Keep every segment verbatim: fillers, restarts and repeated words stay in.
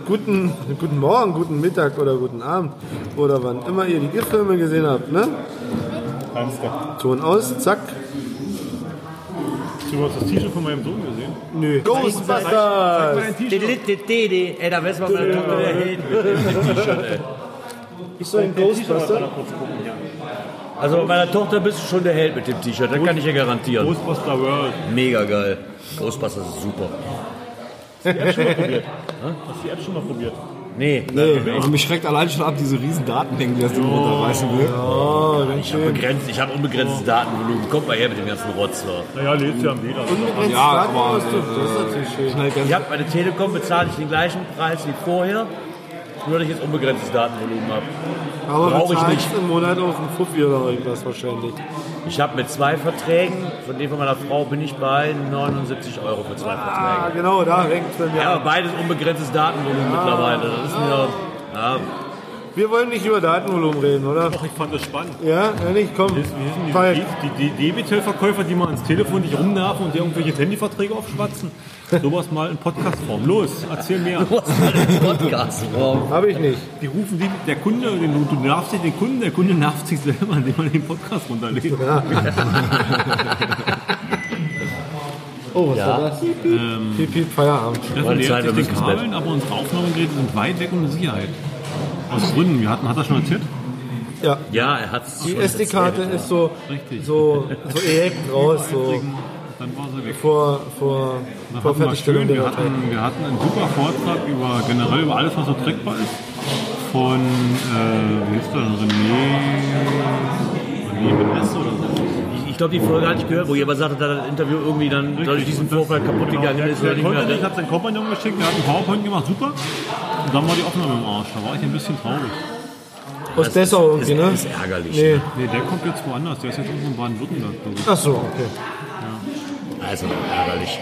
guten, guten Morgen, guten Mittag oder guten Abend oder wann immer ihr die GIF-Filme gesehen habt, ne? Ton aus, zack. Hast du das T-Shirt von meinem Sohn gesehen? Nö. Ghostbusters! Ey, da wär's mal meine Tochter der Held mit dem T-Shirt, ey. Ist so ein Ghostbuster? Also mit meiner Tochter bist du schon der Held mit dem T-Shirt, das kann ich ja garantieren. Ghostbuster World. Mega geil. Ghostbusters ist super. Hast du die App schon mal probiert? Hast du die App schon mal probiert? Nee. Nee, also mich schreckt allein schon ab, diese riesen Datenmengen, die das Ding runterreißen will. Oh, ganz Ich habe schön. begrenzt, ich habe unbegrenztes Datenvolumen. Kommt mal her mit dem ganzen Rotz. Da. Naja, lädst ja am Leder. Unbegrenzt Ja, Daten aber, hast du. Das ist natürlich schön. Schnell ganz Ich habe bei der Telekom bezahle ich den gleichen Preis wie vorher, nur dass ich jetzt unbegrenztes Datenvolumen habe. Aber brauch du ich zahlst nicht. im Monat auch einen Fuffi oder irgendwas wahrscheinlich. Ich habe mit zwei Verträgen, von dem von meiner Frau bin ich bei neunundsiebzig Euro für zwei Ah, Verträge. genau, da hängt es bei mir. Ja, aber beides unbegrenztes Datenvolumen mittlerweile. Das ist mir. Ja, Wir wollen nicht über Datenvolumen reden, oder? Doch, ich fand das spannend. Ja, ehrlich, komm. Wie sind Falk. die, die, die Debitel-Verkäufer, die mal ans Telefon nicht rumnerven und dir irgendwelche Handyverträge aufschwatzen? Sowas mal in Podcast-Form. Los, erzähl mehr. Podcast. Habe ich nicht. Die rufen die, der Kunde, den, du, du nervst dich den Kunden, der Kunde nervt sich selber, indem man den Podcast runterlädt. Oh, was Ja. war das? Ähm, Piep, piep, Feierabend. Steffen Meine nähert Zeit, wir sich den müssen ins Bett. Kabeln, aber unsere Aufnahmegeräte sind weit weg und in Sicherheit. Aus Gründen. Wir hatten, hat er schon erzählt? Ja, Ja, er hat es die S D-Karte ist so, Richtig. so, so direkt raus, so Dann war sie weg. vor, vor, Das vor hatten wir Fertigstellung schön. der Wir Datei. hatten, wir hatten einen super Vortrag über generell über alles, was so trackbar ist. Von, äh, wie ist der, René, René mit S oder so. Ich glaube, die Folge hatte ich gehört, wo jemand sagte, dass das Interview irgendwie dann durch diesen Vorfall kaputt gegangen ist. Der weil nicht mehr- konnte nicht, hat seinen Kompagnon geschickt, der hat einen PowerPoint gemacht, super. Und dann war die Aufnahme im Arsch. Da war ich ein bisschen traurig. Aus Dessau irgendwie, ne? ist ärgerlich. Nee. Nee, der kommt jetzt woanders. Der ist jetzt irgendwo in Baden-Württemberg, glaube ich. Ach so, okay. Also ärgerlich.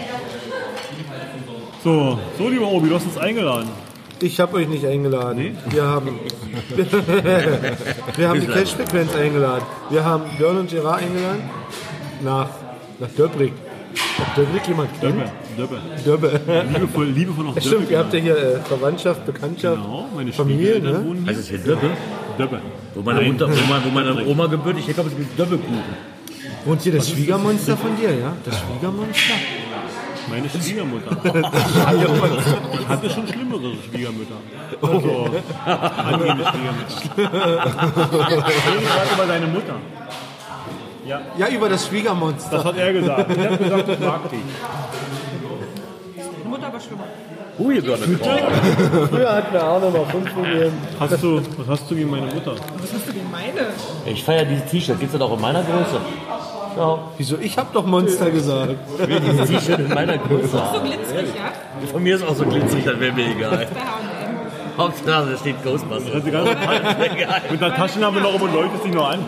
So, so lieber Obi, du hast uns eingeladen. Ich habe euch nicht eingeladen. Nee? Wir haben, wir haben die Catch-Frequenz eingeladen. Wir haben Björn und Gerard eingeladen nach, nach Döbrig. Hat Döbrig jemand kennt? Döbbe, Döbbe. Döbbe. Liebevoll, liebevoll noch Ja, stimmt, ihr habt ja hier äh, Verwandtschaft, Bekanntschaft, Genau, meine Familie, Schwiegereltern ne? wohnen hier. Heißt es hier Döbbe? Döbbe. Wo meine, Mutter, wo, meine, wo meine Oma gebürtig, ich glaube, es gibt Döbbekuchen. Wohnt hier das Schwiegermonster von dir, ja? Das Schwiegermonster? Meine Schwiegermutter. Ich hatte schon schlimmere Schwiegermütter. Also, angenehme Schwiegermütter. Ich frage über deine Mutter. Ja, Ja, über das Schwiegermonster. das hat er gesagt. Er hat gesagt, ich mag dich. Mutter war schlimmer. Who you gonna call? Früher hatten wir auch noch mal fünf gegeben. Hast du, was hast du gegen meine Mutter? Was hast du gegen meine? Ich feiere diese T-Shirt. Gibt es das auch in meiner Größe? Schau. Wieso? Ich hab doch Monster gesagt. Dieses T-Shirt in meiner Größe. So haben. glitzerig, ja? Von mir ist auch so glitzig, das wäre mir egal. Bei H und M. Hauptsache, da steht Ghostbusters. Das die ganze Zeit- Egal. Mit der Taschenlampe noch und läuft es dich noch an.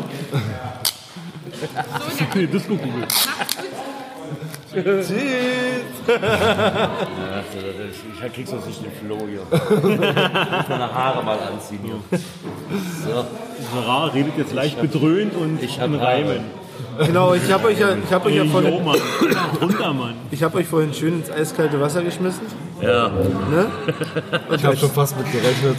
Die Disco-Kugel. Tschüss. Ja, so, das ist, ich krieg sonst nicht den Floh hier. Ich muss meine Haare mal anziehen hier. So. Sarah redet jetzt leicht bedröhnt und Ich hab in Reimen. Genau, ich habe euch ja, ich hab euch ja Jo, vorhin, Mann. Drunter, Mann. ich hab euch vorhin schön ins eiskalte Wasser geschmissen. Ja. Ne? Ich habe schon fast mit gerechnet.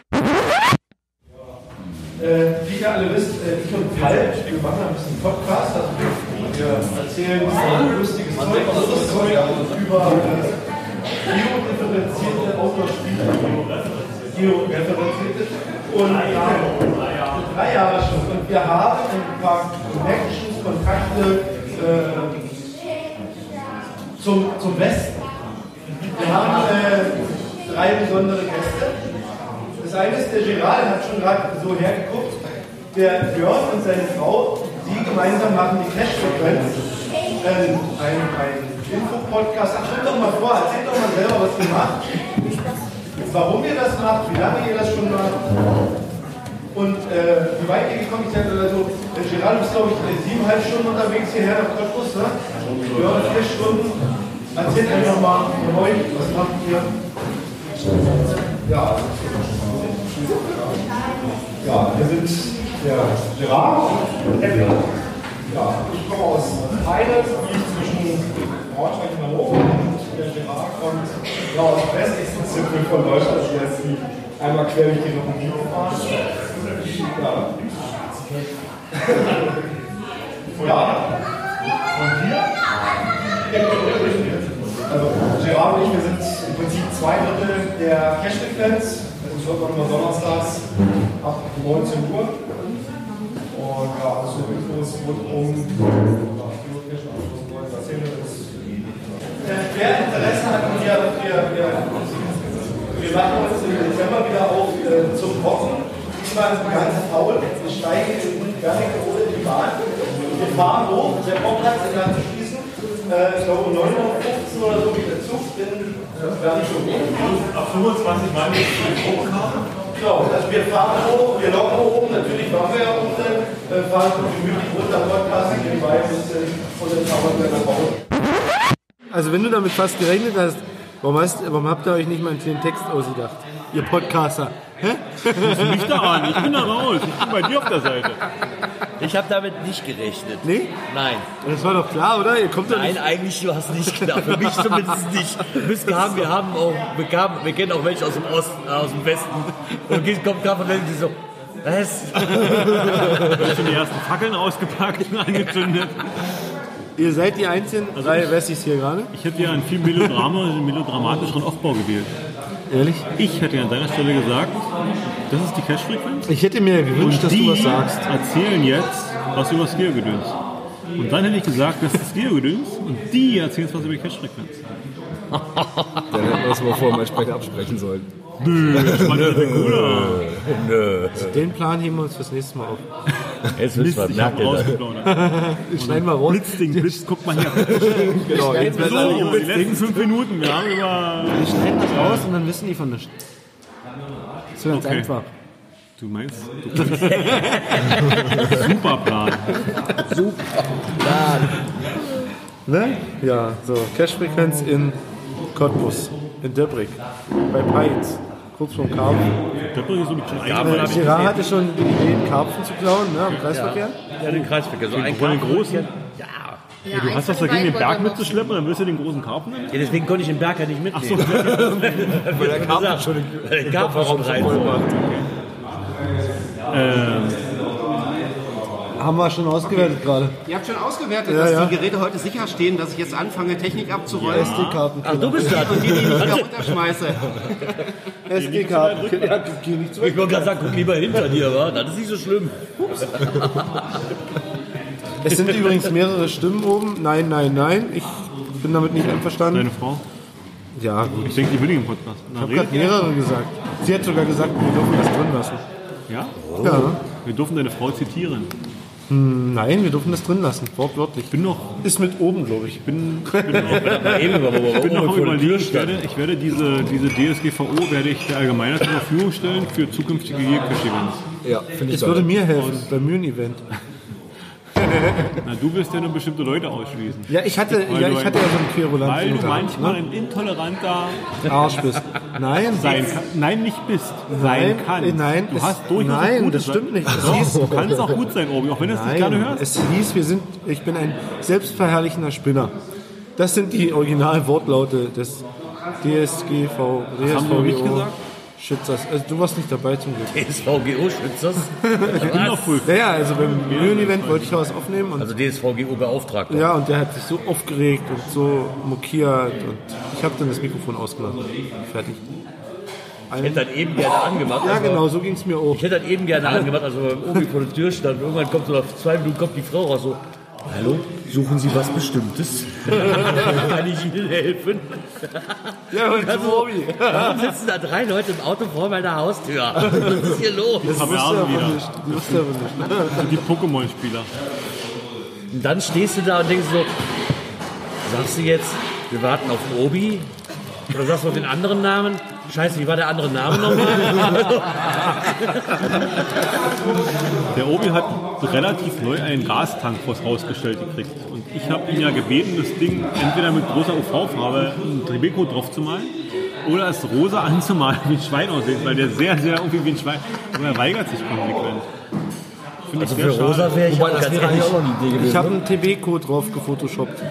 Äh, wie ihr alle wisst, äh, ich und Falk, wir machen ein bisschen Podcast, also wir erzählen ein lustiges Zeug, anderes Zeug über äh, geodifferenzierte Outdoor-Spiele, georeferenzierte und äh, drei Jahre schon. Und wir haben ein paar Connections, Kontakte äh, zum, zum Westen. Wir haben äh, drei besondere Gäste. Das eine ist der Gerard, der hat schon gerade so hergeguckt. Der Björn und seine Frau, die gemeinsam machen die Cash-Frequenz. Ähm, ein ein Info-Podcast. Ach, stellt doch mal vor, erzählt doch mal selber, was ihr macht. Warum ihr das macht, wie lange ihr das schon macht. Und äh, wie weit ihr gekommen seid oder so. Der Gerard, du bist, glaube ich, siebeneinhalb Stunden unterwegs hierher nach Cottbus, ne? Björn, vier Stunden. Erzählt einfach mal von euch, was macht ihr? Ja, ja, wir sind der Gerard und Edgar. Ja, ich komme aus Heide, zwischen Braunschweig und Hannover und der Gerard kommt ja, aus dem westlichsten Zipfel von Deutschland, also jetzt die einmal quer durch die Republik gefahren. Ja. Ja. Und hier? Also Gerard und ich, wir sind im Prinzip zwei Drittel der Cash-Frequenz. Das wird man immer donnerstags ab neunzehn Uhr. Und ja, also Infos rund um wer Interesse hat, wir, wir, wir, wir machen uns im Dezember wieder auf äh, zum Kochen. Diesmal ist ganz faul. Wir steigen in Wernigerode in die Bahn. Wir fahren hoch, der Bauplatz ist dann zu schließen. Äh, ich glaube um neun Uhr fünfzehn oder so geht der Zug in Wernigerode. Ab fünfundzwanzig Mal mit dem Hochkarte. Genau, also wir fahren hoch, wir locken oben, natürlich waren wir ja unten, äh, fahren gemütlich runter, Podcast, nebenbei ein bisschen und dann fahren wir nach Hause. Also wenn du damit fast gerechnet hast, warum, hast, warum habt ihr euch nicht mal einen kleinen Text ausgedacht? Ihr Podcaster. Hä? Ruf mich da an, ich bin da raus, ich bin bei dir auf der Seite. Ich habe damit nicht gerechnet. Nee? Nein. Das war doch klar, oder? Ihr kommt doch Nein, nicht... eigentlich du hast nicht klar. Für mich zumindest nicht. Wir haben, wir haben auch, wir, kamen, wir kennen auch welche aus dem Osten, aus dem Westen. Und die kommt gerade von denen, die so, was? Ich schon die ersten Fackeln ausgepackt und angezündet. Ihr seid die einzigen drei Wessis hier gerade? Ich hätte ja einen viel Melodrama, einen melodramatischeren Aufbau gewählt. Ehrlich? Ich hätte an deiner Stelle gesagt, das ist die Cash-Frequenz. Ich hätte mir gewünscht, dass die du was sagst. erzählen jetzt was über das Geogedöns. Und dann hätte ich gesagt, das ist das Geogedöns und die erzählen was über die Cash-Frequenz. Dann hätten wir das mal vorher mal entsprechend absprechen sollen. Nö, das fand ich cooler. Nö. Den Plan heben wir uns fürs nächste Mal auf. Jetzt Mist, müssen ich wir hab merken. rausgeplaudert. Schneiden wir raus. Blitzding, Blitz, guck mal hier. Genau, jetzt So, die letzten fünf Minuten, wir haben über... wir schneiden das raus und dann wissen die von nichts. So ganz Okay. einfach. Du meinst, du kannst... Super Plan. Ne? Ja, so. Cash-Frequenz in Cottbus, in Döbrig, bei Peitz, kurz vorm Karpfen. Da bringe ich so ein bisschen Äh, ein. Girard hatte schon die Idee, einen Karpfen zu klauen, ne, am Kreisverkehr. Ja, den Kreisverkehr. So ein Von den großen. Ja. Ja, du hast das dagegen, den Berg mitzuschleppen und dann willst du den großen Karpfen nehmen? Ja, deswegen konnte ich den Berg ja nicht mitnehmen. Weil der Karten schon Weil der Karpfen rein voll macht. Ähm, Haben wir schon ausgewertet gerade. Ihr habt schon ausgewertet, Ja, dass ja. die Geräte heute sicher stehen, dass ich jetzt anfange, Technik abzuräumen S D-Karten. Ach, du bist das. und die, die ich wieder runterschmeiße. S D-Karten. Ja, geh nicht zurück. Ich wollte gerade sagen, guck lieber hinter dir, wa? Das ist nicht so schlimm. Es sind übrigens mehrere Stimmen oben. Nein, nein, nein. Ich bin damit nicht einverstanden. deine Frau? Ja, gut. Ich denke, die will den Podcast. Ich habe gerade mehrere gesagt. Sie hat sogar gesagt, wir dürfen das drin lassen. Ja? Ja. Wir dürfen deine Frau zitieren. Nein, wir dürfen das drin lassen. Wortwörtlich. Ich bin noch, Ist mit oben, glaube ich. bin, bin noch, Eben, aber ich bin noch vor der überlegen, Tür ich werde, ich werde diese, diese D S G V O werde ich der Allgemeinheit zur Verfügung stellen für zukünftige Geocaching-Events. Ja, finde ich Es würde geil. mir helfen beim Mühen-Event. Na, du wirst ja nur bestimmte Leute ausschließen. Ja, ich hatte, Weil ja, du ich ein- hatte ja so einen Querulanten. Weil du gehabt, manchmal ein intoleranter ne? Arsch bist. Nein, sein kann. Nein, nicht bist. Sein Nein, kannst. äh, nein, du es- hast durchaus auch nein, gute das Seiten. stimmt nicht. Es Doch, hieß- du kannst auch gut sein, Obi, auch wenn du es nicht gerne Nein, hörst. es hieß, wir sind, ich bin ein selbstverherrlichender Spinner. Das sind die Originalwortlaute des D S G V, D S haben wir V G nicht O gesagt? Schützers. Also du warst nicht dabei zum Glück. D S V G O-Schützers. Ich bin noch früh. Naja, also beim Mühen-Event wollte ich ja was aufnehmen und Also D S V G O-Beauftragter. ja, und der hat sich so aufgeregt und so mokiert und ich habe dann das Mikrofon ausgemacht. Fertig. Ich hätte das eben gerne angemacht. Ja, aber- genau, so ging es mir auch. Ich hätte das eben gerne angemacht, also beim Obi vor der Tür stand. Irgendwann kommt so nach zwei Minuten kommt die Frau raus so. Hallo, suchen Sie was Bestimmtes? Kann ich Ihnen helfen? Ja, und Also, warum sitzen da drei Leute im Auto vor meiner Haustür? Was ist hier los? das Haben wir wusste er Abend aber wieder. nicht. Das wusste er aber nicht. Die Pokémon-Spieler. Und dann stehst du da und denkst so, sagst du jetzt, wir warten auf Obi? Oder sagst du noch den anderen Namen? Scheiße, wie war der andere Name nochmal? Der Obi hat relativ neu einen Gastank vors Haus gestellt gekriegt. Und ich habe ihn ja gebeten, das Ding entweder mit großer U V-Farbe einen Tribeco drauf zu malen oder es rosa anzumalen, wie ein Schwein aussieht, weil der sehr, sehr irgendwie wie ein Schwein. Aber er weigert sich konsequent. Finde ich Also sehr für Rosa schade. wäre ich Wobei, auch das ganz wäre eigentlich ehrlich. auch noch eine Idee gewesen. Ich habe einen T B-Code drauf gefotoshoppt.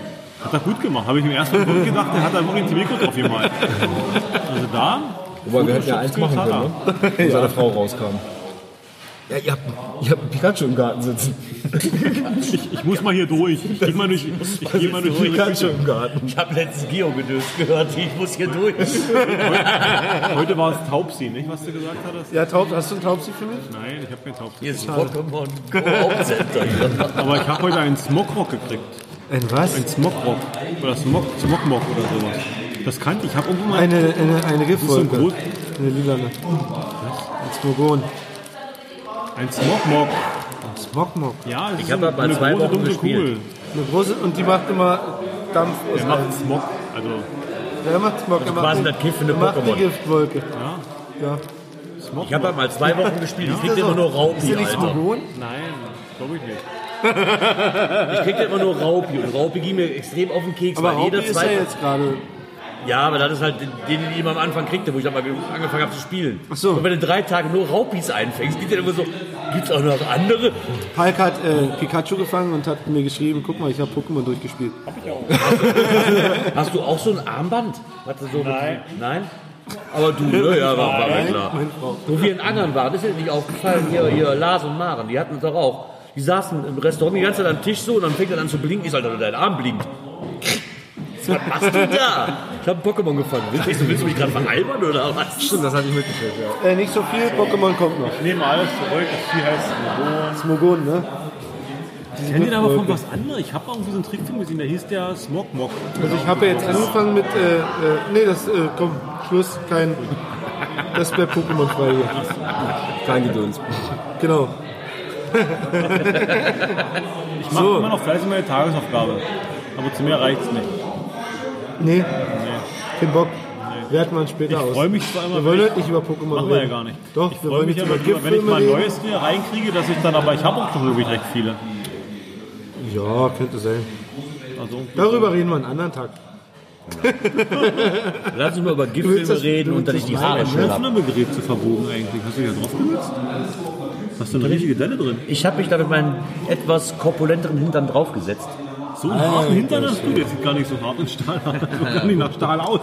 Hat er gut gemacht. Habe ich im ersten Moment gedacht, der hat da wirklich ein Tribeco drauf gemalt. Also da... Wobei wir hätten ja eins machen können, ne? Wo seine Frau rauskam. Ja, ihr habt, ihr habt einen Pikachu im Garten sitzen. Ich, ich muss mal hier durch. Ich geh mal durch. Ich geh mal durch. Pikachu im Garten. Ich habe letztens Geo-Gedöns gehört, ich muss hier durch. Heute war es Taubsi, nicht, was du gesagt hattest? Ja, Taub, hast du einen Taubsi für mich? Nein, ich habe kein Taubsi. Hier ist Pokémon Go Hauptcenter. Aber ich habe heute einen Smokrock gekriegt. Ein was? Ein Smokrock. Oder Smok, Smokmok oder sowas. Das kannte ich. Ich habe irgendwo mal... Eine, eine, eine Giftwolke. so groß. Eine lilane. Ein Smogon. Ein Smokmok. Ein Smogmog. Ja, das Ich ist habe eine mal zwei große, Wochen dunkle gespielt. Kugel. Eine große, und die macht immer Dampf aus. Der macht Smog. Also, Ja, er macht Smog. Er macht quasi die- das kiffende er macht die Pokémon. Giftwolke. ja. Ja. Ich habe mal zwei Wochen gespielt, ich kriegte immer nur Ist Raupi, der nicht Alter. Smogon? Nein, glaube ich nicht. Ich kriegte immer nur Raupi und Raupi ging mir extrem auf den Keks, Aber weil Raupi jeder ist ja zweite... jetzt gerade... Ja, aber das ist halt den, den ich immer am Anfang kriegte, wo ich dann mal angefangen habe zu spielen. Ach so. Und wenn du drei Tage nur Raupis einfängst, geht ja immer so, gibt's auch noch andere? Palk hat äh, Pikachu gefangen und hat mir geschrieben, guck mal, ich habe Pokémon durchgespielt. Hast du auch so ein Armband? Was du so Nein. Mit, nein? Aber du, ne? Ja, war, war mir klar. Meine Frau. Wo wir in Angern waren, ist dir nicht aufgefallen, hier, hier Lars und Maren, die hatten es doch auch. Die saßen im Restaurant die ganze Zeit am Tisch so und dann fängt er an zu blinken. Ich sag, Alter, dein Arm blinkt. Was machst du da? Ich habe ein Pokémon gefangen. Willst du, willst du mich gerade veralbern oder was? Stimmt, das hatte ich mitgekriegt, ja. Äh, nicht so viel, Pokémon kommt noch. Ich nehme alles zurück. Das Vieh heißt Smogon. Smogon, ne? Ich kenne den aber von was anderem. Ich habe irgendwie so einen Trickfilm gesehen, der hieß der Smogmok. Also ich habe ja jetzt angefangen mit, äh, äh, nee, das, äh, komm, Schluss, kein, das wäre Pokémon frei hier. Kein Gedöns. Genau. Ich mache So. immer noch fleißig meine Tagesaufgabe. Aber zu mir reicht es nicht. Nee, kein Bock. Werten wir uns später Ich aus. freue mich zwar immer, Wir wollen wenn heute nicht über Pokémon Machen wir ja reden. gar nicht. Doch, ich wir freue wollen mich jetzt immer über drüber, wenn ich Giftfilme mal ein reden. neues hier reinkriege, dass ich dann, aber ich habe auch schon wirklich recht viele. Ja, könnte sein. Also, Darüber reden wir einen anderen Tag. Lass uns mal über willst Giftfilme das- reden du und dass willst ich die das Haare meinen, schnell ne? habe. Aufnahmegerät zu verbogen eigentlich. Hast du hier drauf genutzt? Hast du eine richtige Delle drin? Ich habe mich da mit meinem etwas korpulenteren Hintern draufgesetzt. So einen harten Hintern hast du, der sieht gar nicht so hart in Stahl aus. Sieht gar nicht nach Stahl aus.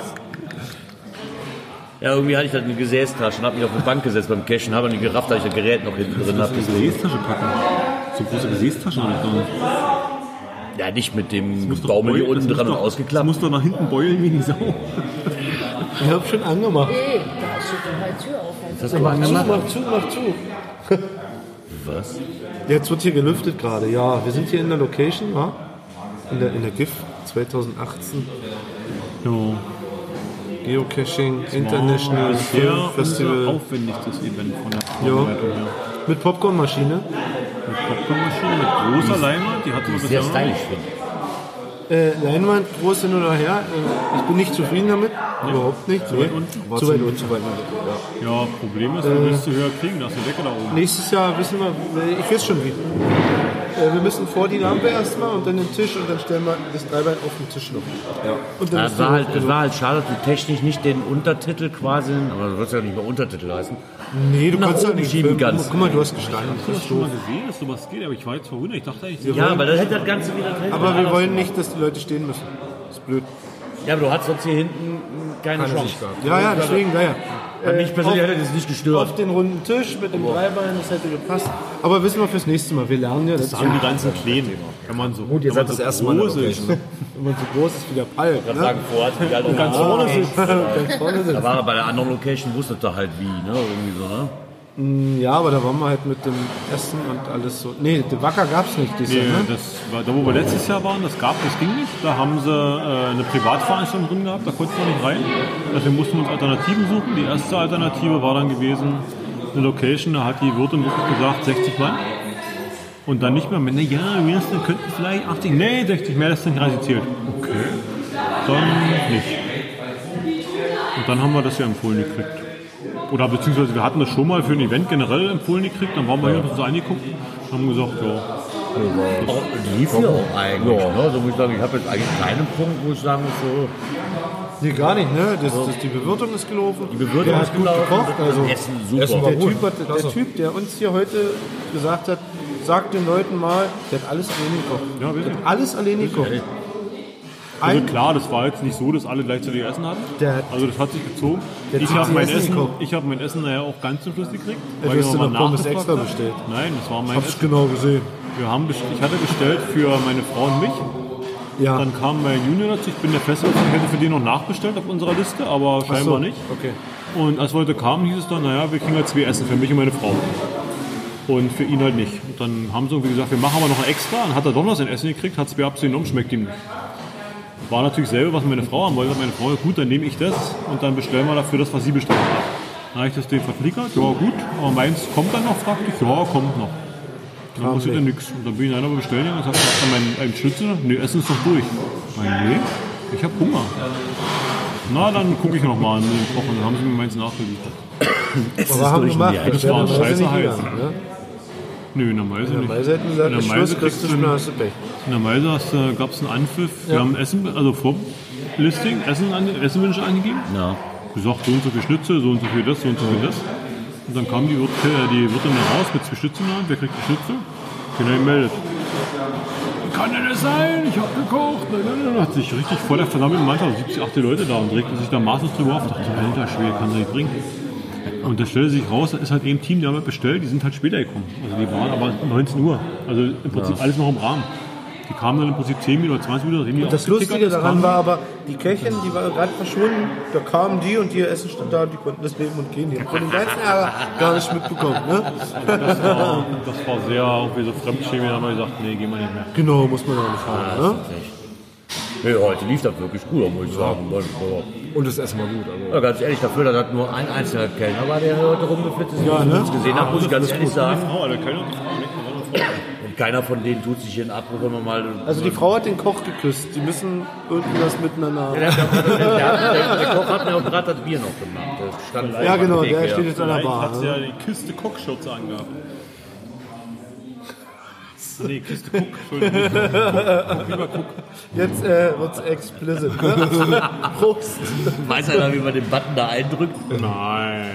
Ja, irgendwie hatte ich dann eine Gesäßtasche und habe mich auf eine Bank gesetzt beim Cashen, habe nicht gerafft, dass ich das Gerät noch hinten drin habe. Gesäßtasche packen. So große Gesäßtasche habe ich gar nicht. Ja, nicht mit dem Muss doch Baumel hier beulen, unten das dran muss und doch- ausgeklappt. Das muss doch nach hinten beulen wie die Sau. Ich habe schon angemacht. Nee, da steht doch halt Tür auf. Halt. Das aber Zu, mach zu, mach zu. Was? Jetzt wird hier gelüftet gerade. Ja, wir sind hier in der Location, wa? In der, in der GIF zwanzig achtzehn. Ja. Geocaching International Das ist sehr Film unser Festival. aufwendigstes Event von der Ja. Vorbereitung her. Mit Popcornmaschine. Mit Popcornmaschine, mit großer Leinwand, die hatten wir Sehr bisher noch nicht. stylisch finde. Äh, Leinwand, groß hin oder her. Äh, ich bin nicht zufrieden damit. Überhaupt nicht. Zu weit unten? Zu weit unten. Zu weit unten. Ja, Problem ist, du willst du höher kriegen, da ist eine Decke da oben. Nächstes Jahr wissen wir, ich weiß schon wie. Äh, wir müssen vor die Lampe erstmal und dann den Tisch und dann stellen wir das Dreibein auf den Tisch noch. Ja. Und dann Ja, ist es, war die- halt, es war halt schade, dass du technisch nicht den Untertitel quasi, aber du wirst ja nicht mehr Untertitel heißen. Nee, du nach kannst ja oben nicht schieben filmen. kannst. Guck mal, du hast Gestein. Ich habe schon mal gesehen, dass sowas geht, aber ich war jetzt verwundert. Ich dachte eigentlich, Ja, aber das hätte das Ganze wieder drin. Aber wir wollen nicht, dass die Leute stehen müssen. Das ist blöd. Ja, aber du hast sonst hier hinten keine Chance. Ja, ja, deswegen, naja. An mich persönlich auf- hätte das nicht gestört. Auf den runden Tisch mit dem Dreibein, das hätte gepasst. Aber wissen wir fürs nächste Mal. Wir lernen ja, das das haben die ganzen Kleinen. Wenn man so, Gut, ihr wenn seid man das so erste Mal in der groß ist. Location. wenn man so groß ist wie der Palk. Ich Ne? sagen, vor hat die halt Und ganz vorne sitzt. Ganz vorne sind. Da war er bei der anderen Location, wusste er halt wie, ne? Irgendwie so, ne? Ja, aber da waren wir halt mit dem Essen und alles so. Nee, den Wacker gab es nicht dieses Nee, Jahr, ne? das war, da wo wir letztes Jahr waren, das gab, das ging nicht. Da haben sie äh, eine Privatveranstaltung drin gehabt, da konnten wir nicht rein. Deswegen mussten wir uns Alternativen suchen. Die erste Alternative war dann gewesen, eine Location, da hat die Wirtin wirklich gesagt, sechzig Mann. Und dann nicht mehr, na ja, wir könnten vielleicht achtzig, nee, sechzig mehr, das ist nicht reingezählt. Okay. Dann nicht. Und dann haben wir das ja empfohlen gekriegt. Oder beziehungsweise wir hatten das schon mal für ein Event generell empfohlen gekriegt, dann waren wir hier und haben uns angeguckt und haben gesagt, ja. Auch, lief ja auch eigentlich, ne? Also muss ich sagen, ich habe jetzt eigentlich keinen Punkt, wo ich sagen muss, so, Nee, gar nicht, ne? Das, das, die Bewirtung ist gelaufen. die Bewirtung der ist hat gut gelaufen, gekocht. Also Essen super. der, typ hat, der Typ, der uns hier heute gesagt hat, sagt den Leuten mal, der hat alles alleine gekocht. Ja, Der wirklich. hat alles alleine gekocht. Also Ein- klar, das war jetzt nicht so, dass alle gleichzeitig Essen hatten. Der hat- also das hat sich gezogen. Der Ich zieht habe sich mein, Essen Essen, gekocht. ich hab mein Essen nachher auch ganz zum Schluss gekriegt. Ja, weil du ich hast dir nochmal noch Pommes nachgefragt extra habe. bestellt. Nein, das war mein Hab's Essen. genau gesehen. Wir haben best- ich hatte bestellt für meine Frau und mich. Ja. Dann kam mein Junior dazu. Ich bin der Feste, ich hätte für den noch nachbestellt auf unserer Liste, aber Ach so, scheinbar nicht. Okay. Und als wir heute kamen, hieß es dann, naja, wir kriegen halt zwei Essen für mich und meine Frau. Und für ihn halt nicht. Und dann haben sie irgendwie gesagt, wir machen aber noch ein extra. Dann hat er doch noch sein Essen gekriegt, hat es mir abgenommen, schmeckt ihm nicht. War natürlich selber, was meine Frau haben wollte. Meine Frau, gut, dann nehme ich das und dann bestellen wir dafür das, was sie bestellt hat. Dann habe ich das Ding verklickert, ja gut, aber meins kommt dann noch, fragte ich, ja, kommt noch. Dann Kam passiert ja nicht. nichts. Und dann bin ich einer bestellt und sagt, dann mein, mein Schnitzel, nee, Essen ist doch durch. Ich meine, nee, ich habe Hunger. Na, dann gucke ich noch mal an den Koch und dann haben sie mir meins nachgeliefert. Aber haben wir gemacht. Das wäre war normalerweise scheiße nicht heiß. gegangen, ne? Nö, in der Meise In der nicht. Meise hätten sie gesagt, In der ist Meise Schluss, kriegst kriegst du du nicht mehr, hast du Pech. In der Meise gab es einen Anpfiff. Wir Ja. haben Essen, also Vorlisting, Essen, an, Essenwünsche angegeben. Ja. Gesagt, so und so viel Schnitzel, so und so viel das, so und so viel das. Und dann kam die, Wirt, äh, die Wirtin da raus mit zwei Schnitzeln in der Hand. Wer kriegt die Schnitzel? Keiner gemeldet. Kann denn das sein? Ich hab gekocht. Nein, nein, nein. Hat sich richtig vor der versammelten Mannschaft, siebzig, achtzig Leute da und regte sich da maßlos drüber auf. Ich dachte, alter Schwede, kann das nicht bringen. Und da stellte sich raus, da ist halt eben ein Team, die haben halt bestellt, die sind halt später gekommen. Also die waren aber neunzehn Uhr. Also im Prinzip alles noch im Rahmen. Die kamen dann im Prinzip zehn Minuten oder zwanzig Minuten, nachdem die Das aufgetickert Lustige ist, daran kamen- war aber, die Köchin, die war gerade verschwunden, da kamen die und ihr Essen stand da und die konnten das nehmen und gehen. Die haben von dem ganzen Ärger gar nicht mitbekommen. Ne? Das war, das war sehr irgendwie so Fremdschämen, da haben wir gesagt, nee, gehen wir nicht mehr. Genau, muss man ja nicht haben. Ne? Nee, heute lief das wirklich gut, muss ich sagen. Und das Essen war gut. Also. Ja, ganz ehrlich, dafür, dass das nur ein einzelner Kellner war, der heute rumgeflitzt ist, Ja, wie ich ne? uns gesehen habe, muss ich ganz ehrlich sagen. Frau, also keiner die Frau, nicht Mann und Frau. Und keiner von denen tut sich hier in Abbruch, wenn man mal... Also die Frau hat den Koch geküsst. Die müssen irgendwas miteinander... Der, der, der, der, der Koch hat mir auch gerade das Bier noch gemacht. Das stand Ja genau, Theke, der ja. steht jetzt an der Vielleicht Bar. hat sie Ne? ja die Kiste Cockschürze angehabt. Nee, Kiste Cook, Entschuldigung. Cook, lieber Cook. Jetzt äh, wird's explicit. Ne? Prost. Weiß einer, wie man den Button da eindrückt? Nein.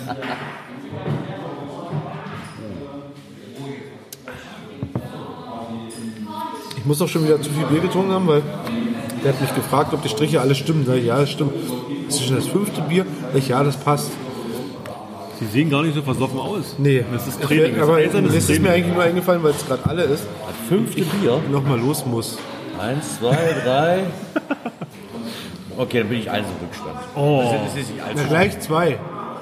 Ich muss doch schon wieder zu viel Bier getrunken haben, weil der hat mich gefragt, ob die Striche alle stimmen. Sag ich, ja, das stimmt. Das ist schon das fünfte Bier. Ich, ja, das passt. Sie sehen gar nicht so versoffen aus. Nee, Das ist Ich Training. werd- Das aber ist das einzelnes ist mir Training. eigentlich nur eingefallen, weil es gerade alle ist. Das fünfte Bier. Nochmal los muss. Eins, zwei, drei. Okay, dann bin ich eins im Rückstand. Oh. Das ist nicht Na, allzu gleich zwei.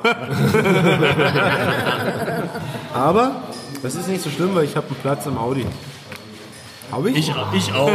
Aber das ist nicht so schlimm, weil ich habe einen Platz im Audi. Habe ich? Ich, ich auch.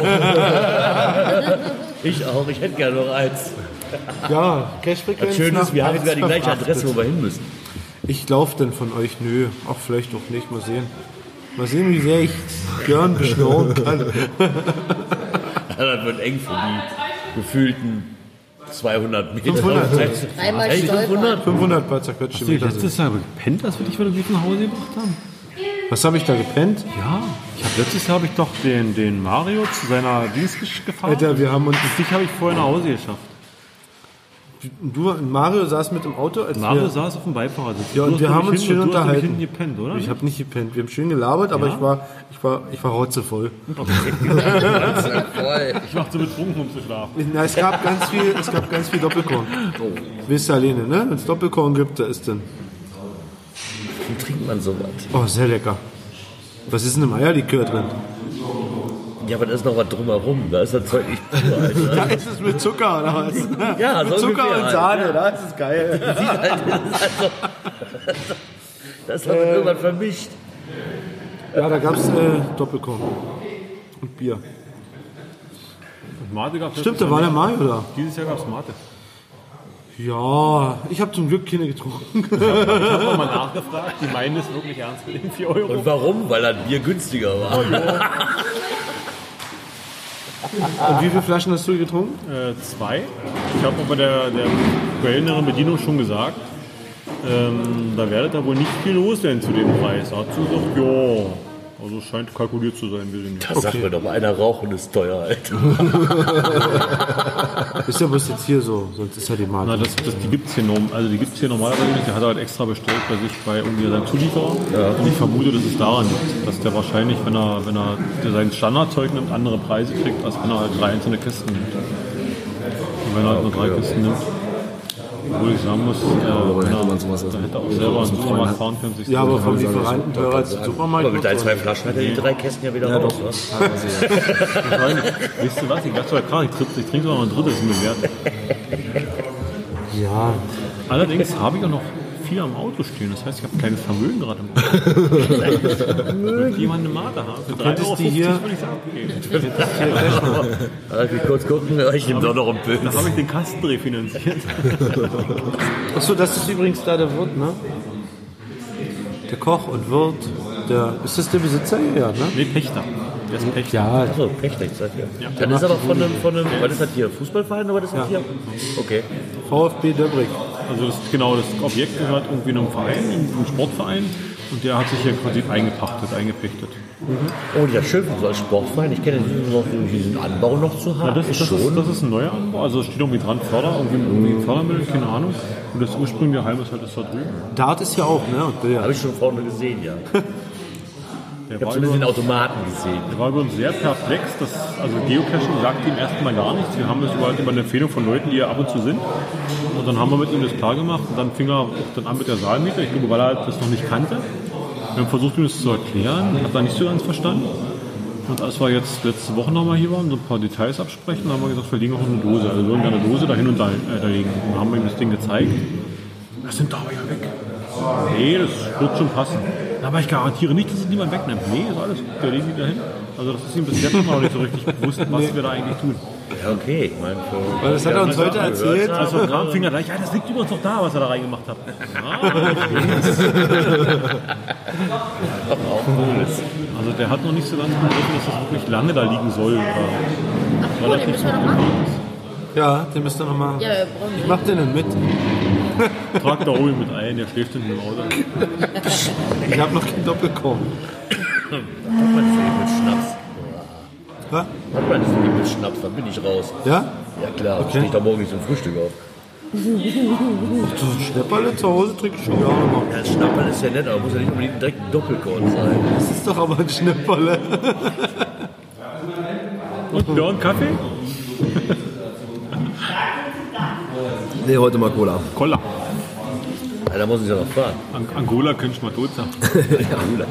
ich auch. Ich hätte gerne noch eins. Ja, Cashfrequenz. Das Schöne ist, wir haben sogar die gleiche verfrachtet. Adresse, wo wir hin müssen. Ich laufe dann von euch, nö. Ach, vielleicht doch nicht. Mal sehen. Mal sehen, wie sehr ich gern beschnorren kann. Das wird eng für die gefühlten zweihundert Meter. fünfhundert. Dreimal Echt, stolpern. fünfhundert? fünfhundert paar zerquetschte Hast du Meter sind. letztes Jahr gepennt, als wir dich wieder nach Hause gebracht haben? Was habe ich da gepennt? Ja. Ich habe letztes Jahr habe ich doch den, den Mario zu seiner Dienst gefahren. Alter, wir haben uns. Dich habe ich vorher nach Hause geschafft. Du, Mario saß mit im Auto, als Mario wir. saß auf dem Beifahrersitz. Ja, und Du hast, wir glaub haben ich, uns hinten- schön du hast, glaub ich, unterhalten. hinten gepennt, oder? Ich habe nicht gepennt. Wir haben schön gelabert, aber Ja? ich war, ich war, ich war rotzevoll. Ich war zu betrunken, um zu schlafen. Na, es gab ganz viel, es gab ganz viel Doppelkorn. Wisst ihr alleine, ne? Wenn es Doppelkorn gibt, da ist dann. Wie trinkt man sowas? Oh, sehr lecker. Was ist denn im Eierlikör drin? Ja, aber da ist noch was drumherum. Da ist das Zeug nicht pur, Alter. Da ist es mit Zucker oder was? Ja, mit so Zucker ungefähr und halt, Sahne, ja. das ist geil. Das ist doch mit irgendwas vermischt. Ja, da gab es äh, Doppelkorn. Und Bier. Und Mate gab's Stimmt, letztes da Jahr war der nicht. Mario da. Dieses Jahr gab es Mate. Ja, ich habe zum Glück keine getrunken. Ich habe nochmal nachgefragt. Die meinen es wirklich ernst mit den vier Euro. Und warum? Weil das Bier günstiger war. Und wie viele Flaschen hast du getrunken? Äh, zwei. Ich habe aber der, der Kölnerin Bedienung schon gesagt, ähm, da werdet da wohl nicht viel los sein zu dem Preis. Da hat sie gesagt, ja, also es scheint kalkuliert zu sein. Wir sind nicht. Da sagt mir doch mal einer, Rauchen ist teuer, Alter. Ist ja bloß jetzt hier so, sonst ist ja die Marke. Na, das, das, die gibt es hier, norm, also die gibt's hier normalerweise nicht. Der hat er halt extra bestellt bei sich bei irgendwie seinem Zulieferer. Ja. Und ich vermute, dass es daran liegt, dass der wahrscheinlich, wenn er, wenn er sein Standardzeug nimmt, andere Preise kriegt, als wenn er halt drei einzelne Kisten nimmt. Und wenn er halt nur drei Kisten nimmt. Obwohl ich sagen muss, äh, aber wenn er, hätte man sowas da hätte er auch selber einen Supermarkt fahren können. Sich Ja, aber vom Lieferanten teurer als der Supermarkt. Aber mit deinen zwei Flaschen hat er die drei Kästen ja wieder raus, was? Weißt du was, ich dachte sogar gerade, ich, ich trinke sogar noch ein drittes, ist mir wert. Ja. Allerdings habe ich auch noch viel am Auto stehen, das heißt, ich habe ein kleines Vermögen gerade im Auto. Wenn jemand eine Mate haben, für drei Euro die hier- würde ich es abgeben. Lass mich kurz gucken, ich nehme doch noch einen Bild. Da habe ich den Kastendreh finanziert. Achso, das ist übrigens da der Wirt, ne? Der Koch und Wirt. Der, ist das der Besitzer hier? Ja, ne? Nee, Pächter. Der ist Pächter. Ja, Achso, Pächter, ich sag ja. Dann ist aber von einem, von einem, was ist das hier, Fußballverein oder was ist das hier? Okay. VfB Döbrig. Also das, genau, das Objekt gehört irgendwie einem Verein, einem Sportverein. Und der hat sich hier quasi eingepachtet, eingepechtet. Oh, ja, schön so als Sportverein. Ich kenne diesen, noch, diesen Anbau noch zu haben. Ja, das, das, ist, das ist ein neuer Anbau. Also es steht irgendwie dran, Förder, irgendwie, irgendwie Fördermittel, keine Ahnung. Und das ursprüngliche Heim ist halt das da drüben. Dart ist ja auch, ne? Und Billard. Habe ich schon vorne gesehen, ja. Der Ich habe war, zumindest den über, Automaten gesehen. der war über uns sehr perplex. Das, also Geocaching sagt ihm erstmal gar nichts. Wir haben das über, über eine Empfehlung von Leuten, die hier ab und zu sind. Und dann haben wir mit ihm das klar gemacht. Und dann fing er auch dann an mit der Saalmiete. Ich glaube, weil er das noch nicht kannte. Wir haben versucht, ihm das zu erklären. Hat er nicht so ganz verstanden. Und als wir jetzt letzte Woche nochmal hier waren, so ein paar Details absprechen, haben wir gesagt, wir legen auch eine Dose. Also wir würden gerne eine Dose da hin und da, äh, da legen. Und dann haben wir ihm das Ding gezeigt. Das sind da aber ja weg. Nee, das wird schon passen. Aber ich garantiere nicht, dass es niemand wegnimmt. Nee, ist alles gut, wir legen die da hin. Also das ist ihm bis jetzt noch nicht so richtig bewusst, was wir da eigentlich tun. Ja, okay. Ich meine, für Weil das hat er uns heute erzählt. Also kam Finger gleich, ja, das liegt übrigens noch da, was er da reingemacht hat. Ah, auch cool ist. also der hat noch nicht so ganz begriffen, dass das wirklich lange da liegen soll. Ach cool, den müssen wir noch machen. Ja, den müsst ihr nochmal. Ja, wir brauchen Ich mach den dann mit. Trag da Obi mit ein, der schläft hinten im Auto. Ich habe noch keinen Doppelkorn. Hat man das nicht mit Schnaps? Ha? Hat man das nicht mit Schnaps? Dann bin ich raus. Ja? Ja klar, Okay. stehe ich da morgen nicht zum Frühstück auf. Ach, so ein Schnäpperle zu Hause trinke ich schon gar nicht mehr. Ja, Schnapperl ist ja nett, aber muss ja nicht unbedingt direkt ein Doppelkorn sein. Das ist doch aber ein Schnäpperle. Und Björn, Kaffee? Nee, heute mal Cola. Cola. Ja, da muss ich ja noch fahren. An Angola könnte ich mal tot sein. Ja, Cola.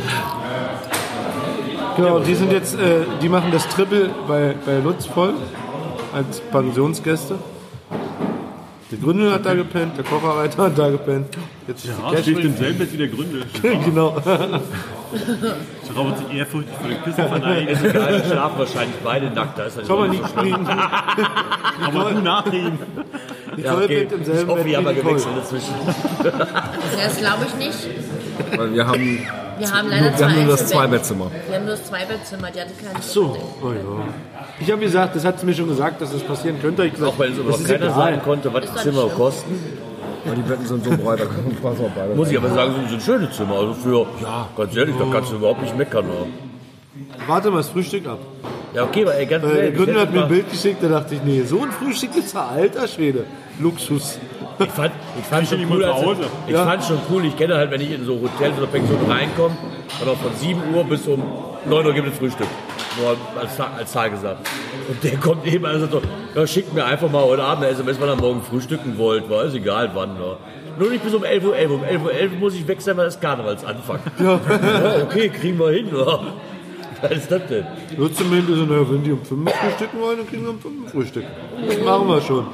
Genau, die sind jetzt, äh, die machen das Triple bei, bei Lutz voll als Pensionsgäste. Der Gründel hat da gepennt, der Kocherreiter hat da gepennt. Jetzt ist Ja, die steht Cash im selben Bett wie der Gründel. Genau. Ich glaube, sich ehrfürchtig für den Kissen verneigen. Ist egal, die schlafen wahrscheinlich beide nackt. Da ist Schau mal, nicht kriegen. Aber du nachreden. Ja, okay. Im Ich selben hoffe, Bett wir haben wie mal Nicole. gewechselt inzwischen. Das glaube ich nicht. Weil wir haben, Wir haben leider wir zwei haben nur das Einzelbetten. Zweibettzimmer. Wir haben nur das Zweibettzimmer, die hatte keine So, oh ja. Ich habe gesagt, das hat sie mir schon gesagt, dass das passieren könnte. Ich gesagt, Auch weil es das überhaupt ist keiner egal. sagen konnte, was Ist die doch Zimmer nicht schlimm. kosten. Und die Betten sind so breit, da können wir auch beide. Muss ich aber sagen, sind, sind schöne Zimmer. Also für, ja, ganz ehrlich, da kannst du überhaupt nicht meckern. Oder? Warte mal das Frühstück ab. Ja, okay, aber ey, ganz Äh, der ehrlich. Gründer ich hat mir ein hätte Bild geschickt, da dachte ich, nee, so ein Frühstück ist ja alter Schwede. Luxus. mal- Ich fand, ich fand schon niemand cool, zu als, Hause. ich Ja. fand schon cool, ich kenne halt, wenn ich in so Hotels oder Pensionen reinkomme, dann auch von sieben Uhr bis um neun Uhr gibt es Frühstück. Nur als, Zahl- als Zahl gesagt. Und der kommt eben und sagt so, ja, schickt mir einfach mal heute Abend eine S M S, wann ihr morgen frühstücken wollt. War ist egal wann. Ja. Nur nicht bis um elf Uhr elf. Um elf Uhr elf muss ich weg sein, weil das Karnevalsanfang. Ja. Ja, okay, kriegen wir hin. Ja. Was ist das denn? Nur zumindest so, naja, wenn die um fünf frühstücken wollen, dann kriegen wir um fünf Frühstück. Das machen wir schon.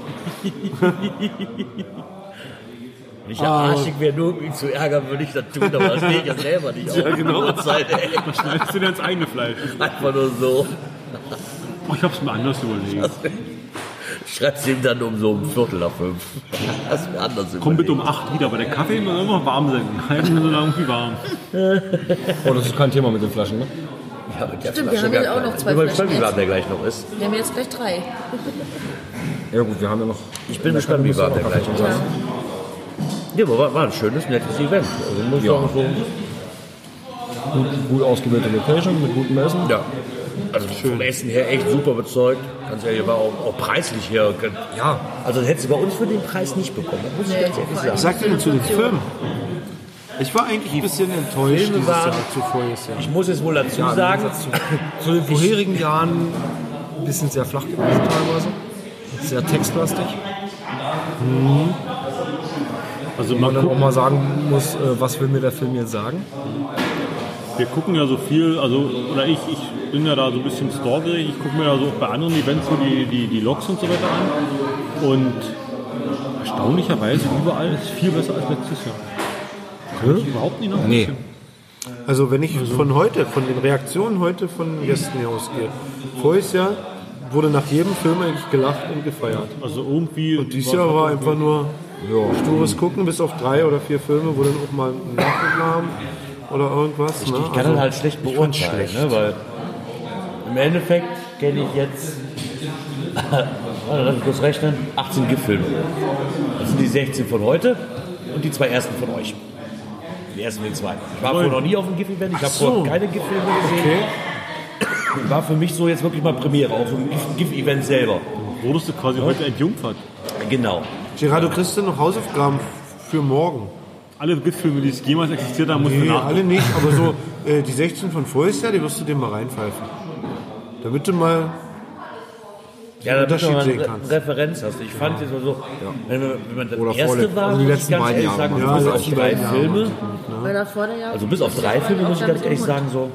Wenn ich ja arschig wäre, nur um ihn zu ärgern, würde ich das tun, aber das geht ja selber nicht auf. Ja, genau. Die Uhrzeit, ey. Schneidest du dir ins eigene Fleisch? Einfach nur so. Oh, ich hab's mir anders überlegt. Schreibst ihm dann um so um Viertel nach fünf. Das ist mir anders Komm bitte um überlegt. acht wieder, aber der Kaffee muss immer warm sein. Halten so lange wie warm. Oh, das ist kein Thema mit den Flaschen, ne? Ja, mit der Stimmt, wir Flasche haben gar jetzt auch keine. noch zwei Ich bin mal Flaschen gespannt, wie jetzt. warm der gleich noch ist. Wir haben jetzt gleich drei. Ja gut, wir haben ja noch... Ich bin gespannt, wie warm der gleich ist. Ja, aber war, war ein schönes, nettes Event. Also muss ich Ja. sagen, so. Gut, gut ausgewählte Location mit gutem Essen. Ja. Also vom Essen her echt super überzeugt. Ganz ehrlich, aber auch, auch preislich her. Ja, also das hättest du bei uns für den Preis nicht bekommen. Das muss ich ganz ehrlich sagen. Was sagt ihr denn zu den Filmen? Ich war eigentlich ein bisschen enttäuscht Filme dieses waren- Jahr zu voriges Jahr. Ich muss jetzt wohl dazu sagen, Zu den vorherigen Jahren ein bisschen sehr flach gewesen teilweise. Sehr textlastig. Also Wo man man dann auch guckt, mal sagen muss, äh, was will mir der Film jetzt sagen. wir gucken ja so viel, also oder ich, ich bin ja da so ein bisschen stalkerig, ich gucke mir ja so auch bei anderen Events so die, die, die Logs und so weiter an und erstaunlicherweise überall ist viel besser als letztes Jahr. Kann ich überhaupt nicht noch. Nee. Also wenn ich von heute, von den Reaktionen heute von Gästen hier ausgehe, voriges Jahr wurde nach jedem Film eigentlich gelacht und gefeiert. Also irgendwie. Und dieses Jahr war einfach nur stures Gucken, bis auf drei oder vier Filme, wo dann auch mal ein Nachnamen oder irgendwas. Ne? ich kann das halt schlecht ich fand's beurteilen, schlecht. ne, weil im Endeffekt kenne ich jetzt, also lass mich kurz rechnen, achtzehn GIF-Filme. Das sind die sechzehn von heute und die zwei ersten von euch. Die ersten und die zweiten. Ich war vorher noch nie auf einem GIF-Event, ich habe so. vorher keine GIF-Filme gesehen. War für mich so jetzt wirklich mal Premiere, auch so ein GIF-Event selber. Wurdest du quasi heute entjungfert. Genau. Gerardo, kriegst du noch Hausaufgaben für morgen? Alle GIF-Filme, die es jemals existiert haben, musst du Nee, nachgucken. alle nicht, aber so äh, die sechzehn von voriges Jahr, die wirst du dir mal reinpfeifen. Damit du mal Ja, damit du Unterschied mal sehen eine kannst. Referenz hast. Ich fand jetzt so, wenn, man- wenn man das Oder erste vorletzt- war, also die muss ich letzten ganz beiden ehrlich Jahre sagen, waren Ja, bis die auf letzten drei beiden Jahre Filme, Weil da vor der Jahr. also bis auf drei Filme muss ich ganz ehrlich sagen, so,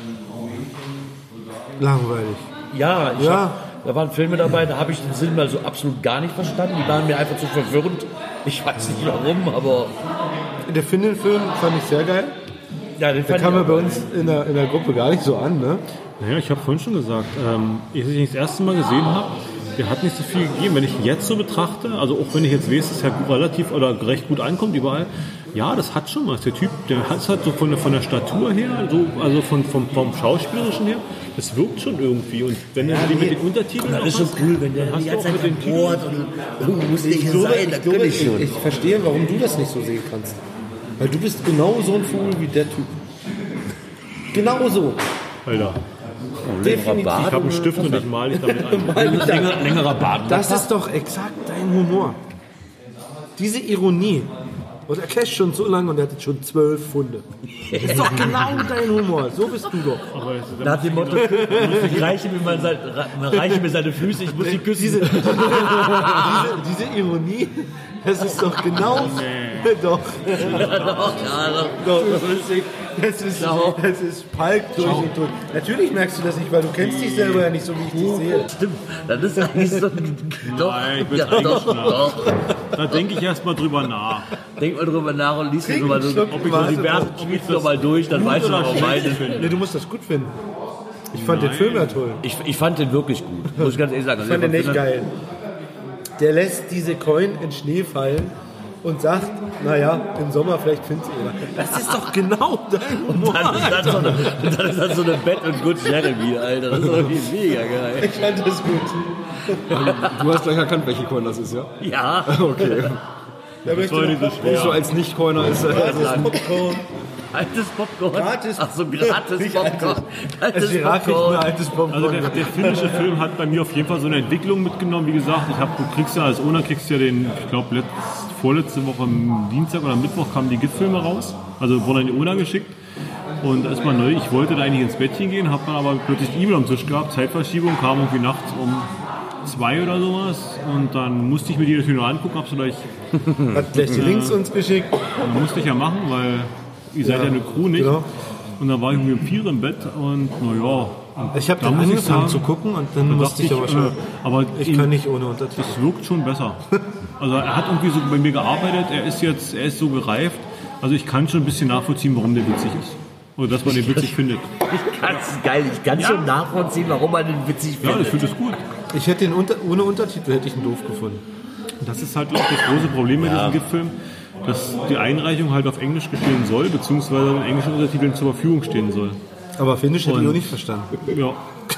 langweilig. ja, ich Ja. Hab, da waren Filme dabei, da habe ich den Sinn mal so absolut gar nicht verstanden. Die waren mir einfach zu verwirrend. Ich weiß nicht warum, aber Der Finnen-Film fand ich sehr geil. ja, den Der fand kam ja ich bei uns in der, in der Gruppe gar nicht so an, ne? Naja, ich habe vorhin schon gesagt, ähm, als ich ihn das erste Mal gesehen habe, der hat nicht so viel gegeben. Wenn ich ihn jetzt so betrachte, also auch wenn ich jetzt weiß, dass er relativ oder recht gut ankommt überall, ja, das hat schon was. Der Typ, der hat es halt so von der, von der Statur her, so, also von, vom, vom Schauspielerischen her, das wirkt schon irgendwie. Und wenn er die mit den Untertiteln das noch ist schon hast, cool, wenn der hast die du ganze auch Zeit mit den Titeln- bohrt und oh, muss nicht sein, das kann ich schon. ich verstehe, warum du das nicht so sehen kannst. Weil du bist genau so ein Vogel wie der Typ. Genau so. Alter, Definitiv. ich habe einen Stift und ich male dich damit ein. Länger, längerer Bart. Das ist doch exakt dein Humor. Diese Ironie. Und er casht schon so lange und er hat schon zwölf Pfunde. Das ist doch genau dein Humor. So bist du doch. Aber es ist Nach dem Motto, ich reiche mir, mal sein, reiche mir seine Füße, ich muss sie küssen. Diese, diese, diese Ironie, das ist doch genau. Doch. Doch, ja, Doch, das ist, das ist, das ist Palk durch und durch. Natürlich merkst du das nicht, weil du kennst dich selber ja nicht so, wie ich dich sehe. stimmt. Das ist eigentlich so. Doch, Nein, ich bin ja, doch, eigentlich doch. Da denke ich erst mal drüber nach. Denk mal drüber nach und liest dir Trink mal einen so, Schluck ob ich so Wasser, diverse ob ich Tweets das noch mal durch, dann weißt du, warum meine. Nee, du musst das gut finden. Ich fand den Film ja toll. Ich, ich fand den wirklich gut, muss ich ganz ehrlich sagen. Ich fand den echt geil. Der lässt diese Coin in Schnee fallen und sagt, naja, im Sommer vielleicht findest du ihn. Das ist doch genau dein Humor. Dann ist das so eine, dann ist das so eine Bett und Good Jeremy, Alter. Das ist doch mega geil. Ich fand das gut. Du hast gleich erkannt, welche Coin das ist, ja? Ja. Okay. Da möchte Soll ich diese noch So schwer. als Nicht-Coiner ist er. Popcorn. Altes Popcorn. Gratis. Ach so, gratis Nicht Popcorn. Altes Also Gerard kriegt Popcorn. ein altes Popcorn. Also der, der finnische Film hat bei mir auf jeden Fall so eine Entwicklung mitgenommen. Wie gesagt, ich hab, du kriegst ja als Owner kriegst ja den, ich glaube vorletzte Woche am Dienstag oder Mittwoch kamen die GIF-Filme raus. Also wurden an die Owner geschickt. Und erstmal neu, ich wollte da eigentlich ins Bettchen gehen, habe dann aber plötzlich die E-Mail am Tisch gehabt, Zeitverschiebung, kam irgendwie nachts um zwei oder sowas. Und dann musste ich mir die natürlich noch angucken, hab's gleich, Hat gleich die Links uns geschickt. dann musste ich ja machen, weil ihr seid ja, eine Crew, nicht? Genau. Und dann war ich irgendwie um vier im Bett und naja. Ich habe Da dann muss ich angefangen sagen, zu gucken und dann Da musste dachte ich aber schon. äh, aber Ich in- kann nicht ohne Untertitel. Es wirkt schon besser. Also er hat irgendwie so bei mir gearbeitet, er ist jetzt, er ist so gereift. Also ich kann schon ein bisschen nachvollziehen, warum der witzig ist. Oder dass man den witzig findet. Ganz geil. Ich kann schon nachvollziehen, warum man den witzig Ja, ich findet. finde es gut. Ich hätte ihn unter, ohne Untertitel hätte ich ihn doof gefunden. Das ist halt auch das große Problem mit diesem GIF-Film, dass die Einreichung halt auf Englisch geschehen soll, beziehungsweise in englischen Untertiteln zur Verfügung stehen soll. Aber Finnisch hätte ich Und- auch nicht verstanden. Ja.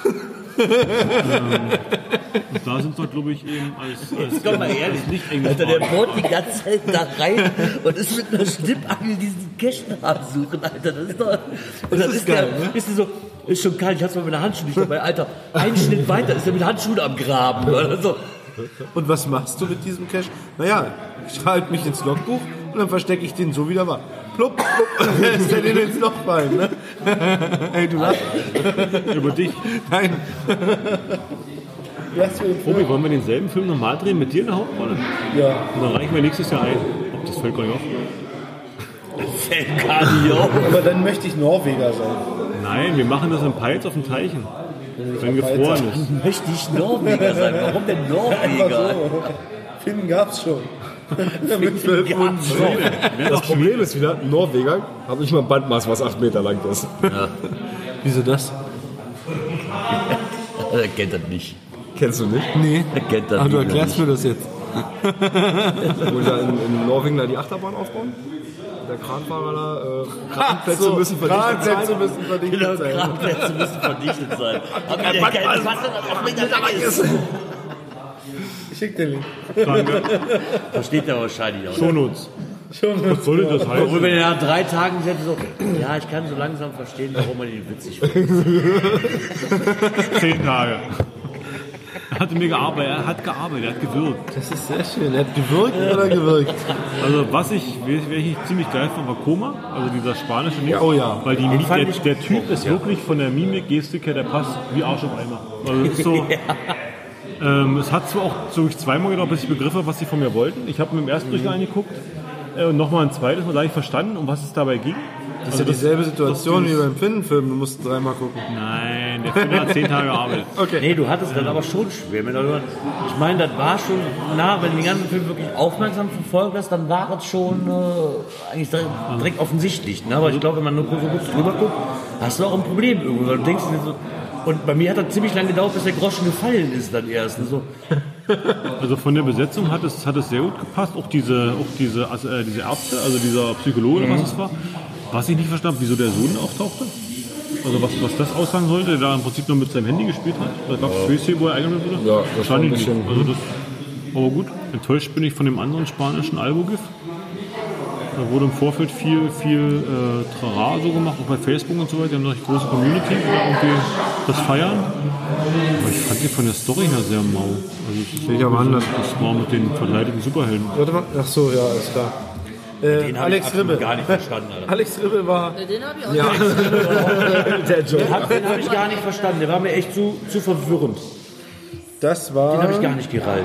ähm, und da sind wir, glaube ich, eben als, als Komm mal ehrlich, nicht Alter, der bohrt die ganze Zeit da rein und ist mit einer Schnippangel diesen Cash absuchen, Alter. Das ist doch. Und dann ist ist, geil, der, ne? ist der so, ist schon kalt, ich hatte mal mit der Handschuhe nicht dabei. Alter, ein Schnitt weiter ist er mit Handschuhen am Graben. Also, Und was machst du mit diesem Cash? Naja, ich schreibe mich ins Logbuch und dann verstecke ich den so wieder mal. Plupp, plupp, ist der den ins Loch fallen, ne? Ey, du lachst. Über dich. Nein. Lass mir den Film. Obi, wollen wir denselben Film nochmal drehen mit dir in der Hauptrolle? Ja. Und dann reichen wir nächstes Jahr ein. Ob das fällt gar nicht auf? fällt gar nicht auf. Aber dann möchte ich Norweger sein. Nein, wir machen das in Peitz auf dem Teichen. Wenn gefroren ist. Möchte ich Norweger sein? Warum denn Einfach Norweger? so. Finnen gab's schon. Mit zwölf Hunden. Das Problem ist wieder, Norweger habe ich mal ein Bandmaß, was acht Meter lang ist. Wieso das? Er kennt das nicht. Kennst du nicht? Nee. Er kennt das Aber du nicht. erklärst mir das jetzt. Wo die da in, in Norwegen da die Achterbahn aufbauen? Der Kranfahrer da, äh, Kranplätze so, müssen verdichtet Kranplätze sein. müssen verdichtet Genau, sein. Kranplätze müssen verdichtet sein. Aber der keine Wasser, das auch Meter lang ist. Ich schick den Link. Danke. Versteht er wahrscheinlich auch. Shownotes. Schon. Was soll denn das heißen? Obwohl, wenn er nach drei Tagen sagt, so, ja, ich kann so langsam verstehen, warum man ihn witzig findet. Zehn Tage. Er hat mir gearbeitet, er hat gearbeitet, er hat gewirkt. Das ist sehr schön. Er hat gewirkt oder gewirkt? Also was ich, wer ich ziemlich geil fand, war Koma, also dieser spanische Nix. Oh ja. Weil die, fand der, ich der Typ ist wirklich von der Mimik, Gestik her, der passt wie Arsch auf Eimer. Also das ist so, ähm, es hat zwar auch so zweimal gedauert, bis ich begriff habe, was sie von mir wollten. Ich habe mir im ersten Durchgang angeguckt äh, und nochmal ein zweites Mal, da habe ich verstanden, um was es dabei ging. Das ist ja dieselbe Situation wie beim Finnenfilm. Du musst dreimal gucken. Nein, der Film hat zehn Tage gearbeitet. Okay. Nee, du hattest dann aber schon schwer. Wenn du- Ich meine, das war schon, na, wenn du den ganzen Film wirklich aufmerksam verfolgt hast, dann war das schon äh, eigentlich direkt, direkt offensichtlich. Ne? Aber ich glaube, wenn man nur so gut drüber guckt, hast du auch ein Problem irgendwo. Weil du denkst dir so, und bei mir hat das ziemlich lange gedauert, bis der Groschen gefallen ist dann erst. Und so. Also von der Besetzung hat es, hat es sehr gut gepasst. Auch diese, auch diese, also, äh, diese Ärzte, also dieser Psychologe, was es war. Was ich nicht verstanden habe, wieso der Sohn auftauchte. Also was, was das aussagen sollte, der da im Prinzip nur mit seinem Handy gespielt hat. Da gab es Szenen, wo er eingenommen wurde. Ja, das war ein Fand ich nicht. bisschen- Also das, aber gut, enttäuscht bin ich von dem anderen spanischen Albo-GIF. Da wurde im Vorfeld viel, viel äh, Trara so gemacht, auch bei Facebook und so weiter. Die haben eine recht große Community, die da irgendwie das feiern. Aber ich fand die von der Story her sehr mau. Also es ist ich aber anders. Das war mit den verkleideten Superhelden. Warte mal. Ach so, ja, ist klar. Äh, Den hab Alex ich absolut Ribbe. gar nicht verstanden. Alter. Alex Ribbe war. Den habe ich auch Ja. nicht. Der Joke. Den hab- Den habe ich gar nicht verstanden. Der war mir echt zu, zu verwirrend. Das war. Den habe ich gar nicht gerallt.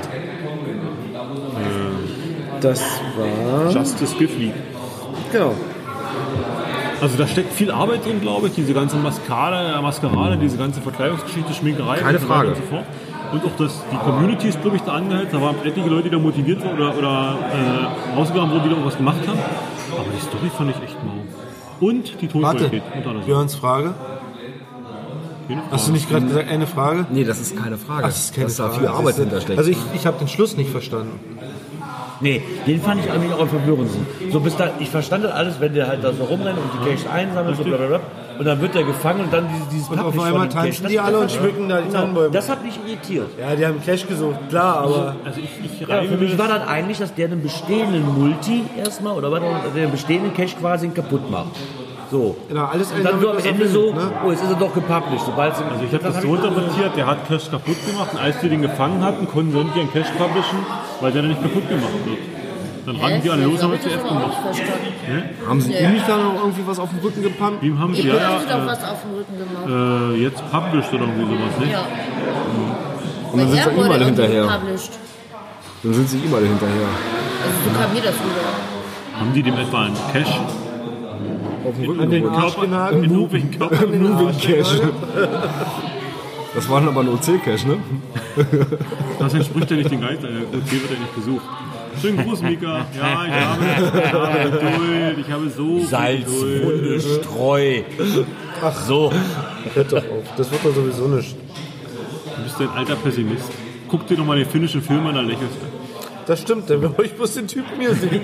Das war. Justice GIF League. Genau. Also da steckt viel Arbeit drin, glaube ich. Diese ganze Maskerade, Maskerade, diese ganze Verkleidungsgeschichte, Schminkerei. Keine und so weiter Frage. Und, so fort. Und auch das, die Community ist, glaube ich, da angehalten. Da waren etliche Leute, die da motiviert waren oder, oder äh, rausgegangen wurden, die da irgendwas gemacht haben. Aber die Story fand ich echt mau. Und die Warte. Tonqualität. unter anderem. Björns Frage. Keine Hast du Frage. nicht gerade gesagt, eine Frage? Nee, das ist keine Frage. Das ist keine Dass da Frage. viel Das Arbeit ist- hintersteckt. Also ich, ich habe den Schluss nicht verstanden. Nee, den fand ich eigentlich auch am verwirrendsten. So bis da, ich verstand das alles, wenn der halt da so rumrennt und die Cash einsammelt, so blablabla, und dann wird er gefangen und dann dieses, dieses Und auf Papplich einmal von dem Cash. tanzen Das- die alle das und hat- schmücken da die genau, Tannenbäume. Das hat mich irritiert. Ja, die haben Cash gesucht, klar, aber. Also ich, ich Ja, reibe für mich mir war das- das eigentlich, dass der einen bestehenden Multi erstmal, oder was, der den bestehenden Cash quasi kaputt macht. So. Genau, alles Und dann so am damit, was er Ende will, so, ne? oh, jetzt ist er doch gepublished. Sobald sie, Also ich habe das so interpretiert, der hat Cash kaputt gemacht und als wir den gefangen hatten, konnten sie nicht einen Cash publishen, weil der dann nicht kaputt gemacht wird. Dann rannten die alle los und haben Hab ich C F das auch gemacht. nicht verstanden. Haben sie Ja. ihm nicht da noch irgendwie was auf den Rücken gepumpt? Ihm haben sie Ja, ja, haben sie doch ja was auf dem Rücken gemacht. äh, äh, jetzt published oder irgendwie sowas, ne? Ja. Und dann sind sie ihm alle hinterher. Published. Dann sind sie ihm alle hinterher. Also so kam mir das rüber. Haben die dem etwa einen Cash Auf den Rücken an den geholt. Körper, in irgendwelchen Körper? Moving-Cash. Das waren aber nur O C-Cash, ne? Das entspricht ja nicht den Geist, der O T wird ja nicht besucht. Schönen Gruß, Mika. Ja, ich habe, ich habe Geduld, ich habe so Salz, viel Geduld. Wunde, Streu. Ach so. Hört doch auf. Das wird doch sowieso nicht. Du bist ein alter Pessimist. Guck dir doch mal den finnischen Film an, da lächelst du. Das stimmt, dann will ich bloß den Typen hier sehen.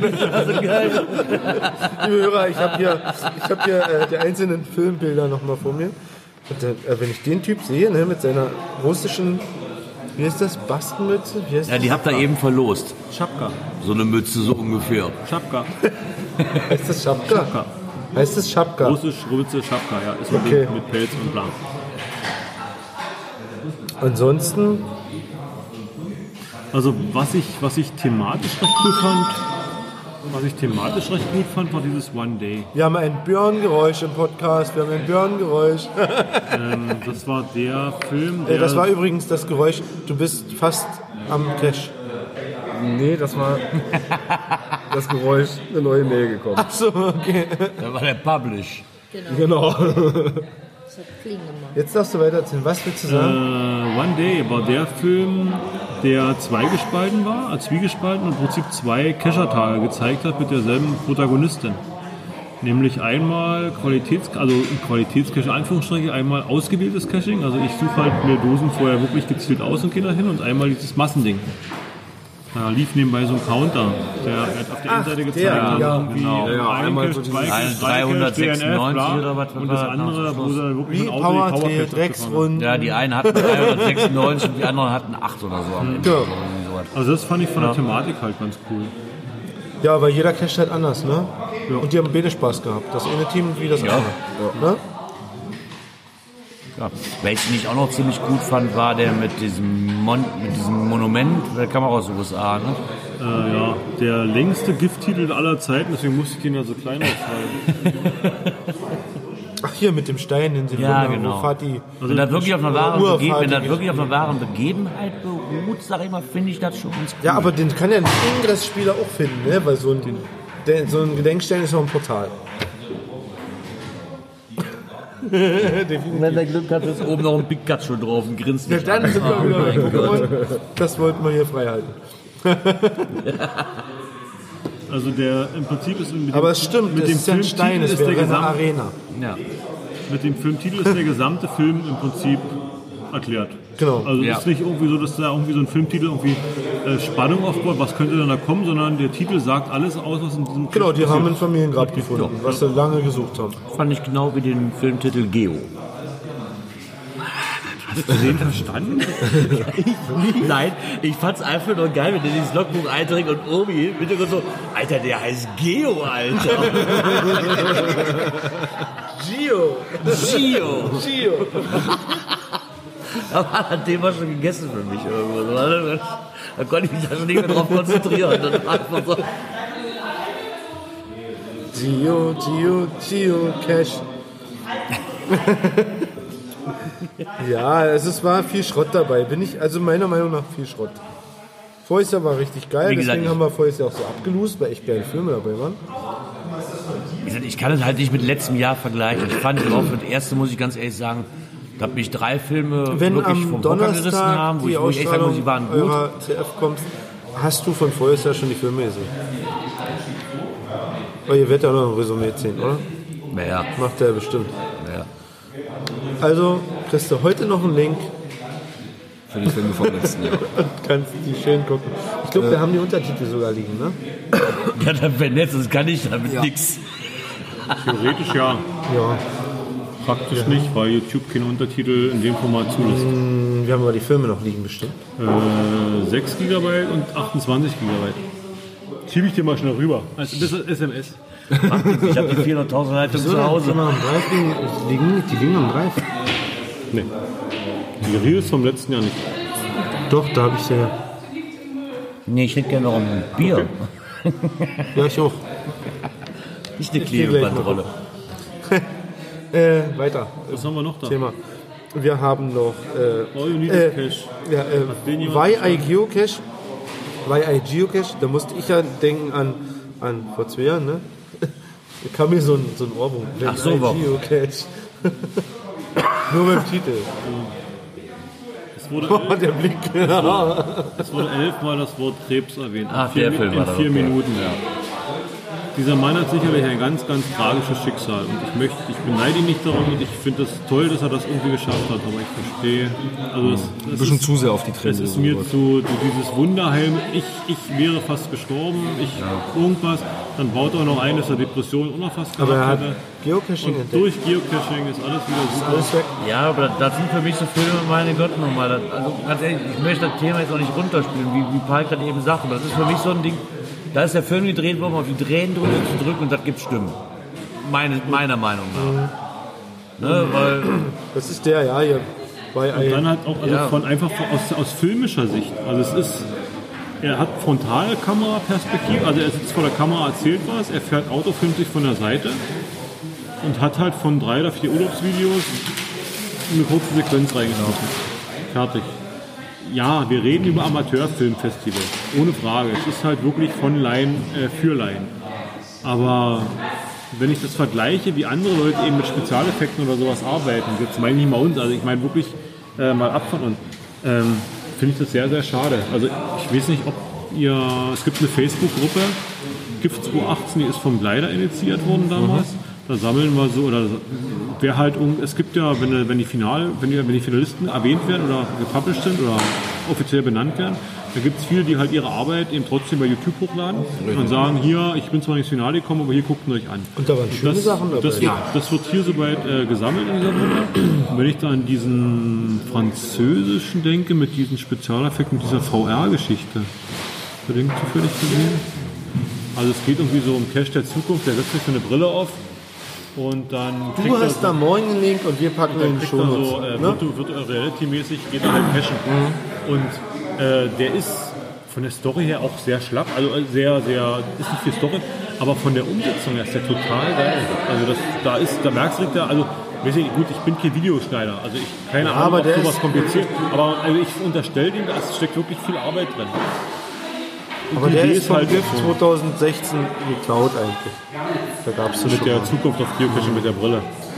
Liebe Hörer, ich habe hier, ich hab hier äh, die einzelnen Filmbilder nochmal vor mir. Und, äh, wenn ich den Typ sehe, ne, mit seiner russischen, wie heißt das, Bastenmütze? Wie heißt Ja, die das? habt ihr eben verlost. Schapka. So eine Mütze, so ungefähr. Schapka. Heißt das Schapka? Schapka. Heißt es Schapka? Russisch, Rütze, Schapka, ja. Ist Okay. mit, mit Pelz und bla. Ansonsten, Also was ich, was ich thematisch recht gut fand, was ich thematisch recht gut fand, war dieses One Day. wir haben ein Björn-Geräusch im Podcast. Wir haben ein Björn-Geräusch. Ähm, das war der Film, der... Äh, das war übrigens das Geräusch. Du bist fast am Crash. Nee, das war das Geräusch, eine neue Mail gekommen. Ach so, okay. Da war der Publish. Genau. Das hat Klingen gemacht. Jetzt darfst du weiter erzählen. Was willst du sagen? Äh, One Day war der Film, der zweigespalten war, äh, zwiegespalten und im Prinzip zwei Keschertage gezeigt hat mit derselben Protagonistin. Nämlich einmal Qualitäts, also Qualitätscache, Anführungsstriche, einmal ausgewähltes Caching, also ich suche halt mir Dosen vorher wirklich gezielt aus und gehe da hin, und einmal dieses Massending. Da lief nebenbei so ein Counter, der hat auf der Ach, Innenseite gezeigt, der, also ja. irgendwie Genau. Ja, ein einmal Cache, so zwei dieses Cache, drei Cache, dreihundertsechsundneunzig D N F, bla. oder was Und das war andere, ganz wo zum sie dann wirklich Wie von außen die Power-T, Powercache gefahren. Drecksrunden. Ja, die einen hatten dreihundertsechsundneunzig und die anderen hatten acht oder so. Am Ende. Ja. Irgendwie sowas. Also das fand ich von der Thematik halt ganz cool. Ja, weil jeder Cache halt anders, ne? Und die haben beide Spaß gehabt. Das eine Team wie das andere. Ne? Ja. Welchen ich auch noch ziemlich gut fand, war der mit diesem, Mon mit diesem Monument, der kam auch aus den U S A, ne? Äh, ja, der längste Gifttitel aller Zeiten, deswegen musste ich den ja so klein aufschreiben. Ach, hier mit dem Stein in den Ja, Wunder, genau. wo Fatih... Wenn das wirklich auf einer wahren, Urvati Bege wenn das geht. wirklich auf einer wahren Begebenheit beruht, sag ich mal, finde ich das schon ganz cool. Ja, aber den kann ja ein Ingress-Spieler auch finden, ne? Weil so ein, der, so ein Gedenkstein ist noch ein Portal. wenn der Glück hat, ist oben noch ein Pikachu drauf und grinst Ja, mich dann an. sind wir Oh wieder mein Gott. weggekommen. Das wollten wir hier frei halten. Also der im Prinzip ist mit dem, Aber es stimmt, mit das dem ist ja ein Filmtitel Stein, es ist der wäre eine gesamte, Arena. Ja. mit dem Filmtitel ist der gesamte Film im Prinzip erklärt. Genau. Also es Ja. ist nicht irgendwie so, dass da irgendwie so ein Filmtitel irgendwie äh, Spannung aufbaut, was könnte denn da kommen, sondern der Titel sagt alles aus, was in diesem Genau, die Film haben ein passiert. Familiengrab gefunden, was sie lange gesucht haben. Fand ich genau wie den Filmtitel Geo. Hast du den verstanden? Nein, ich fand's einfach nur geil, wenn der dieses Logbuch einträgt und Obi im Hintergrund so, Alter, der heißt Geo, Alter. Gio! Gio. Gio! Da war das Thema schon gegessen für mich irgendwo. So. Da konnte ich mich da schon nicht mehr drauf konzentrieren. Dann war einfach so, Gio, Gio, Gio, Cash. Ja, es ist, war viel Schrott dabei. Bin ich, also meiner Meinung nach viel Schrott. Vorher Jahr war richtig geil, Wie gesagt, deswegen ich- haben wir vorher Jahr auch so abgelost, weil echt geile Filme dabei waren. wie gesagt, ich kann es halt nicht mit letztem Jahr vergleichen. Ich fand auch für das erste, muss ich ganz ehrlich sagen, da mich drei Filme Wenn wirklich am vom Hocker gerissen Donnerstag haben, wo die ich, wo ich echt sagen muss, die waren Ausstrahlung gut. eurer C F kommt, hast du von vorher Jahr schon die Filme gesehen? Aber ihr werdet ja noch ein Resümee ziehen, oder? Naja, Macht er bestimmt. naja. Also kriegst du heute noch einen Link Für die Filme vom letzten Jahr. und kannst die schön gucken. Ich glaube, wir haben die Untertitel sogar liegen, ne? Ja, dann, wenn jetzt, das kann ich damit nix. Theoretisch ja, Ja. praktisch nicht, weil YouTube keine Untertitel in dem Format zulässt. Wir haben aber die Filme noch liegen bestimmt. Äh, sechs Gigabyte und achtundzwanzig Gigabyte. Schiebe ich dir mal schnell rüber. Also das ist S M S. Ich habe die vierhunderttausend Leitung zu Hause. Am Drive liegen, die liegen, die liegen am Drive. Nee. Die Reels vom letzten Jahr nicht. Doch, da habe ich sie ja. Nee, ich hätte gerne noch ein Bier. Ja, ich auch. Nicht eine Ich geh gleich mal Klebebandrolle. Äh, weiter. Was haben wir noch da? Thema. Wir haben noch äh, All you need äh, is cash. ja, äh, den jemand Why I Geocache. Why I Geocache. Da musste ich ja denken an, an vor zwei Jahren, ne? Da kam mir so ein, so ein Ohrwurm. When Ach so, I warum? Geocache. Nur beim Titel. Es wurde, Oh, elf, der Blick. es wurde elfmal das Wort Krebs erwähnt. Ach, in vier, der Film in war das, vier okay. Minuten, ja. Dieser Mann hat sicherlich ein ganz, ganz tragisches Schicksal. Und ich möchte, ich beneide ihn nicht darum und ich finde es das toll, dass er das irgendwie geschafft hat. Aber ich verstehe, also es, Ein es bisschen ist, zu sehr auf die es Tränke. ist mir zu, zu dieses Wunderheim, ich, ich wäre fast gestorben, ich irgendwas, dann baut er noch ein, dass er Depressionen auch noch fast Aber er gehabt hat hätte. Geocaching Und entdeckt. durch Geocaching ist alles wieder super. Alles weg. Ja, aber das, das sind für mich so Filme, meine Gott, nochmal. Das, also ganz ehrlich, ich möchte das Thema jetzt auch nicht runterspielen, wie, wie Paul gerade eben sagte. Aber das ist für mich so ein Ding, da ist der Film gedreht worden, um auf die Tränendrüse zu drücken und das gibt Stimmen. meine, meiner Meinung nach. Ne, weil Das ist der, ja, hier. Bei Und dann halt auch also Ja. von einfach von, aus, aus filmischer Sicht. Also es ist, er hat Frontalkameraperspektive, also er sitzt vor der Kamera, erzählt was, er fährt Auto, filmt sich von der Seite und hat halt von drei oder vier Urlaubsvideos eine kurze Sequenz reingeschnitten. Fertig. Ja, wir reden über Amateurfilmfestival, ohne Frage. Es ist halt wirklich von Laien äh, für Laien. Aber wenn ich das vergleiche, wie andere Leute eben mit Spezialeffekten oder sowas arbeiten, jetzt meine ich nicht mal uns, also ich meine wirklich äh, mal ab von uns, ähm, finde ich das sehr, sehr schade. Also ich weiß nicht, ob ihr, es gibt eine Facebook-Gruppe, Gift zweitausendachtzehn, die ist vom Gleiter initiiert worden damals. Da sammeln wir so, oder wer halt, um, es gibt ja, wenn, wenn, die Final, wenn, die, wenn die Finalisten erwähnt werden oder gepublished sind oder offiziell benannt werden, da gibt es viele, die halt ihre Arbeit eben trotzdem bei YouTube hochladen und sagen, hier, ich bin zwar nicht ins Finale gekommen, aber hier guckt ihr euch an. Und da waren schöne das, Sachen dabei. Das wird, das wird hier soweit äh, gesammelt in dieser Gruppe. Und wenn ich da an diesen französischen denke, mit diesen Spezialeffekten, mit dieser V R-Geschichte, da denke ich zufällig gesehen. Also es geht irgendwie so um Cash der Zukunft, der setzt sich für eine Brille auf und dann kriegt Du er hast so, da morgen einen Link und wir packen dann den kriegt Show er Notes. so äh, Ne? virtu- virtual reality-mäßig, geht er halt cashen. Und äh, der ist von der Story her auch sehr schlapp, also sehr, sehr, ist nicht viel Story, aber von der Umsetzung her ist der total geil. Also das, da ist, da merkst du, da, also weiß ich, gut, ich bin kein Videoschneider, also ich keine Ahnung, aber ob der sowas ist- kompliziert, aber also ich unterstelle ihm, da steckt wirklich viel Arbeit drin. Und Aber die der Idee ist von halt Gift so zwanzig sechzehn geklaut eigentlich. Da gab es mit schon der mal. Zukunft auf Geocaching mit der Brille.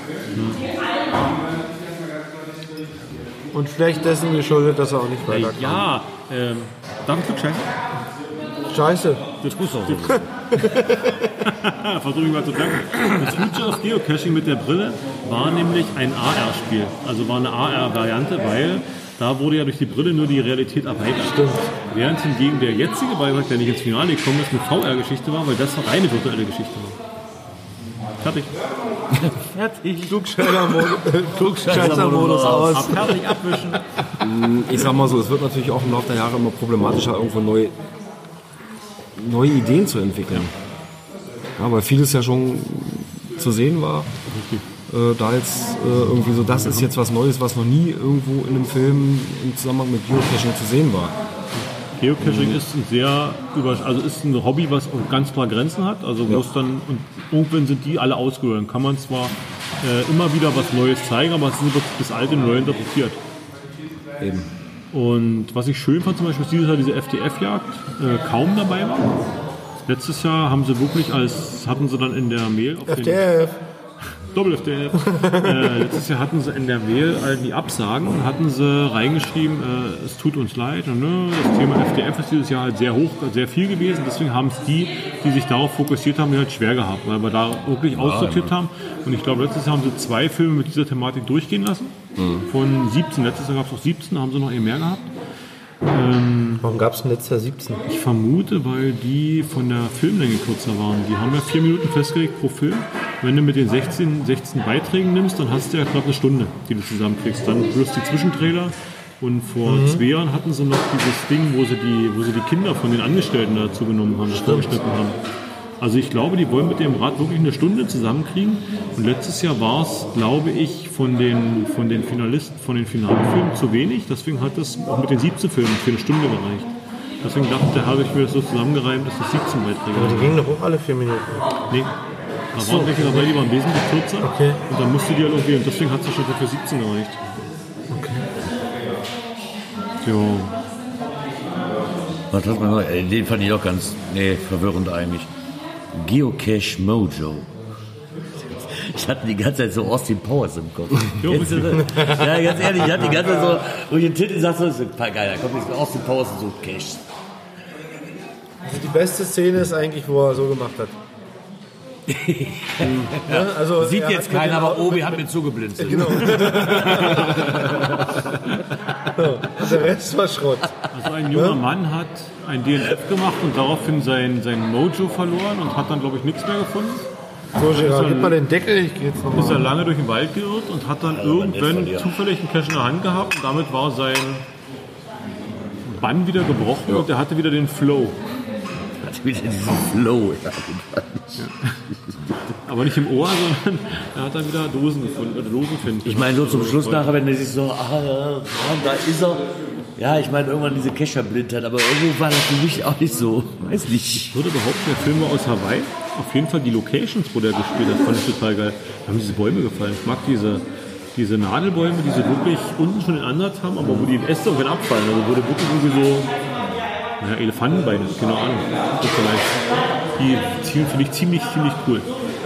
Und vielleicht dessen geschuldet, dass er auch nicht Ey, weiterkam. ja, ähm, darf ich klugscheißen? Scheiße. das ist auch so. Versuche ich mal zu sagen. Das Future of Geocaching mit der Brille war nämlich ein A R-Spiel. Also war eine A R-Variante, weil da wurde ja durch die Brille nur die Realität erweitert. Stimmt. Während hingegen der jetzige Beitrag, der nicht ins Finale gekommen ist, eine V R-Geschichte war, weil das eine reine virtuelle Geschichte war. Fertig. Fertig. Klugscheißer-Modus aus. Ab, fertig, abwischen. Ich sag mal so, es wird natürlich auch im Laufe der Jahre immer problematischer, irgendwo neu, neue Ideen zu entwickeln. Ja, weil vieles ja schon zu sehen war. Äh, da jetzt äh, irgendwie so, das ist jetzt was Neues, was noch nie irgendwo in einem Film im Zusammenhang mit Geocaching zu sehen war. Geocaching ist ein sehr über, also ist ein Hobby, was auch ganz klar Grenzen hat. Also wo es dann und irgendwann sind die alle ausgehören. Kann man zwar äh, immer wieder was Neues zeigen, aber es wird das Alte neu interpretiert. Eben. Und was ich schön fand, zum Beispiel, ist dieses Jahr diese F D F-Jagd äh, kaum dabei war. Letztes Jahr haben sie wirklich als hatten sie dann in der Mail auf F den D F. Doppel F D F. äh, letztes Jahr hatten sie in der Mail all die Absagen und hatten sie reingeschrieben, äh, es tut uns leid. Und, ne, das Thema F D F ist dieses Jahr halt sehr hoch, sehr viel gewesen. Deswegen haben es die, die sich darauf fokussiert haben, halt schwer gehabt, weil wir da wirklich aussortiert haben. Und ich glaube, letztes Jahr haben sie zwei Filme mit dieser Thematik durchgehen lassen. Mhm. Von siebzehn. Letztes Jahr gab es auch siebzehn, da haben sie noch eher mehr gehabt. Ähm, Warum gab es denn letztes Jahr siebzehn? ich vermute, weil die von der Filmlänge kürzer waren. Die haben ja vier Minuten festgelegt pro Film. Wenn du mit den sechzehn, sechzehn Beiträgen nimmst, dann hast du ja knapp eine Stunde, die du zusammenkriegst. Dann plus die Zwischentrailer. Und vor mhm. zwei Jahren hatten sie noch dieses Ding, wo sie die, wo sie die Kinder von den Angestellten dazu genommen haben, vorgeschnitten haben. Also ich glaube, die wollen mit dem Rad wirklich eine Stunde zusammenkriegen. Und letztes Jahr war es, glaube ich, von den, von den Finalisten, von den Finalfilmen zu wenig. Deswegen hat das auch mit den siebzehn Filmen für eine Stunde gereicht. Deswegen dachte, habe ich mir das so zusammengereimt, dass das siebzehn Beiträge Aber die waren. gingen doch auch alle vier Minuten. Nee. Da waren welche dabei, die waren wesentlich kürzer. Okay. Und dann musste die halt irgendwie, und deswegen hat es schon für siebzehn gereicht. Okay. Jo. Was hat man noch? Ey, den fand ich doch ganz, nee, verwirrend eigentlich. Geocache Mojo. Ich hatte die ganze Zeit so Austin Powers im Kopf. Jo, Kennst du das? Ja, ganz ehrlich, ich hatte die ganze Zeit so, durch den Titel sagst du, das ist voll geil, da kommt jetzt Austin Powers und so Cache. Also die beste Szene ist eigentlich, wo er so gemacht hat. Ja, also Sieht er jetzt hat mit keiner, den aber Augen- Obi hat mir zugeblinzelt. Genau. Der Rest war Schrott. Also ein junger Mann hat ein D N F gemacht und daraufhin sein, sein Mojo verloren und hat dann, glaube ich, nichts mehr gefunden. So, Gerard, gib mal den Deckel, ich gehe jetzt Ist nochmal. er lange durch den Wald geirrt und hat dann irgendwann zufällig einen Cache in der Hand gehabt und damit war sein Bann wieder gebrochen und er hatte wieder den Flow. Hat wieder diesen Flow. Ja. Aber Aber nicht im Ohr, sondern er hat dann wieder Dosen gefunden, oder Dosen finden. Ich meine, so zum Schluss nachher, wenn er sich so, ah, ja, da ist er. Ja, ich meine, irgendwann diese Kescherblindheit, aber irgendwo war das für mich auch nicht so, weiß nicht. Ich würde behaupten, der Film war aus Hawaii. Auf jeden Fall die Locations, wo der gespielt hat, fand ich total geil. Da haben diese Bäume gefallen. Ich mag diese, diese Nadelbäume, die sie wirklich unten schon in Ansatz haben, aber wo die Äste irgendwann abfallen. Also wo der wirklich irgendwie so, naja, Elefantenbeine, keine Ahnung. Das vielleicht. Die zielen, finde ich ziemlich, ziemlich cool.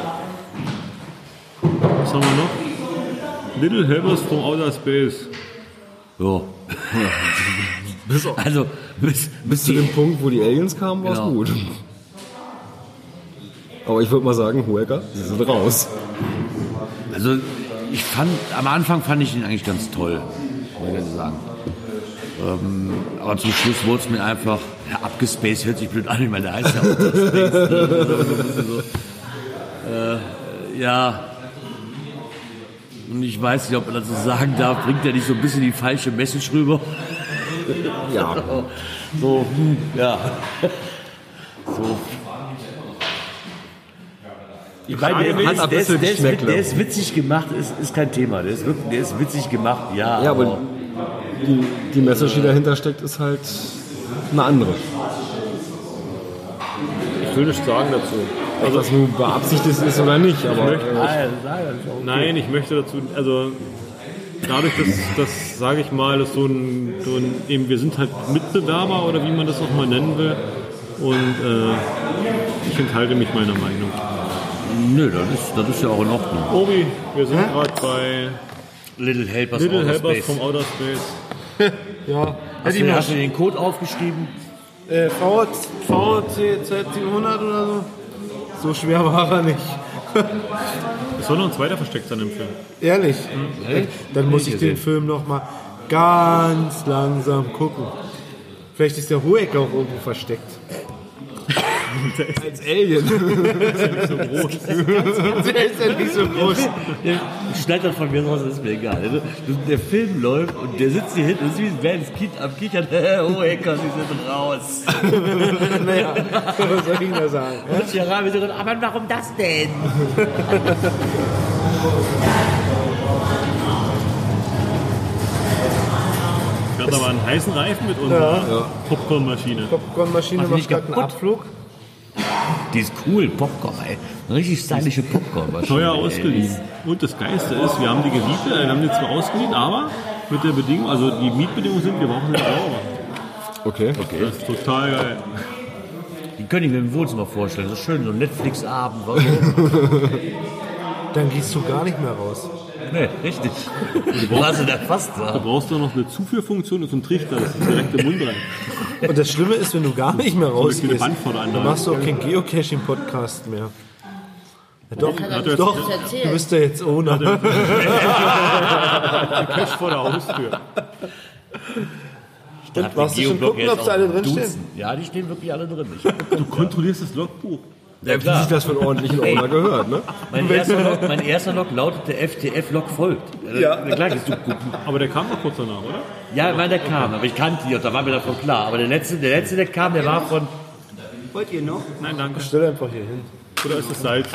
Was haben wir noch? Little Helpers from Outer Space. Ja. Also, bis, Bis zu dem Punkt, wo die Aliens kamen, war es Genau. gut. Aber ich würde mal sagen, Hueca, sie sind raus. Also ich fand, am Anfang fand ich ihn eigentlich ganz toll, muss ich ganz sagen. Ähm, aber zum Schluss wurde es mir einfach, ja, abgespaced hört sich blöd an, ich meine, der heißt ja Outer Space. so, äh, ja, und ich weiß nicht, ob man dazu sagen darf, bringt er nicht so ein bisschen die falsche Message rüber? Ja. So, hm, ja. So. Ich meine, der, Hat ist, ein der, ist, bisschen der, ist, Geschmäckle. der ist witzig gemacht, ist, ist kein Thema. Der ist, wirklich, der ist witzig gemacht, ja. Ja, aber die, die Message, die dahinter steckt, ist halt eine andere. Ich will nichts sagen dazu. Ob das nun beabsichtigt ist oder nicht, aber möchte- äh, Nein, nein, das ist auch okay. Nein, ich möchte dazu, also dadurch, dass, dass sage ich mal, dass so ein, so ein, eben wir sind halt Mitbewerber oder wie man das auch mal nennen will und äh, ich enthalte mich meiner Meinung. Nö, das ist, das ist ja auch in Ordnung. Obi, wir sind gerade bei Little Helpers, Little Outer Helpers Space. from Outer Space. Ja. Hast, Hätte du, ich hast du noch den Code aufgeschrieben? äh, V C Z siebenhundert oder so. So schwer war er nicht. Es soll noch ein zweiter versteckt sein im Film. Ehrlich. Echt? Dann muss Nicht ich den gesehen. Film noch mal ganz langsam gucken. Vielleicht ist der Hoheck auch irgendwo versteckt. als Alien. Der ist ja nicht so groß. Schneid das von mir raus, das ist mir egal. Also, der Film läuft und der sitzt hier hinten und ist wie ein am Kichern. Oh, Ecker, sie sind raus. Naja, was soll ich da sagen? Und ich rein, wir sind, aber warum das denn? Ich hatte aber einen heißen Reifen mit unserer Popcornmaschine. Popcornmaschine Macht die nicht macht gerade einen kaputt? Abflug. Die ist cool, Popcorn, ey. Eine richtig stylische Popcorn. Teuer ausgeliehen. Und das Geilste ist, wir haben die gemietet, wir haben die zwar ausgeliehen, aber mit der Bedingung, also die Mietbedingungen sind, wir brauchen eine Euro. Okay. Das ist total geil. Die können ich mir im Wohnzimmer vorstellen. So schön, so ein Netflix-Abend. was so. Dann gehst du gar nicht mehr raus. Nee, richtig. Du warst du da fast Da da. brauchst du noch eine Zuführfunktion und so einen Trichter, das ist direkt im Mund rein. Und das Schlimme ist, wenn du gar nicht mehr eine rausgehst, Wand vor der dann anderen. machst du auch keinen Geocaching-Podcast mehr. Ja, doch, Hat er doch, das du erzählt? bist ja jetzt ohne. Cash vor der Haustür. Und warst du schon gucken, ob sie alle drinstehen? Ja, die stehen wirklich alle drin. Du kontrollierst das Logbuch. Ja, Wie sich das für einen ordentlichen Owner gehört, ne? Mein erster, Log, mein erster Log lautete F T F-Log folgt. Ja. Klar, gehst du gucken. Aber der kam doch kurz danach, oder? Ja, ich meine, der kam, aber ich kannte die und da war mir davon klar. Aber der letzte, der letzte, der kam, der war von. Wollt ihr noch? Nein, danke. Stell einfach hier hin. Oder ist es salzig?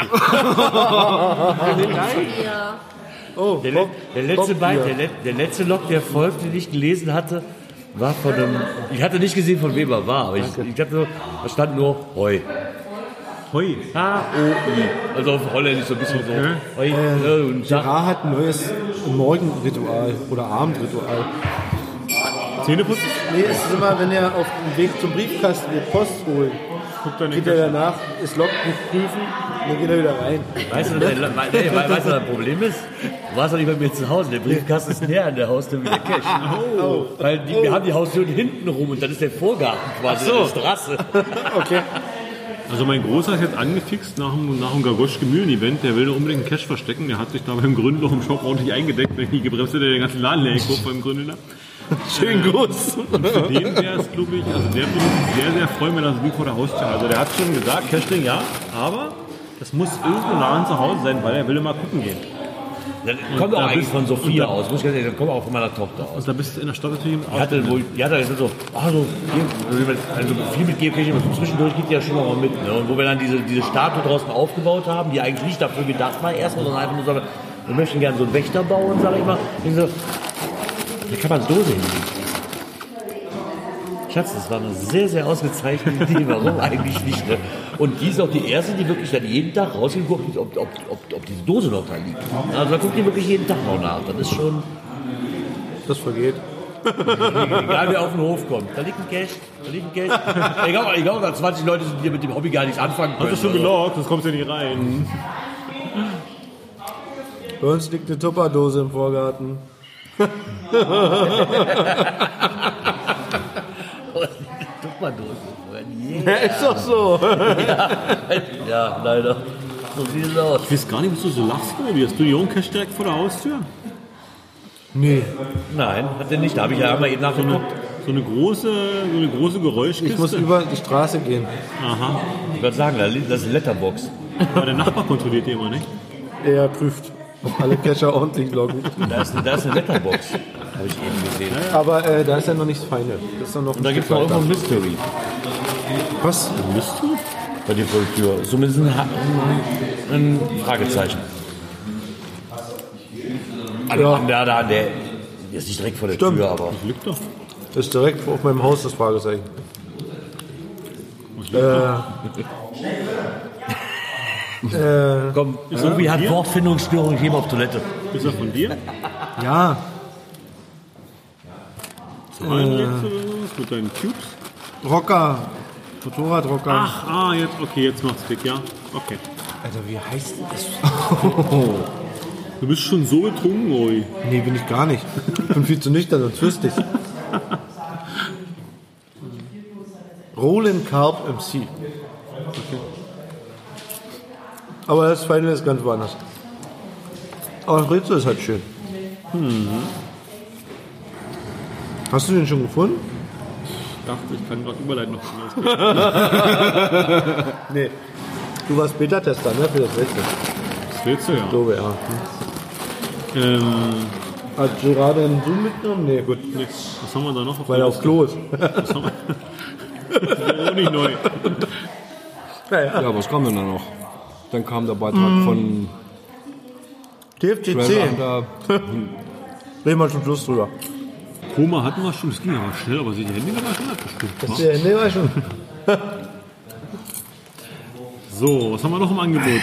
Ja. Oh, Der, le- der letzte Bob- Byte, ja. der, le- der letzte Log, der folgt, den ich gelesen hatte, war von einem. Ich hatte nicht gesehen, von wem er war, aber ich, ich hatte nur, da stand nur Hoi. Hoi. H O I. Also auf Holländisch so ein bisschen Okay. so. Hoi. Ja, guten Tag. Gerard hat ein neues Morgenritual oder Abendritual. Zähneputzen? Nee, es ist immer, wenn er auf dem Weg zum Briefkasten die Post holt, Guckt er nicht. geht er danach das Logbuch prüfen und dann geht er wieder rein. Weißt du, der, nee, we- weißt du, was das Problem ist? Du warst doch nicht bei mir zu Hause. Der Briefkasten ist näher an der Haustür wie der Cash. Oh. Weil die, wir haben die Haustür hinten rum und dann ist der Vorgarten quasi Ach so. eine Straße. Okay. Also mein Großer ist jetzt angefixt nach dem, nach dem Gagosch-Gemühlen-Event. Der will da unbedingt einen Cash verstecken. Der hat sich da beim Gründen noch im Shop ordentlich eingedeckt. Wenn ich die gebremst hätte, der den ganzen Laden leer gekauft beim Gründen. Schönen Gruß. Und für den wäre es, glaube ich, also der würde sich sehr, sehr freuen, wenn er das Ding vor der Haustür hat. Also der hat schon gesagt, Cashling ja, aber das muss irgendwo nah an zu Hause sein, weil er will immer gucken gehen. Das kommt auch da eigentlich bist- von Sophia und da- aus. Muss ich ganz ehrlich sagen, kommt auch von meiner Tochter aus. Und da bist du in der Stadt natürlich Die hatte, wohl, die hatte gesagt so, ah, so, hier, also viel mit Geocaching, aber so zwischendurch geht die ja schon mal mit. Ne? Und wo wir dann diese, diese Statue draußen aufgebaut haben, die eigentlich nicht dafür gedacht war erstmal, sondern einfach nur so, wir möchten gerne so einen Wächter bauen, sage ich mal. Und so, da kann man Dose hinlegen. Schatz, das war eine sehr, sehr ausgezeichnete Idee. Warum eigentlich nicht? Ne? Und die ist auch die erste, die wirklich dann jeden Tag rausgeguckt hat, ob, ob, ob, ob diese Dose noch da liegt. Also da guckt die wirklich jeden Tag noch nach. Das ist schon, Das vergeht. egal wer auf den Hof kommt. Da liegt ein Cash, da liegt ein Cash. Egal, egal, da zwanzig Leute sind, die mit dem Hobby gar nichts anfangen können. Hast du schon gelockt, das kommst ja nicht rein. Bei uns liegt eine Tupperdose im Vorgarten. Tupperdose. Ja, ist doch so. Ja, leider. So sieht es aus. Ich weiß gar nicht, was du so lachst, Obi. Hast du die Jungcache direkt vor der Haustür? Nee, Nein, hat er nicht. Da habe ich ja einmal eben nachgeguckt. So eine große, so eine große Geräuschkiste. ich muss über die Straße gehen. Aha. Ich würde sagen, das ist eine Letterbox. Aber der Nachbar kontrolliert die immer, nicht? Er prüft, ob alle Cacher ordentlich loggen. Da ist, da ist eine Letterbox. Habe ich eben gesehen. Aber äh, da ist ja noch nichts Feines. Das ist dann noch Und da gibt es noch irgendwo ein Mystery Was? bei dir vor der Tür. Zumindest ein, Ha- ein, ein Fragezeichen. An, Ja. an der, da, an der, ist nicht direkt vor der Stimmt. Tür, aber Glück doch. Das ist direkt auf meinem Haus das Fragezeichen. Äh, äh, komm, irgendwie hat Wortfindungsstörung jedem auf Toilette. Ist er von dir? ja, Zahlen jetzt oder was? Mit deinen Cubes? Rocker. Motorradrocker. Ach, ah, jetzt, okay, jetzt macht's Klick, ja. Okay. Alter, wie heißt das? Du bist schon so betrunken, Oi. Nee, bin ich gar nicht. Ich bin viel zu nüchtern, sonst wüsste ich's. Roland Carp M C. Aber das Feine ist ganz woanders. Aber das Rätsel ist halt schön. Hast du den schon gefunden? Ich dachte, ich kann gerade überleiten noch. Nee. Du warst Beta-Tester, ne? Für das Rätsel. Das willst du ja. So, ja. Ähm, Hat Gerard einen Zoom mitgenommen? Nee, gut. nix. Was haben wir da noch? Auf Weil der er auf Klo ist. Liste? Was haben wir? Das ist auch nicht neu. Ja, ja. Ja, was kam denn da noch? Dann kam der Beitrag von T F G C. Treasure Hunter. Reden wir zum Schluss drüber. Koma hatten wir schon, das ging aber schnell, aber die Hände waren schon abgestimmt. Das ist ja, nee, war schon. So, was haben wir noch im Angebot?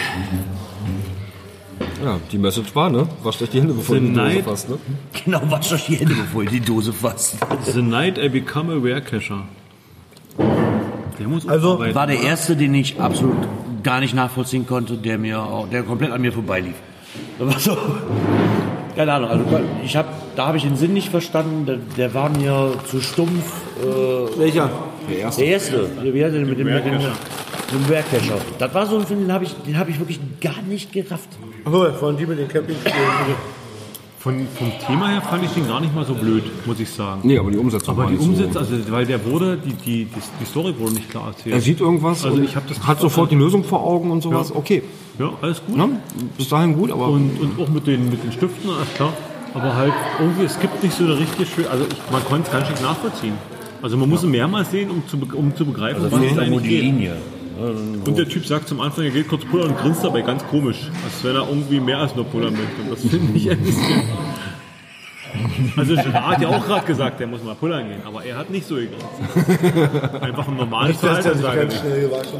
Ja, die Message war, ne? Wascht euch die Hände, bevor ihr die Dose Night. fasst, ne? Genau, wascht euch die Hände, bevor ihr die Dose fasst. The Night I Become a Rarecacher. Der muss Also, arbeiten. War der erste, den ich absolut gar nicht nachvollziehen konnte, der mir auch, der komplett an mir vorbeilief. Das war so, keine Ahnung, also ich hab, da habe ich den Sinn nicht verstanden, der, der war mir zu stumpf. Äh, Welcher? Der erste. der erste, wie heißt der mit dem mit dem, Rarecacher. dem Rarecacher. Das war so ein Film, den habe ich, den habe ich wirklich gar nicht gerafft. Oh, von die mit den Campingstühlen. Von, vom Thema her fand ich den gar nicht mal so blöd, muss ich sagen. Nee, aber die Umsetzung Aber war die nicht Umsetzung, so. also weil der wurde, die, die, die, die Story wurde nicht klar erzählt. Er sieht irgendwas Also und ich hab das hat sofort die Lösung vor Augen und sowas. Ja. Okay, Ja, alles gut. ne? Bis dahin gut, aber Und, und auch mit den, mit den Stiften, alles klar. Aber halt irgendwie, es gibt nicht so eine richtige schwer. Also ich, man konnte es ganz schön nachvollziehen. Also man muss ihn mehrmals sehen, um zu, be- um zu begreifen, was es Irgendwo eigentlich die geht. Linie. Und der Typ sagt zum Anfang, er geht kurz pullern und grinst dabei ganz komisch. Als wenn er irgendwie mehr als nur pullern möchte. Und das finde ich ein bisschen... Also er hat ja auch gerade gesagt, er muss mal pullern gehen, aber er hat nicht so gegrinst. Einfach ein normales Dass der sich Verhalten ganz schnell gewaschen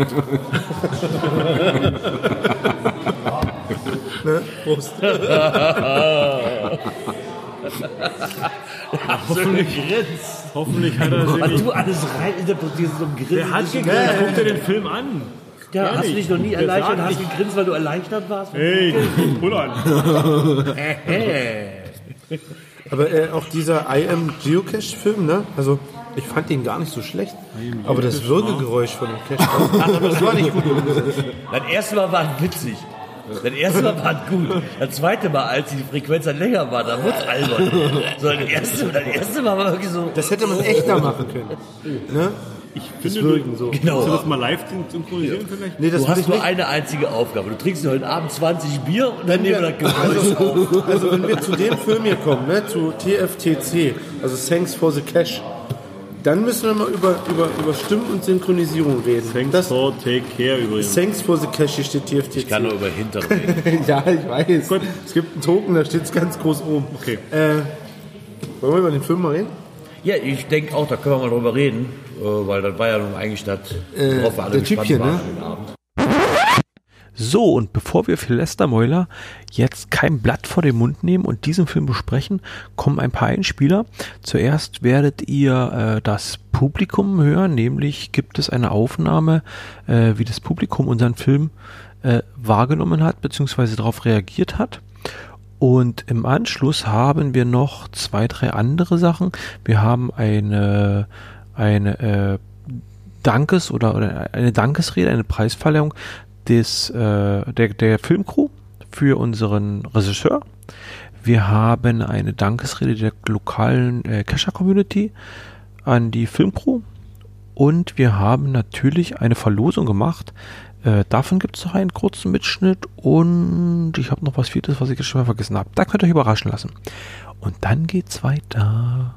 hat. Ne? Prost. Hoffentlich, hoffentlich hat er Was sich du alles rein interpretierst, so ein Grinsen. Der hat gegrinst, guck dir den Film an. Ja, hast du Ehrlich. dich noch nie Der erleichtert, sagt hast gegrinst, weil du erleichtert warst? Hey, pullern. Aber äh, auch dieser I Am Geocache-Film, ne? Also, ich fand den gar nicht so schlecht. Aber das Würgegeräusch von dem Cache, das war nicht gut umgesetzt. Das erste Mal war es witzig. Das erste Mal war es gut. Das zweite Mal, als die Frequenz dann länger war, da wurde es albern. So, das erste, das erste Mal war wirklich so... Das hätte man echter machen können. Ne? Ich Das finde, Würgen du, so. Genau. kannst du das mal live synchronisieren vielleicht? Nee, das Du will hast ich nur nicht. eine einzige Aufgabe. Du trinkst heute Abend zwanzig Bier und dann nehmen wir das Geräusch Also, auf. also wenn wir zu dem Film hier kommen, ne, zu T F T C, also Thanks for the Cash, dann müssen wir mal über, über, über Stimmen und Synchronisierung reden. Thanks das, for take care übrigens. Thanks for the Cash, hier steht T F T C. Ich kann nur über Hintern reden. Ja, ich weiß. Gut. Es gibt einen Token, da steht es ganz groß oben. Okay. Äh, wollen wir über den Film mal reden? Ja, ich denke auch, da können wir mal drüber reden, äh, weil das war ja nun eigentlich das, worauf wir alle der Typ gespannt hier, waren ne? an den Abend. So, und bevor wir für Lästermäuler jetzt kein Blatt vor den Mund nehmen und diesen Film besprechen, kommen ein paar Einspieler. Zuerst werdet ihr äh, das Publikum hören, nämlich gibt es eine Aufnahme, äh, wie das Publikum unseren Film äh, wahrgenommen hat, beziehungsweise darauf reagiert hat. Und im Anschluss haben wir noch zwei, drei andere Sachen. Wir haben eine, eine äh, Dankes- oder, oder eine Dankesrede, eine Preisverleihung des, äh, der, der Filmcrew für unseren Regisseur. Wir haben eine Dankesrede der lokalen äh, Kescher-Community an die Filmcrew. Und wir haben natürlich eine Verlosung gemacht. Äh, davon gibt es noch einen kurzen Mitschnitt und ich habe noch was Viertes, was ich jetzt schon mal vergessen habe. Da könnt ihr euch überraschen lassen. Und dann geht's weiter.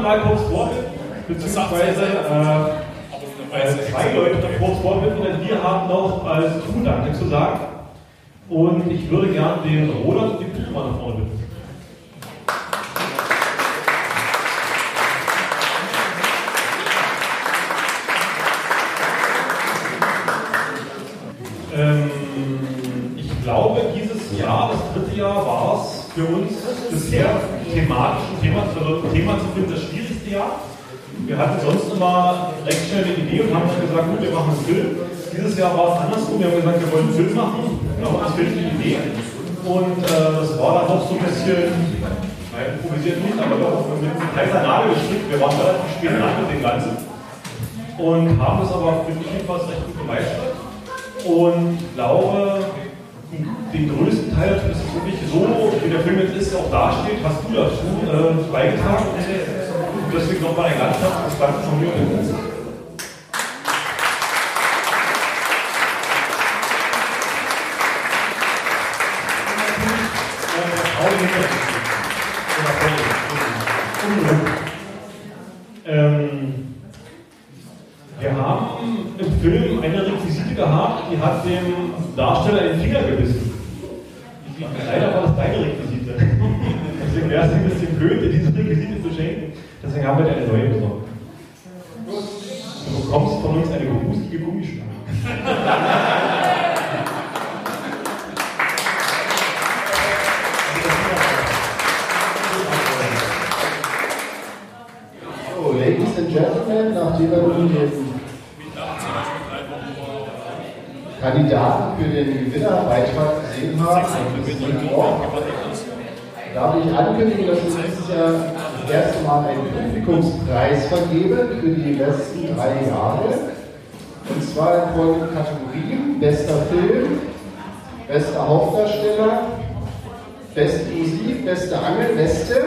mal kurz Vorbild, beziehungsweise äh, zwei Leute kurz Vorbild, denn wir haben noch als Du Danke zu sagen. Und ich würde gerne den Roland und die Buchmann nach vorne bitten. Ähm, ich glaube, dieses Jahr, das dritte Jahr, war es für uns bisher thematisch ein Thema, also ein Thema zu finden, das schwierigste Jahr. Wir hatten sonst immer recht schnell eine Idee und haben dann gesagt, gut, wir machen einen Film. Dieses Jahr war es andersrum, wir haben gesagt, wir wollen einen Film machen, wir haben uns für die Idee. Und äh, das war dann doch so ein bisschen, nein, improvisiert nicht, aber doch mit einem heißer Nadel gestrickt. Wir waren relativ spät dran mit dem Ganzen und haben das aber, finde ich, jedenfalls recht gut gemeistert. Und glaube, den größten Teil, das ist wirklich so, wie der Film jetzt ist, auch dasteht, hast du dazu äh, beigetragen. Und deswegen nochmal ein ganz herzliches Dank von mir und uns. Ähm, wir haben im Film eine Requisite gehabt, die hat dem Darsteller den Finger gebissen. Leider war das deine Requisite. Deswegen wäre es ein bisschen blöd, dir diese Requisite zu schenken. Deswegen haben wir dir eine neue besorgt. Du bekommst von uns eine gerustige Gummischlange. So, Ladies and Gentlemen, nachdem wir nun den Kandidaten für den Gewinnerbeitrag gesehen haben, darf ich ankündigen, dass wir dieses Jahr das erste Mal einen Publikumspreis vergeben für die letzten drei Jahre. Und zwar in folgenden Kategorien: bester Film, bester Hauptdarsteller, beste Musik, beste Angelweste,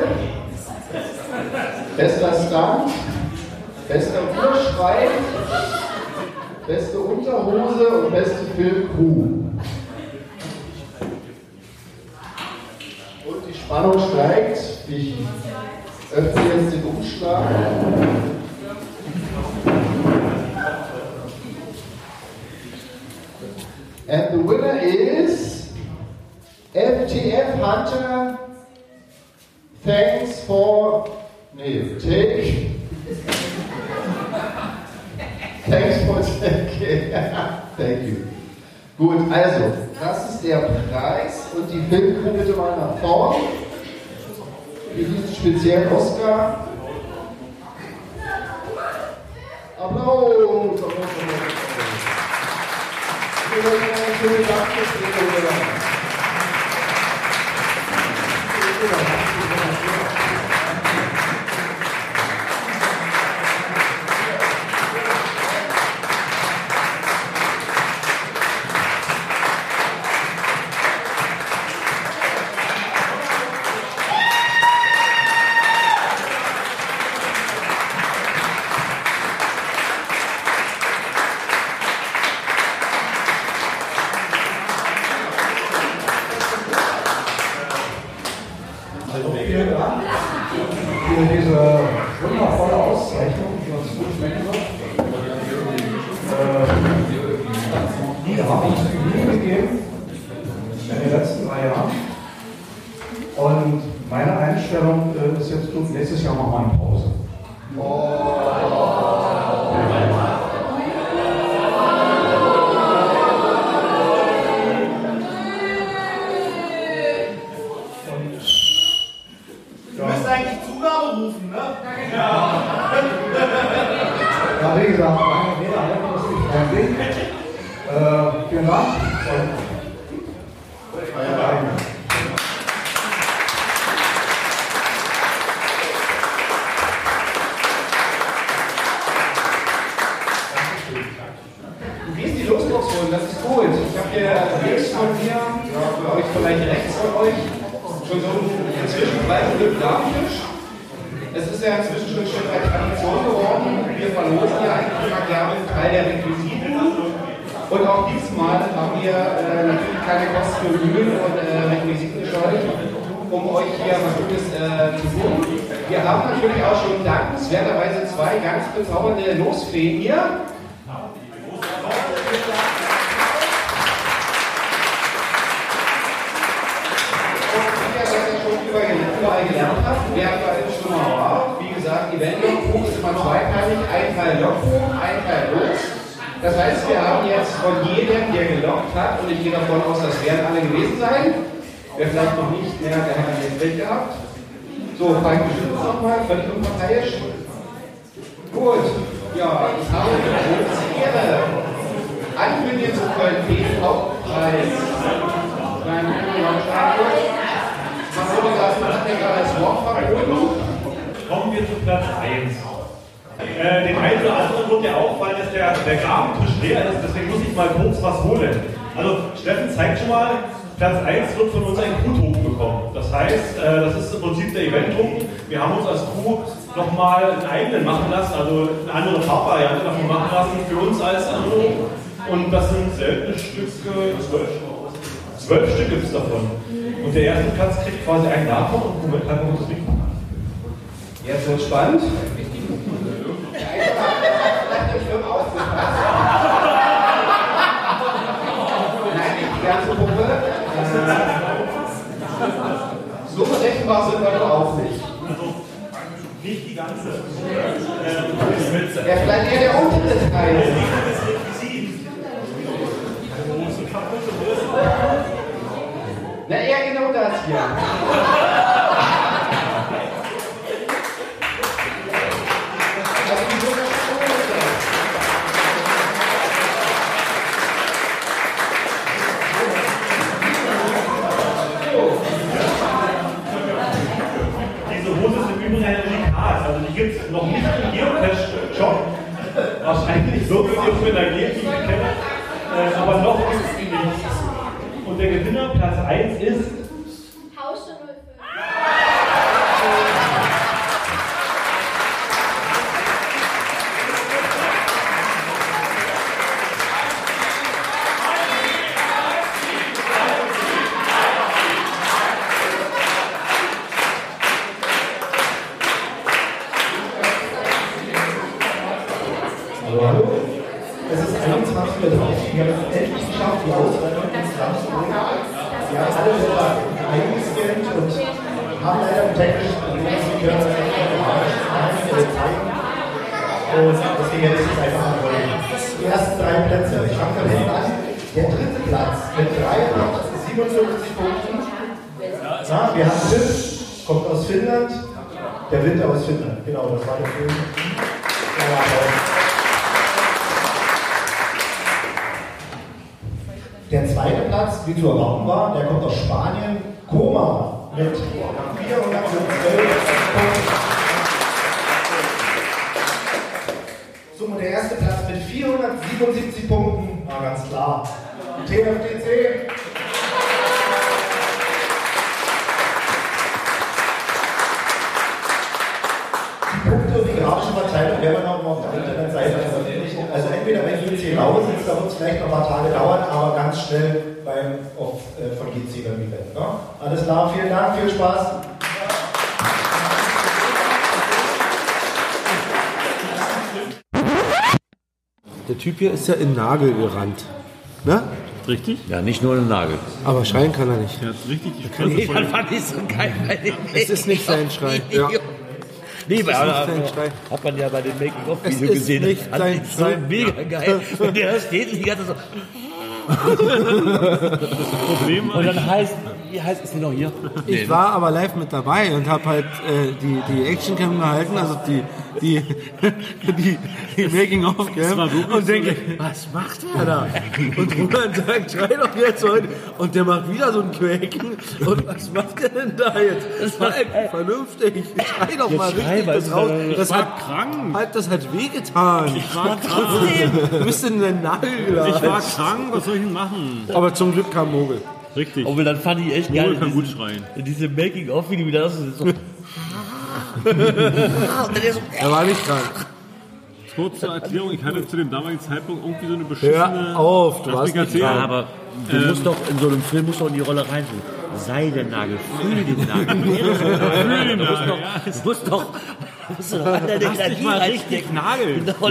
bester Stunt, bester Urschrei, beste Unterhose und beste Filmcrew. Und die Spannung steigt. Ich öffne jetzt den Umschlag. And the winner is F T F Hunter. Thanks for nee, take. Thanks for taking. Thank you. Gut, also, das ist der Preis und die Filmcrew bitte mal nach vorne für diesen speziellen Oscar. Applaus! Applaus, Applaus, Vielen Dank für diese wundervolle Auszeichnung, die uns gut schmecken wird. Die haben uns Mühe gegeben in den letzten drei Jahren. Und meine Einstellung ist jetzt gut, nächstes Jahr machen wir eine Pause. Ja, wie gesagt, meine Rede halten ist nicht freundlich. Äh, vielen Dank. Und Du gehst die Losbox holen, das ist gut. Ich habe hier links von mir, ja, für euch vielleicht rechts von euch, schon so einen inzwischen breiten Damentisch. Es ist ja inzwischen schon ein Stück weit Tradition geworden. Wir verlosen ja eigentlich immer gerne einen Teil der Requisiten. Und auch diesmal haben wir äh, natürlich keine Kosten für Mühen und äh, Requisiten gescheut. um euch hier was Gutes äh, zu tun. Wir haben natürlich auch schon dankenswerterweise zwei ganz bezaubernde Losfeen hier. Überall gelernt habt, wer bei uns schon mal war. Wie gesagt, Event-Logbuch ist immer zweiteilig, ein Teil Logbuch, ein Teil Los. Das heißt, wir haben jetzt von jedem, der geloggt hat, und ich gehe davon aus, das werden alle gewesen sein, wer vielleicht noch nicht mehr, der hat ein Bild gehabt. So, beim Geschütz nochmal, völlig unparteiisch. Gut, ja, ich habe die große Ehre, ankündigen zu können, den Hauptpreis beim Stadion. Man wurde das, man hat ja gerade als Wort verboten. Kommen wir zu Platz eins. Äh, den einen oder anderen wird ja auffallen, dass der, der Grabentisch leer ist, deswegen muss ich mal kurz was holen. Also Steffen zeigt schon mal, Platz eins wird von uns ein Crew-Token bekommen. Das heißt, äh, das ist im Prinzip der Event-Token. Wir haben uns als Crew nochmal einen eigenen machen lassen, also eine andere Farbvariante davon machen lassen für uns als Erinnerung. Und das sind seltene Stücke, zwölf. Zwölf Stück gibt es davon. Und der erste Platz kriegt quasi einen davon und Moment, kann man das nicht machen. Jetzt wird spannend. Nein, nicht die ganze Puppe. So berechenbar sind wir doch auch nicht. Also nicht die ganze. Ja, vielleicht eher der untere Teil. Na, eher genau das hier. Diese Hose ist im Übrigen ein Unikat, also die gibt es noch nicht im Geocache-Shop. Wahrscheinlich so wird es mit einer G, die ich kenne. Äh, aber noch gibt es die nicht. Und der Gewinner, Platz eins, ist Haus null fünf. Hallo, hallo. Es ist einundzwanzig Uhr dreißig. Wir haben es endlich geschafft, die Auswertung ins Land zu bringen. Wir haben alle selber eingescannt und haben leider im technischen Problem, Sie können das nicht mehr zeigen. Und deswegen werde ich es einfach mal wollen. Die ersten drei Plätze, ich fange von hinten an. Der dritte Platz mit dreihundertsiebenundfünfzig Punkten. Ja, wir haben Tim, kommt aus Finnland. Der Winter aus Finnland, genau, das war der Film. Ja, der zweite Platz, wie zu erwarten war, der kommt aus Spanien, Koma mit vierhundertzwölf Punkten. So, und der erste Platz mit vierhundertsiebenundsiebzig Punkten, war ganz klar. T F D C. Die Punkte und die grafische Verteilung werden wir noch auf der Internetseite veröffentlichen. Also entweder wenn G C raus ist, da wird es vielleicht noch ein paar Tage dauern, aber ganz schnell beim auf, äh, von G C beim Event. Ne? Alles klar, vielen Dank, viel Spaß. Der Typ hier ist ja in Nagel gerannt. Ne? Richtig? Ja, nicht nur in den Nagel. Aber schreien kann er nicht. Er hat richtig die Fresse nee, voll. Dann fand ich so geil. Es ist nicht sein Schrei. Ja. Nee, weil aber, hat man ja bei dem Making-of-Video gesehen. Nicht das sein ist so mega geil. Und der steht und die ganze so. Problem und dann heißt, wie heißt es denn noch hier? Ich war aber live mit dabei und habe halt äh, die, die Actioncam gehalten, also die, die, die, die Making-of-Cam und denke, was macht er da? Und Roland sagt, schrei doch jetzt heute. Und der macht wieder so ein Quäken. Und was macht er denn da jetzt? Das war vernünftig. Schrei doch mal richtig das raus. Das hat krank. Halt, das hat wehgetan. Ich war krank. Du bist in den Nagel geladen. Ich war krank, was soll ich denn machen? Aber zum Glück kam Mogel. Richtig. Aber dann fand ich echt Mogel geil. kann gut schreien. Diese Making-of-Video, wie das ist so. Er war nicht krank. Kurze Erklärung, ich hatte zu dem damaligen Zeitpunkt irgendwie so eine beschissene Hör auf, du warst nicht Ja, dran. aber du Ähm. musst doch in so einem Film musst du in die Rolle rein. Seidennagel, fühl den Nagel. Fühl den Nagel. Du musst doch, du musst doch an deine Energie mal richtig richtig nageln. Genau,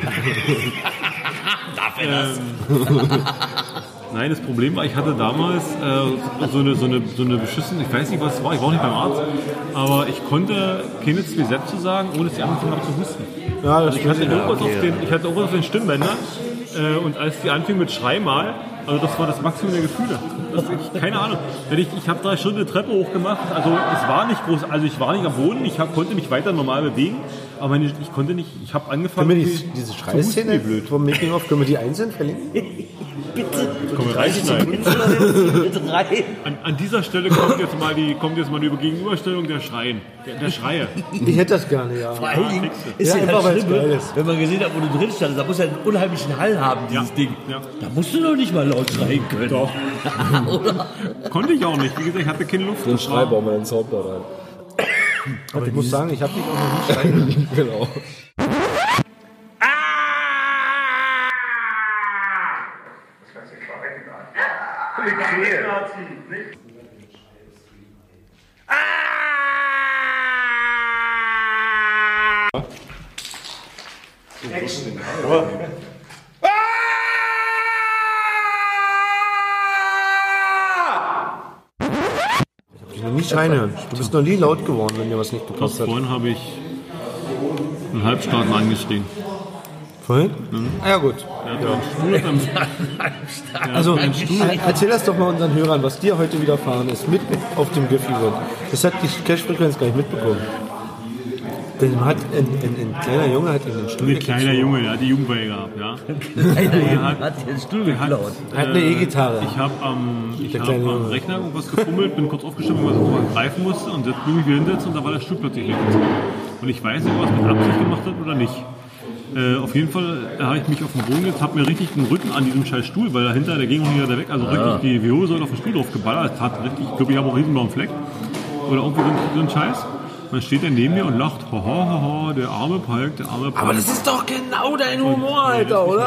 darf er das? Nein, das Problem war, ich hatte damals äh, so, eine, so, eine, so eine beschissene, ich weiß nicht, was es war, ich war auch nicht beim Arzt, aber ich konnte keine zwei Sätze sagen, ohne dass ich angefangen habe zu husten. Ja, das Also ich, hatte stimmt. irgendwas auf den, ich hatte irgendwas auf den Stimmbändern äh, und als die anfing mit Schrei mal, also das war das Maximum der Gefühle. Das, ich, keine Ahnung. Wenn ich ich habe drei Stunden eine Treppe hochgemacht, also es war nicht groß, also ich war nicht am Boden, ich hab, konnte mich weiter normal bewegen, aber meine, ich konnte nicht, ich habe angefangen... Können wir die, zu- diese zu Schreiszene husten, wie blöd. vom Making-of, können wir die einzeln verlinken? Bitte. Können wir reinschneiden. Bitte rein. An, an dieser Stelle kommt jetzt mal die, kommt jetzt mal die Gegenüberstellung der Schreien, der, der Schreie. Ich hätte das gerne, ja. Vor allen Dingen ist Ja, ja, einfach, das weil es geil Schlimme, ist. wenn man gesehen hat, wo du drin standest, da muss ja einen unheimlichen Hall haben, dieses Ja. Ding. Ja. Da musst du doch nicht mal laut schreien können. Doch. Oder? Konnte ich auch nicht. Wie gesagt, ich hatte keine Luft. Den Das Schrei war- bauen wir in den Soundboard ein. Aber ich muss sagen, ich habe dich auch noch nie schreien. Genau. Ich noch nie schreien hören. Du bist noch nie laut geworden, wenn dir was nicht Das gepasst hat. vorhin habe ich einen Halbstarken angeschrien. Vorhin? Ah ja gut. Er hatte einen Stuhl am Also einen Stuhl. er- erzähl das doch mal unseren Hörern, was dir heute widerfahren ist, mitten auf dem Giffy-Event. Das hat die Cash-Frequenz gar nicht mitbekommen. Denn hat ein, ein, ein kleiner Junge hat ihm den Stuhl Ein kleiner Junge, der hat die Jugendweihe gehabt, ja. Einer hat, hat den Stuhl geklaut. Er hat eine E-Gitarre. Ich habe am, ich Der hab kleine am Junge. Rechner irgendwas gefummelt, bin kurz aufgestanden, weil ich was greifen musste und jetzt bin ich wieder hinsetzen und da war der Stuhl plötzlich weg. Und ich weiß nicht, ob er es mit Absicht gemacht hat oder nicht. Äh, auf jeden Fall habe ich mich auf den Boden jetzt, habe mir richtig den Rücken an diesem scheiß Stuhl, weil dahinter, der ging auch nicht wieder weg, also richtig die Wirbelsäule auf den Stuhl drauf geballert. Das tat richtig, ich glaube, ich habe auch einen riesen blauen Fleck. Oder irgendwie so ein, so ein Scheiß. Und dann steht er neben mir und lacht, haha, haha, der arme Palk, der arme Palk. Aber das ist doch genau dein Humor, Alter, oder?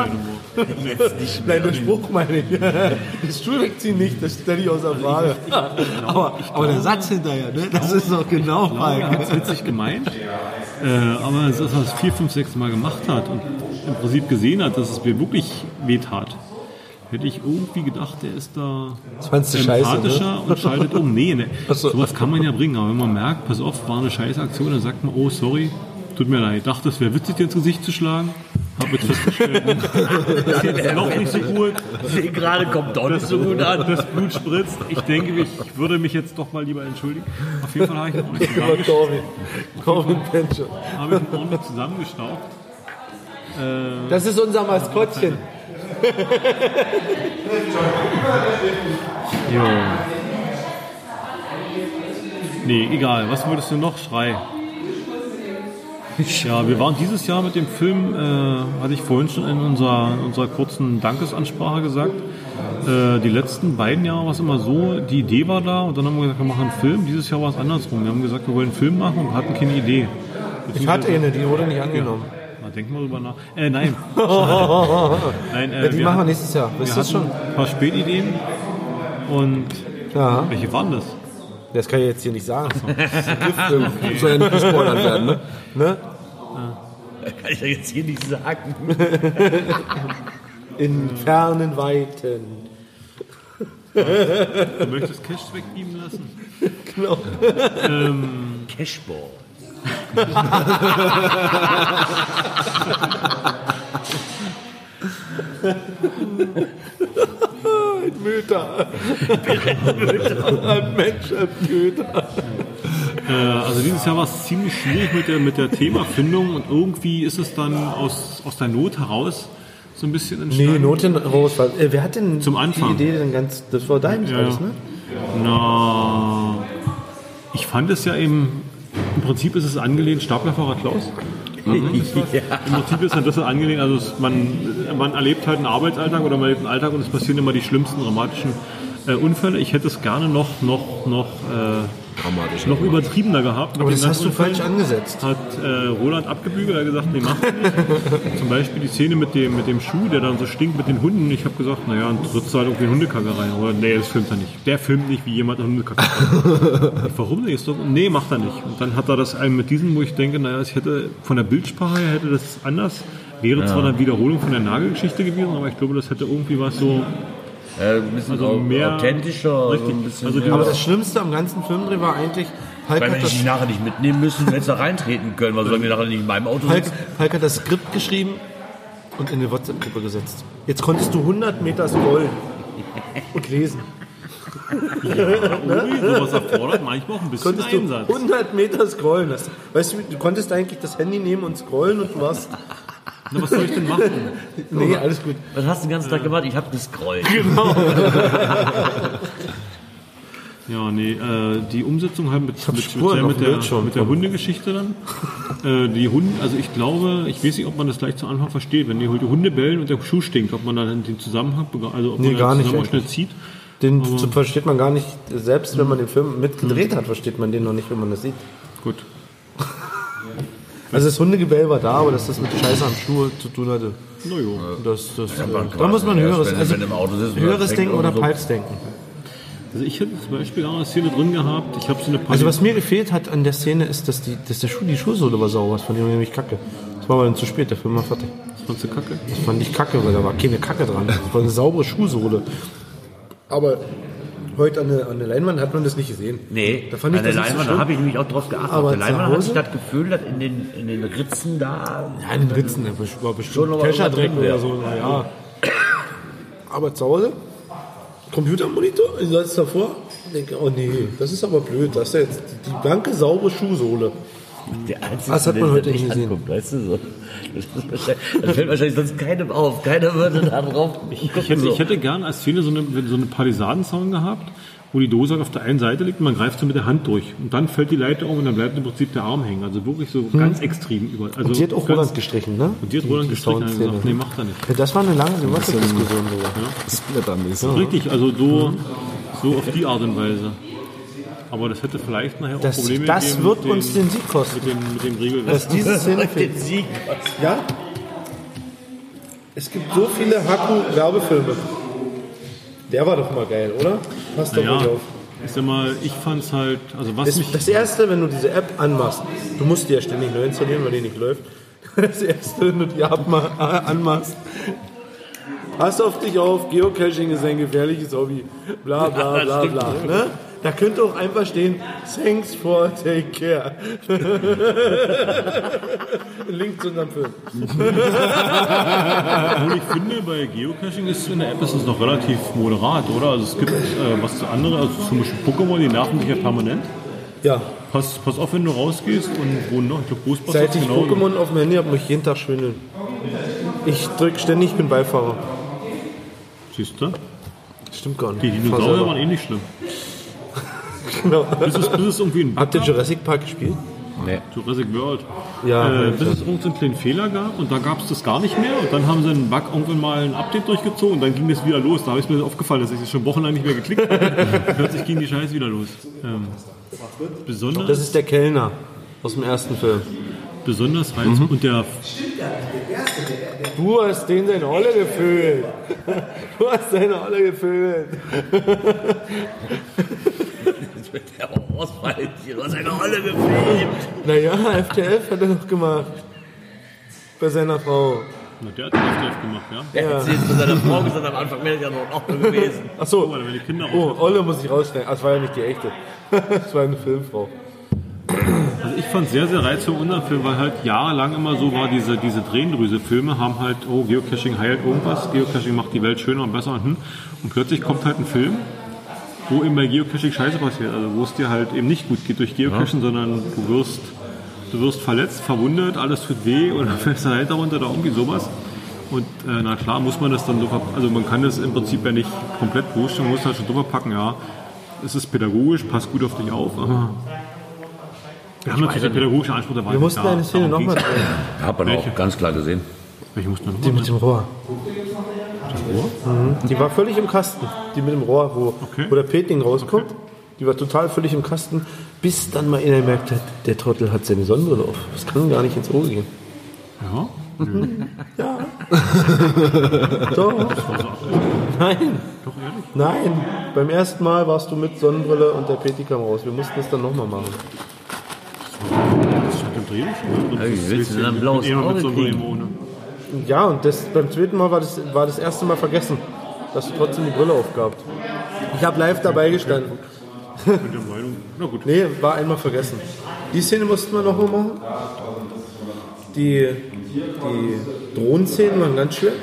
Nein, der Spruch meine ich. Das Stuhl wegziehen nicht, das stelle ich außer Frage. Aber, aber der Satz hinterher, ne? Das ist doch genau Er hat es Palk. witzig gemeint, äh, aber es ist, was er vier, fünf, sechs Mal gemacht hat und im Prinzip gesehen hat, dass es mir wirklich wehtat. Hätte ich irgendwie gedacht, der ist da Das fandst du scheiße, empathischer ne? und schaltet um. Nee, ne. Ach so. Sowas kann man ja bringen, aber wenn man merkt, pass auf, war eine scheiß Aktion, dann sagt man, oh sorry, tut mir leid. Ich dachte, es wäre witzig, dir ins Gesicht zu schlagen. Hab jetzt festgestellt, das ist jetzt noch nicht so gut. Nee, gerade kommt doch nicht so gut an. Das Blut spritzt. Ich denke, ich würde mich jetzt doch mal lieber entschuldigen. Auf jeden Fall habe ich ihn ordentlich Über zusammengestaucht. Corbin. Corbin Pencho. Habe ich ihn ordentlich zusammengestaucht. Äh, Das ist unser Maskottchen. jo. Nee, egal. Was wolltest du noch? Schrei. Ja, wir waren dieses Jahr mit dem Film, äh, hatte ich vorhin schon in unserer, in unserer kurzen Dankesansprache gesagt, äh, die letzten beiden Jahre war es immer so, die Idee war da und dann haben wir gesagt, wir machen einen Film. Dieses Jahr war es andersrum. Wir haben gesagt, wir wollen einen Film machen und hatten keine Idee. Ich hatte eine, die wurde nicht angenommen. Na, denk mal drüber nach. Äh, nein. nein äh, Ja, die wir machen wir hatten- nächstes Jahr. Wir Wisst ihr das hatten schon? ein paar Spätideen und Ja. welche waren das? Das kann ich jetzt hier nicht sagen. Soll ja nicht gespoilert werden, ne? Ne? Kann ich ja jetzt hier nicht sagen. In fernen Weiten. Du möchtest Cash wegbeamen lassen? Genau. ähm, Cashball. Ein Mütter. Ein Mensch, ein Mütter. äh, also dieses Jahr war es ziemlich schwierig mit der, mit der Themafindung und irgendwie ist es dann aus, aus der Not heraus so ein bisschen entstanden. Nee, Noten raus. Äh, wer hat denn Zum Anfang. die Idee denn ganz... Das war dein Ja, alles, ja. ne? Na, ich fand es ja eben, im Prinzip ist es angelehnt, Staplerfahrer Klaus. Ja. Im Prinzip ist das angelehnt, also es, man, man erlebt halt einen Arbeitsalltag oder man erlebt einen Alltag und es passieren immer die schlimmsten dramatischen Äh, Unfälle, ich hätte es gerne noch, noch, noch, äh, noch übertriebener gehabt. Aber das hast du falsch angesetzt. Hat äh, Roland abgebügelt, er hat gesagt, nee, mach nicht. Zum Beispiel die Szene mit dem, mit dem Schuh, der dann so stinkt mit den Hunden. Ich habe gesagt, naja, dann trittst du halt irgendwie Hundekacke rein. Oder nee, das filmt er nicht. Der filmt nicht, wie jemand eine Hundekacke rein. Warum nicht? Ist doch, nee, macht er nicht. Und dann hat er das einen mit diesem, wo ich denke, naja, ich hätte von der Bildsprache her hätte das anders. Wäre Ja. zwar eine Wiederholung von der Nagelgeschichte gewesen, aber ich glaube, das hätte irgendwie was so... Äh, ein bisschen Also mehr- authentischer. Richtig. So ein bisschen Also mehr. Aber das Schlimmste am ganzen Filmdreh war eigentlich, Hulk Weil hat wenn das, ich die nachher nicht mitnehmen müssen, hätte ich da reintreten können, weil solange die nachher nicht in meinem Auto Hulk, sitzen. Hulk hat das Skript geschrieben und in eine WhatsApp-Gruppe gesetzt. Jetzt konntest du hundert Meter scrollen und lesen. Ui, sowas erfordert manchmal auch ein bisschen Konntest du Einsatz. hundert Meter scrollen. Das, weißt du, du konntest eigentlich das Handy nehmen und scrollen und du warst... Na, was soll ich denn machen? Nee, alles gut. Was hast du den ganzen Tag gemacht? Ich habe gescrollt. Genau. Ja, nee, äh, die Umsetzung halt mit, mit, Spuren speziell auf mit dem der, Bildschirm. mit der Hundegeschichte dann. Äh, die Hunde, also ich glaube, ich weiß nicht, ob man das gleich zu Anfang versteht, wenn die Hunde bellen und der Schuh stinkt, ob man dann den Zusammenhang, bega- also ob Nee, man gar den nicht, Zusammenschnitt zieht. Den Aber- zu- versteht man gar nicht, selbst wenn man den Film mitgedreht hat, versteht man den noch nicht, wenn man das sieht. Gut. Also das Hundegebell war da, aber dass das mit Scheiße am Schuh zu tun hatte. Na jo. Das, das, Ja, äh, man da muss man erst, höheres, wenn- also wenn im Auto sitzt, höheres oder Denken oder so. Palzdenken. Also ich hätte zum Beispiel auch eine Szene drin gehabt, ich habe so eine Also was mir gefehlt hat an der Szene ist, dass, die, dass der Schuh, die Schuhsohle war sauber. Das fand ich nämlich kacke. Das war aber dann zu spät, der Film war fertig. Das fandst du kacke? Das fand ich kacke, weil da war keine Kacke dran. Das war eine saubere Schuhsohle. Aber heute an der, an der Leinwand hat man das nicht gesehen. Nee, da fand ich an der das nicht so Leinwand, da schlimm. habe ich nämlich auch drauf geachtet. Aber Auf der zu Leinwand hatte Hause? ich das Gefühl, dass in den, in den Ritzen da... Ja, in den Ritzen, da war Schon bestimmt noch mal Kescher-Dreck drin wäre. oder so. Na ja. Aber zu Hause, Computermonitor, ich saß davor und denke, oh nee, das ist aber blöd. Das ist ja jetzt die, die blanke, saubere Schuhsohle. Der Einzige, Das hat man der heute nicht nicht gesehen. anguckt, weißt du so. Das, ist wahrscheinlich- das fällt wahrscheinlich sonst keinem auf. Keiner würde da drauf Ich hätte, so. ich hätte gern als Szene so eine, so eine Palisadenzaun gehabt, wo die Dose auf der einen Seite liegt und man greift so mit der Hand durch. Und dann fällt die Leiter um und dann bleibt im Prinzip der Arm hängen. Also wirklich so ganz extrem über. Also Und die hat auch ganz, Roland gestrichen, ne? Und die hat Roland gestrichen. Er hat gesagt, nee, macht er nicht. Ja, das war eine lange WhatsApp-Diskussion sogar. Splittermäßig. Richtig, also so, so auf die Art und Weise. Aber das hätte vielleicht nachher auch Das, Probleme das gegeben wird mit uns dem, den Sieg kosten. mit dem, mit dem Regelwerk. Dass diese Szene den Sieg. Ja? Es gibt so viele Haku-Werbefilme. Der war doch mal geil, oder? Passt doch Naja, nicht auf. ich sag mal, ich fand's halt, also was Das, mich... das erste, wenn du diese App anmachst, du musst die ja ständig neu installieren, weil die nicht läuft. Das erste, wenn du die abma- äh, anmachst, pass auf dich auf, Geocaching ist ein gefährliches Hobby, bla bla bla bla. Ne? Da könnte auch einfach stehen, thanks for take care. Link zu unserem Film. Obwohl ich finde, bei Geocaching ist in der App ist es noch relativ moderat, oder? Also es gibt äh, was zu andere, also zum Beispiel Pokémon, die nerven dich ja permanent. Ja, Pass, pass auf, wenn du rausgehst und wo noch? Ich glaube, Ghostbusters seit ich genauso. Pokémon auf dem Handy habe, muss ich jeden Tag schwindeln. Ich drück ständig, ich bin Beifahrer. Siehst du? Stimmt gar nicht. Die Ich fahr Dinosaurier selber. waren eh nicht schlimm. Genau. Bis es, bis es irgendwie ein Bug Habt ihr gab, Jurassic Park gespielt? Nee. Jurassic World, Ja, äh, ja, bis klar. es irgendeinen kleinen Fehler gab und da gab es das gar nicht mehr und dann haben sie einen Bug irgendwann mal ein Update durchgezogen und dann ging das wieder los. Da habe ich mir aufgefallen, dass ich das schon wochenlang nicht mehr geklickt habe. Plötzlich ging die Scheiße wieder los. Ähm, besonders, Das ist der Kellner aus dem ersten Film. besonders reizvoll. Und der Du hast den seine Olle gefüllt. Du hast seine Olle gefüllt. Jetzt wird der Ausfall. Du hast eine Rolle gefilmt. Naja, F T F hat er doch gemacht. Bei seiner Frau. Na, der hat den F T F gemacht, ja? Der hat jetzt mit seiner Frau gesagt, am Anfang wäre das ja noch auch nur gewesen. Ach so. Weil die Kinder Oh, auch. Olle muss ich rausstellen. Ah, das war ja nicht die echte. Das war eine Filmfrau. Also ich fand es sehr, sehr reizvoll in unserem Film, weil halt jahrelang immer so war, diese, diese Tränendrüse-Filme haben halt, oh, Geocaching heilt irgendwas, Geocaching macht die Welt schöner und besser und, hm. und plötzlich kommt halt ein Film, wo eben bei Geocaching Scheiße passiert, also wo es dir halt eben nicht gut geht durch Geocaching, ja. sondern du wirst, du wirst verletzt, verwundet, alles tut weh oder fällst da halt darunter oder irgendwie sowas. Und äh, na klar muss man das dann so, ver- also man kann das im Prinzip ja nicht komplett wurscht, man muss halt schon drüber packen, ja, es ist pädagogisch, passt gut auf dich auf, aber wir haben natürlich den pädagogischen Anspruch dabei. Wir mussten eine Szene nochmal drehen. Hat man auch ganz klar gesehen. Welche mussten wir Die nochmal mit dem Rohr. Rohr? Mhm. Die war völlig im Kasten. Die mit dem Rohr, wo, okay. wo der Petling rauskommt. Okay. Die war total völlig im Kasten, bis dann mal einer gemerkt hat, der Trottel hat seine Sonnenbrille auf. Das kann gar nicht ins Auge gehen. Ja? Mhm. Ja. Doch. Nein. Doch ehrlich? Nein. Beim ersten Mal warst du mit Sonnenbrille und der P T kam raus. Wir mussten das dann nochmal machen. Das stand im Drehbuch. Ja, wie willst du denn ein blaues Auge kriegen? Ja, und das, beim zweiten Mal war das, war das erste Mal vergessen, dass du trotzdem die Brille aufgehabt. Ich habe live dabei gestanden. Na gut. Nee, war einmal vergessen. Die Szene mussten wir noch mal machen. Die, die Drohnenszenen waren ganz schwer.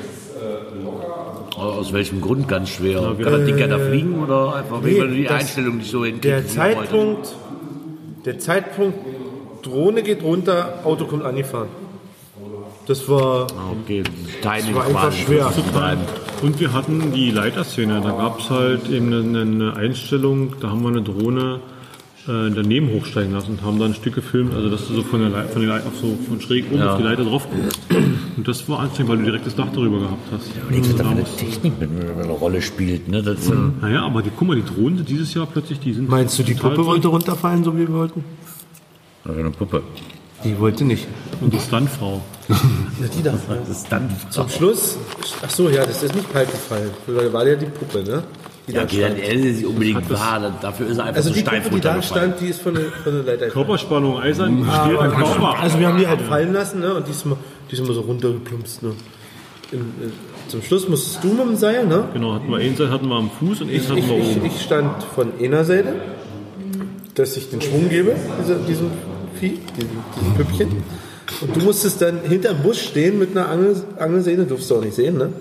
Aus welchem Grund ganz schwer? Ja, Kann das Ding ja da fliegen oder einfach nee, weil die das, Einstellung nicht so hinkriegt? Der Zeitpunkt, der Zeitpunkt, Drohne geht runter, Auto kommt angefahren. Das war, okay, das war einfach schwer. Und wir hatten die Leiterszene, da gab es halt eben eine, eine Einstellung, da haben wir eine Drohne äh, daneben hochsteigen lassen und haben dann ein Stück gefilmt, also dass du so von der Leiter, von, der Leiter, so von schräg oben ja. auf die Leiter drauf guckst. Und das war anstrengend, weil du direkt das Dach darüber gehabt hast. Ja, und da eine Technik mit eine Rolle spielt. Ne? Das, mhm. Naja, aber die, guck mal, die Drohnen dieses Jahr plötzlich, die sind... Meinst du, die Puppe wollte runterfallen, so wie wir wollten? Also eine Puppe. Die wollte nicht. Und die Stuntfrau. Ja, die da. Das Zum Schluss, ach so, ja, das ist nicht kalt gefallen. Da war ja die Puppe, ne? Die ja, okay, dann ist sie unbedingt wahr. Dafür ist er einfach also so steif runtergefallen. Also die da stand, die ist von der, von der Leiter. Körperspannung, eisern, mhm. steht ah, Körper. Also wir haben die halt fallen lassen, ne? Und die ist mal, die ist immer so runtergeplumpst, ne? In, in, zum Schluss musstest du mit dem Seil, ne? Genau, hatten wir eine Seite hatten wir am Fuß und eine hatten wir ich, oben. Ich stand von einer Seite, dass ich den Schwung gebe, diese, diesem Vieh, diesem, diesem Püppchen. Und du musstest dann hinterm Bus stehen mit einer Angel, Angelsehne, durfst du auch nicht sehen, ne?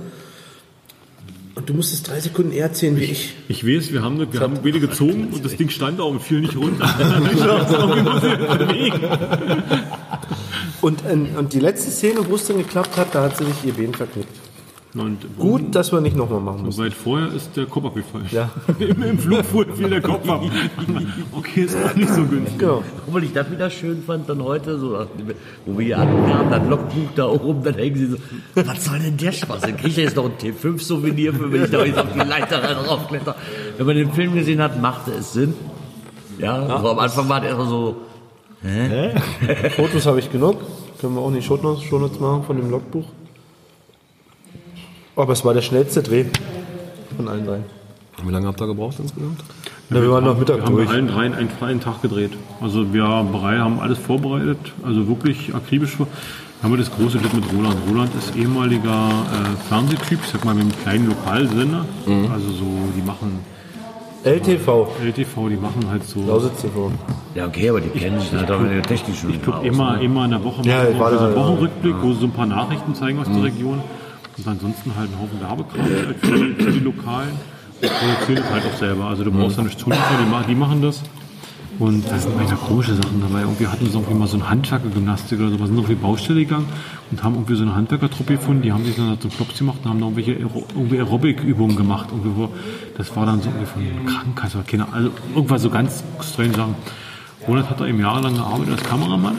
Und du musstest drei Sekunden eher ziehen wie ich. Ich weiß, wir haben, wir haben Welle gezogen und das Ding stand da und fiel nicht runter. und, und die letzte Szene, wo es dann geklappt hat, da hat sie sich ihr Bein verknickt. Und gut, dass wir nicht nochmal machen müssen. Weit vorher ist der Kopf abgefallen. Ja. Im, Im Flug fiel der Kopf ab. Okay, ist auch nicht so günstig. Genau. Obwohl ich das wieder schön fand, dann heute, so, wo wir hier ankamen, das Logbuch da oben, dann hängen sie so, was soll denn der Spaß? Dann kriege ich jetzt noch ein T fünf Souvenir für, wenn ich da jetzt auf die Leiter raufkletter. Wenn man den Film gesehen hat, machte es Sinn. Ja, ja so am Anfang war der erstmal so, hä? hä? Fotos habe ich genug. Können wir auch nicht Shownotes machen von dem Logbuch. Aber es war der schnellste Dreh von allen dreien. Wie lange habt ihr gebraucht insgesamt? Ja, wir, wir waren noch Mittag wir durch. Wir haben bei allen dreien einen freien Tag gedreht. Also wir haben alles vorbereitet, also wirklich akribisch. Wir haben das große Glück mit Roland. Roland ist ehemaliger äh, Fernsehtyp, ich sag mal mit einem kleinen Lokalsender. Mhm. Also so, die machen... L T V. L T V, die machen halt so... Lausitz T V. Ja, okay, aber die kennen sich halt auch mit der technischen... Ich gucke immer, immer in der Woche ja, mal so einen Wochenrückblick, ja. wo sie so ein paar Nachrichten zeigen aus mhm. der Region. Und ansonsten halt einen Haufen Werbekram für, für die Lokalen. Und produzieren das halt auch selber. Also du brauchst da nicht zuliefern, die, die machen das. Und da sind manchmal komische Sachen dabei. Irgendwie hatten sie irgendwie mal so eine Handwerkergymnastik oder so. Wir sind auf die Baustelle gegangen und haben irgendwie so eine Handwerkertruppe gefunden. Die haben sich dann so einen Klops gemacht und haben da irgendwelche Aero, irgendwie Aerobic-Übungen gemacht. Irgendwie, das war dann so irgendwie von Krankenkasse oder keine, also irgendwas so ganz strange Sachen. Ronald hat da eben jahrelang gearbeitet als Kameramann.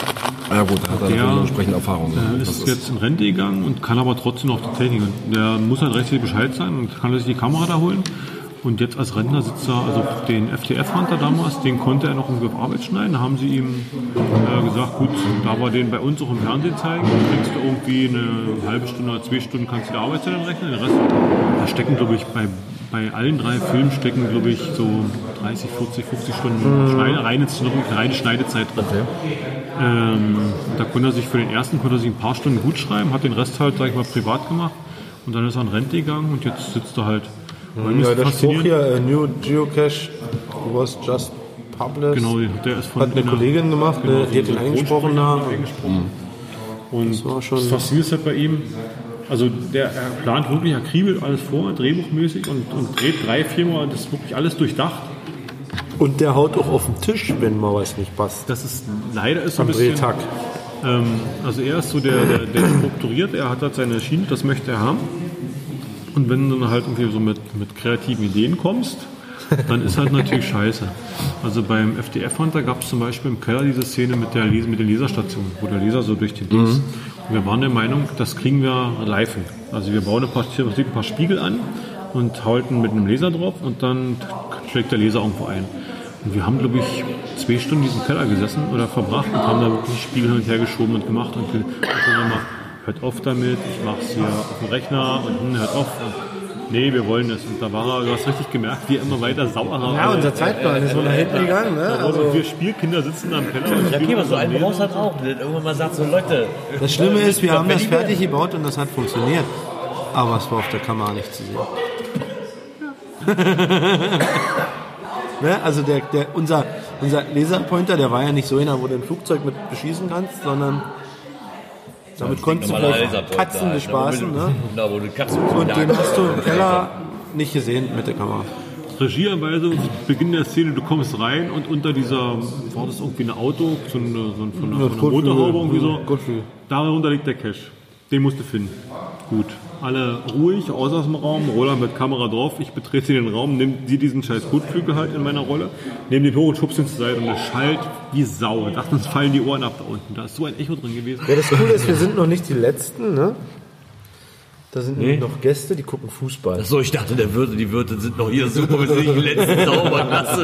Ja gut, da hat er der entsprechende Erfahrung. Äh, ist, ist jetzt in Rente gegangen und kann aber trotzdem noch die Technik. Und der muss halt rechtzeitig Bescheid sein und kann sich die Kamera da holen. Und jetzt als Rentner sitzt er, also den F T F-Hunter damals, den konnte er noch irgendwie auf Arbeit schneiden. Da haben sie ihm äh, gesagt, gut, da wir den bei uns auch im Fernsehen zeigen, kriegst du irgendwie eine halbe Stunde oder zwei Stunden, kannst du die Arbeitszeit dann rechnen. Den Rest, da stecken, glaube ich, bei, bei allen drei Filmen stecken, glaube ich, so dreißig, vierzig, fünfzig Stunden mhm. Schneide, reine, reine Schneidezeit drin. Okay. Ähm, da konnte er sich für den ersten konnte er sich ein paar Stunden gut schreiben, hat den Rest halt, sag ich mal, privat gemacht und dann ist er in Rente gegangen und jetzt sitzt er halt. Mhm. Ja, der Spruch hier, uh, New Geocache was just published, genau, der ist von hat eine Kollegin gemacht, genau, die hat ihn eingesprochen da. Mhm. Und das war schon das Faszinierende ist halt bei ihm, also der er plant wirklich akribisch alles vor, drehbuchmäßig und, und dreht drei, viermal, das ist wirklich alles durchdacht. Und der haut auch auf den Tisch, wenn mal was nicht passt. Das ist leider ist so ein bisschen. Drehtag. Ähm, also er ist so der, der, der strukturiert, er hat halt seine Schiene, das möchte er haben. Und wenn du dann halt irgendwie so mit, mit kreativen Ideen kommst, dann ist halt natürlich scheiße. Also beim F D F-Hunter gab es zum Beispiel im Keller diese Szene mit der Les- mit den Laserstationen, wo der Laser so durch den Dings. Mhm. Wir waren der Meinung, das kriegen wir live hin. Also wir bauen ein paar, ein paar Spiegel an und halten mit einem Laser drauf und dann schlägt der Laser irgendwo ein. Und wir haben, glaube ich, zwei Stunden in diesem Keller gesessen oder verbracht und haben da wirklich Spiegel hin und her geschoben und gemacht und gesagt, hört auf damit, ich mache es hier auf dem Rechner und hm, hört auf. Und nee, wir wollen das. Und da war er, du hast richtig gemerkt, wie er immer weiter sauer haben. Ja, unser Zeitplan ist so nach hinten gegangen. Ne? Also und wir Spielkinder sitzen am Keller und Ja, spielen. okay, was so einen brauchst halt auch. Der irgendwann mal sagt so, Leute. Das Schlimme ist, wir haben das fertig gebaut und das hat funktioniert. Aber es war auf der Kamera nicht zu sehen. Ne? Also der, der, unser, unser Laserpointer, der war ja nicht so einer, wo du ein Flugzeug mit beschießen kannst, sondern damit konntest du vielleicht Katzen bespaßen. Ne? Und den hast du im Keller nicht gesehen mit der Kamera. Regieanweisung, Beginn der Szene, du kommst rein und unter dieser, war das irgendwie ein Auto, so eine, so ein, von einer, von einer Motorhaube irgendwie so, darunter liegt der Cache. Den musst du finden. Gut. Alle ruhig, außer aus dem Raum, Roland mit Kamera drauf, ich betrete den Raum, nimm sie diesen scheiß Kotflügel halt in meiner Rolle, nehme den hoch und schubst ihn zur Seite und es schallt wie Sau. Ich dachte, uns fallen die Ohren ab da unten. Da ist so ein Echo drin gewesen. Ja, das Coole ist, wir sind noch nicht die Letzten, ne? Da sind Nee. noch Gäste, die gucken Fußball. Achso, ich dachte, der Wirte, die Wirte sind noch hier super, wenn sie nicht die letzten zaubern lassen.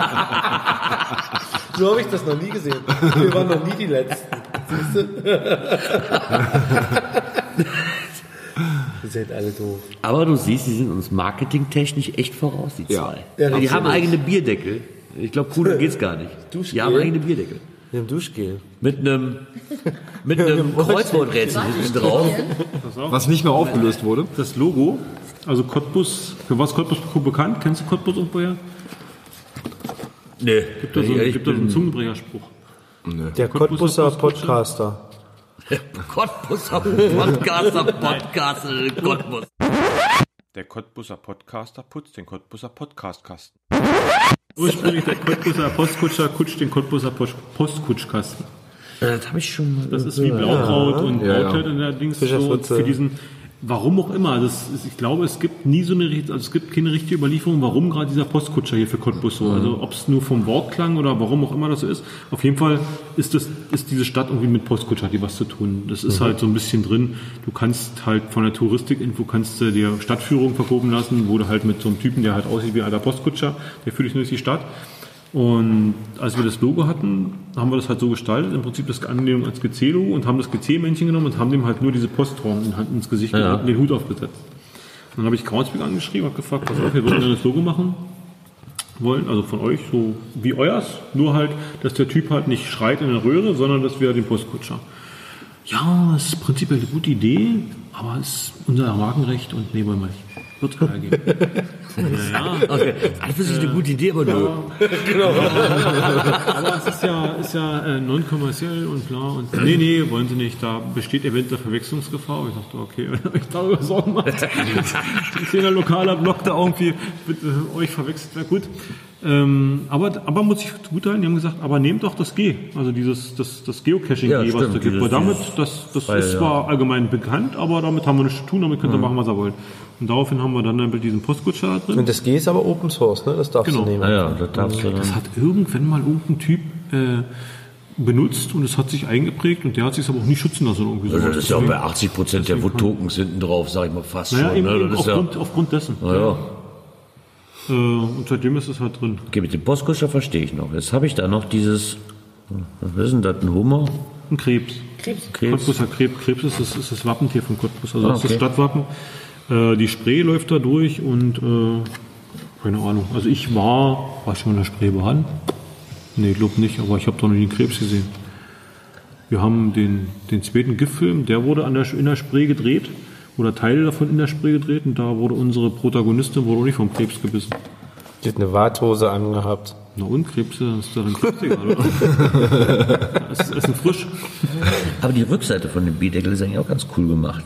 So habe ich das noch nie gesehen. Wir waren noch nie die Letzten. Siehst du? Ihr seid alle doof. Aber du siehst, die sind uns marketingtechnisch echt voraus, die Ja. zwei. Ja, die absolut. haben eigene Bierdeckel. Ich glaube, cooler geht's gar nicht. Duschgel. Die haben eigene Bierdeckel. Wir haben Duschgel. Mit einem, mit einem Kreuzworträtsel hinten drauf. Was nicht mehr aufgelöst wurde. Das Logo, also Cottbus, für was Cottbus bekannt? Kennst du Cottbus irgendwoher? Nee. Gibt da so, Ja, ich gibt da so einen bin- Zungenbrecherspruch. Der Cottbuser Podcaster. Cottbuser Podcaster, Podcaster, Cottbus. Der Cottbuser Podcaster putzt den Cottbuser Podcastkasten. Ursprünglich der Cottbuser Postkutscher kutscht den Cottbuser Post- Postkutschkasten. Das habe ich schon mal Das ist wie Blaukraut Ja. und Ja, Brautkleid ja. und allerdings Fischer so Fritze. für diesen, warum auch immer, das ist, ich glaube, es gibt nie so eine, richt- also es gibt keine richtige Überlieferung, warum gerade dieser Postkutscher hier für Cottbus so, also ob es nur vom Wortklang oder warum auch immer das so ist, auf jeden Fall ist das, ist diese Stadt irgendwie mit Postkutscher, hat die was zu tun. Das ist halt so ein bisschen drin, du kannst halt von der Touristik-Info kannst du dir Stadtführung verproben lassen, wo du halt mit so einem Typen, der halt aussieht wie ein alter Postkutscher, der führt dich nur durch die Stadt. Und als wir das Logo hatten, haben wir das halt so gestaltet, im Prinzip das Anlehnung als G C-Logo und haben das G C-Männchen genommen und haben dem halt nur diese Posthorn in Hand ins Gesicht Ja. und den Hut aufgesetzt. Dann habe ich Krausbeck angeschrieben und gefragt, pass auf, wir würden gerne das Logo machen wollen, also von euch, so wie euers, nur halt, dass der Typ halt nicht schreit in der Röhre, sondern dass wir den Postkutscher. Ja, das ist prinzipiell eine gute Idee, aber es ist unser Markenrecht und nee, wollen wir nicht. Wird es keiner geben. Naja. Okay. Das ist eine gute Idee, aber nö. Genau. Aber es ist ja, ist ja äh, non-kommerziell und bla. Und nee, nee, wollen sie nicht. Da besteht eventuell Verwechslungsgefahr. Ich dachte, okay, wenn ihr euch darüber Sorgen macht, ein kleiner lokaler Block da irgendwie mit äh, euch verwechselt, wäre gut. Ähm, aber, aber muss ich zugutehalten, die haben gesagt, aber nehmt doch das G, also dieses, das, das Geocaching-G, Ja, was stimmt, da gibt. dieses- Weil damit, dieses- das, das Weil, ist ja. zwar allgemein bekannt, aber damit haben wir nichts zu tun, damit könnt ihr Mhm. machen, was ihr wollt. Und daraufhin haben wir dann mit diesem Postkutscher da drin. Und das G ist aber Open Source, ne? Das darfst Genau. du nehmen. Ah ja, das darfst du Das dann. hat irgendwann mal irgendein Typ äh, benutzt und es hat sich eingeprägt und der hat sich aber auch nicht schützen lassen. Irgendwie Also sowas. das ist ja auch bei Deswegen- achtzig Prozent der Wood-Tokens hinten drauf, sag ich mal fast Naja, schon. eben, Ne? eben Das ist ja, aufgrund, aufgrund dessen. naja. Äh, und seitdem ist es halt drin. Okay, mit dem Postkutscher verstehe ich noch. Jetzt habe ich da noch dieses, was ist denn das, ein Hummer? Ein Krebs. Krebs. Cottbuser Krebs. Krebs ist das, ist das Wappentier von Cottbus. Also Ah, das ist das okay. Stadtwappen. Äh, die Spree läuft da durch und äh, keine Ahnung. Also ich war, war ich schon in der Spree behangen? Nee, ich glaube nicht, aber ich habe doch noch nie einen Krebs gesehen. Wir haben den, den zweiten GIF-Film, der wurde an der, in der Spree gedreht. Oder Teile davon in der Spree gedreht und da wurde unsere Protagonistin wurde auch nicht vom Krebs gebissen. Die hat eine Warthose angehabt. Na und Krebse, ist darin Krebs egal, oder? Es ist Essen frisch. Aber die Rückseite von dem Bierdeckel ist eigentlich auch ganz cool gemacht.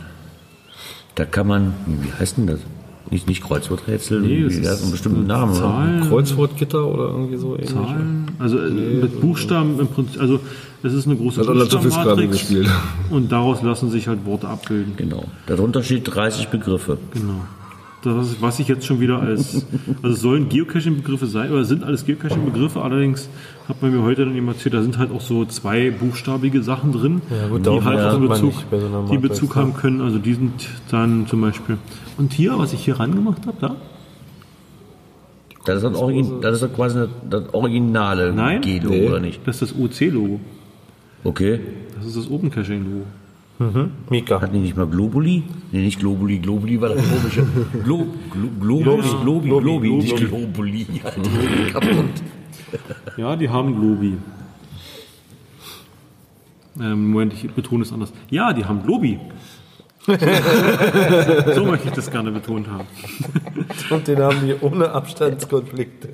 Da kann man, wie heißt denn das? Nicht, nicht Kreuzworträtsel, Nee, es nee, das ist hat einen bestimmten Namen. Oder? Zahlen. Kreuzwortgitter oder irgendwie so ähnlich. Zahlen, also äh, mit Buchstaben im Prinzip, also es ist eine große Hat Anna Sophis gerade Buchstabenmatrix gespielt. und daraus lassen sich halt Worte abbilden. Genau. Darunter steht dreißig Begriffe. Genau. das, was ich jetzt schon wieder als, also es sollen Geocaching-Begriffe sein, oder sind alles Geocaching-Begriffe, allerdings hat man mir heute dann eben erzählt, da sind halt auch so zwei buchstabige Sachen drin, Ja, gut, die darauf halt auch lernt man Bezug, nicht bei so einer die Matrix, Bezug ne? haben können, also die sind dann zum Beispiel. Und hier, was ich hier rangemacht habe, da? Das ist, das Origin, das ist quasi das originale Nein, G-Logo, nee, oder nicht? das ist das O C-Logo. Okay. Das ist das Open Caching-Logo. Mhm. Mika. Hatten die nicht mal Globuli? Nee, nicht Globuli. Globuli war das komische. Glo, Glo, Globuli, Globi, Globi, Globi, nicht Globuli. Kaputt. Ja, die haben Globi. Ähm, Moment, ich betone es anders. Ja, die haben Globi. So möchte ich das gerne betont haben. Und den haben die ohne Abstandskonflikte.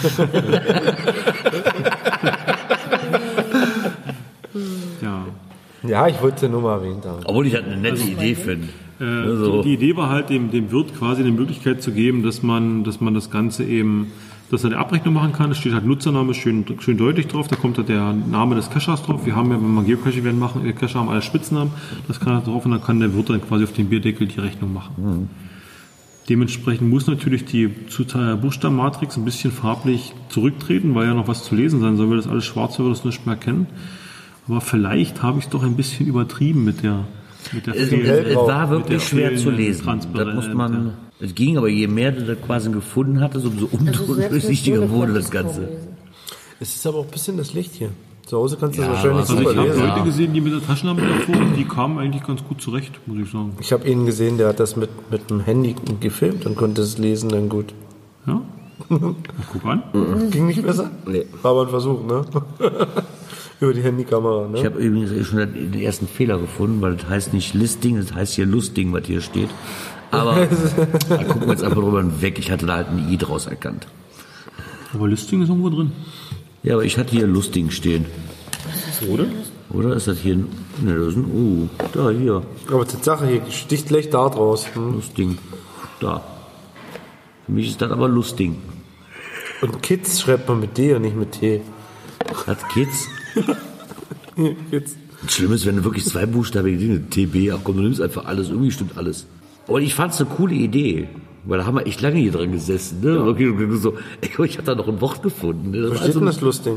Ja. Ja, ich wollte es ja nur mal erwähnt haben. Obwohl ich halt eine nette Idee finde. Äh, Also- die, die Idee war halt, dem, dem Wirt quasi eine Möglichkeit zu geben, dass man, dass man das Ganze eben, dass er eine Abrechnung machen kann. Es steht halt Nutzername schön, schön deutlich drauf. Da kommt halt der Name des Cachers drauf. Wir haben ja, wenn wir Geocaching werden machen, äh, Cacher haben alle Spitznamen. Das kann er drauf und dann kann der Wirt dann quasi auf den Bierdeckel die Rechnung machen. Mhm. Dementsprechend muss natürlich die Zuteil- Buchstabenmatrix ein bisschen farblich zurücktreten, weil ja noch was zu lesen sein soll. Wenn das alles schwarz wäre, würde das nicht mehr erkennen. Aber vielleicht habe ich es doch ein bisschen übertrieben mit der mit der Es, fehlenden- es war mit der wirklich schwer zu fehlenden lesen. Das Transparenz, muss man. Es ging, aber je mehr du das quasi gefunden hattest, umso undurchsichtiger wurde das Ganze. Es ist aber auch ein bisschen das Licht hier. Zu Hause kannst du Ja, das wahrscheinlich also super Ich habe lesen. Leute gesehen, die mit der Taschenlampe davor und die kamen eigentlich ganz gut zurecht, muss ich sagen. Ich habe ihn gesehen, der hat das mit, mit dem Handy gefilmt und konnte es lesen dann gut. Ja? Na, guck an. Ging nicht besser? Nee. War aber ein Versuch, ne? Über die Handykamera, ne? Ich habe übrigens schon den ersten Fehler gefunden, weil das heißt nicht Listing, das heißt hier Lusting, was hier steht. Aber da gucken wir jetzt einfach drüber weg. Ich hatte da halt ein I draus erkannt. Aber Listing ist irgendwo drin. Ja, aber ich hatte hier Lusting stehen. Oder? Oder ist das hier ein. Ne, das ist ein U. Da, hier. Aber Tatsache, hier sticht gleich da draus. Hm? Lusting. Da. Für mich ist das aber Lusting. Und Kids schreibt man mit D und nicht mit T. Hat Kids? Kids. Schlimm ist, wenn du wirklich zwei buchstabige Dinge, T B, ach komm, du nimmst einfach alles, irgendwie stimmt alles. Aber ich fand's eine coole Idee, weil da haben wir echt lange hier dran gesessen, ne? Ja. Okay, so, ey, ich hab da noch ein Wort gefunden. Ne? Wo steht denn das Lusting?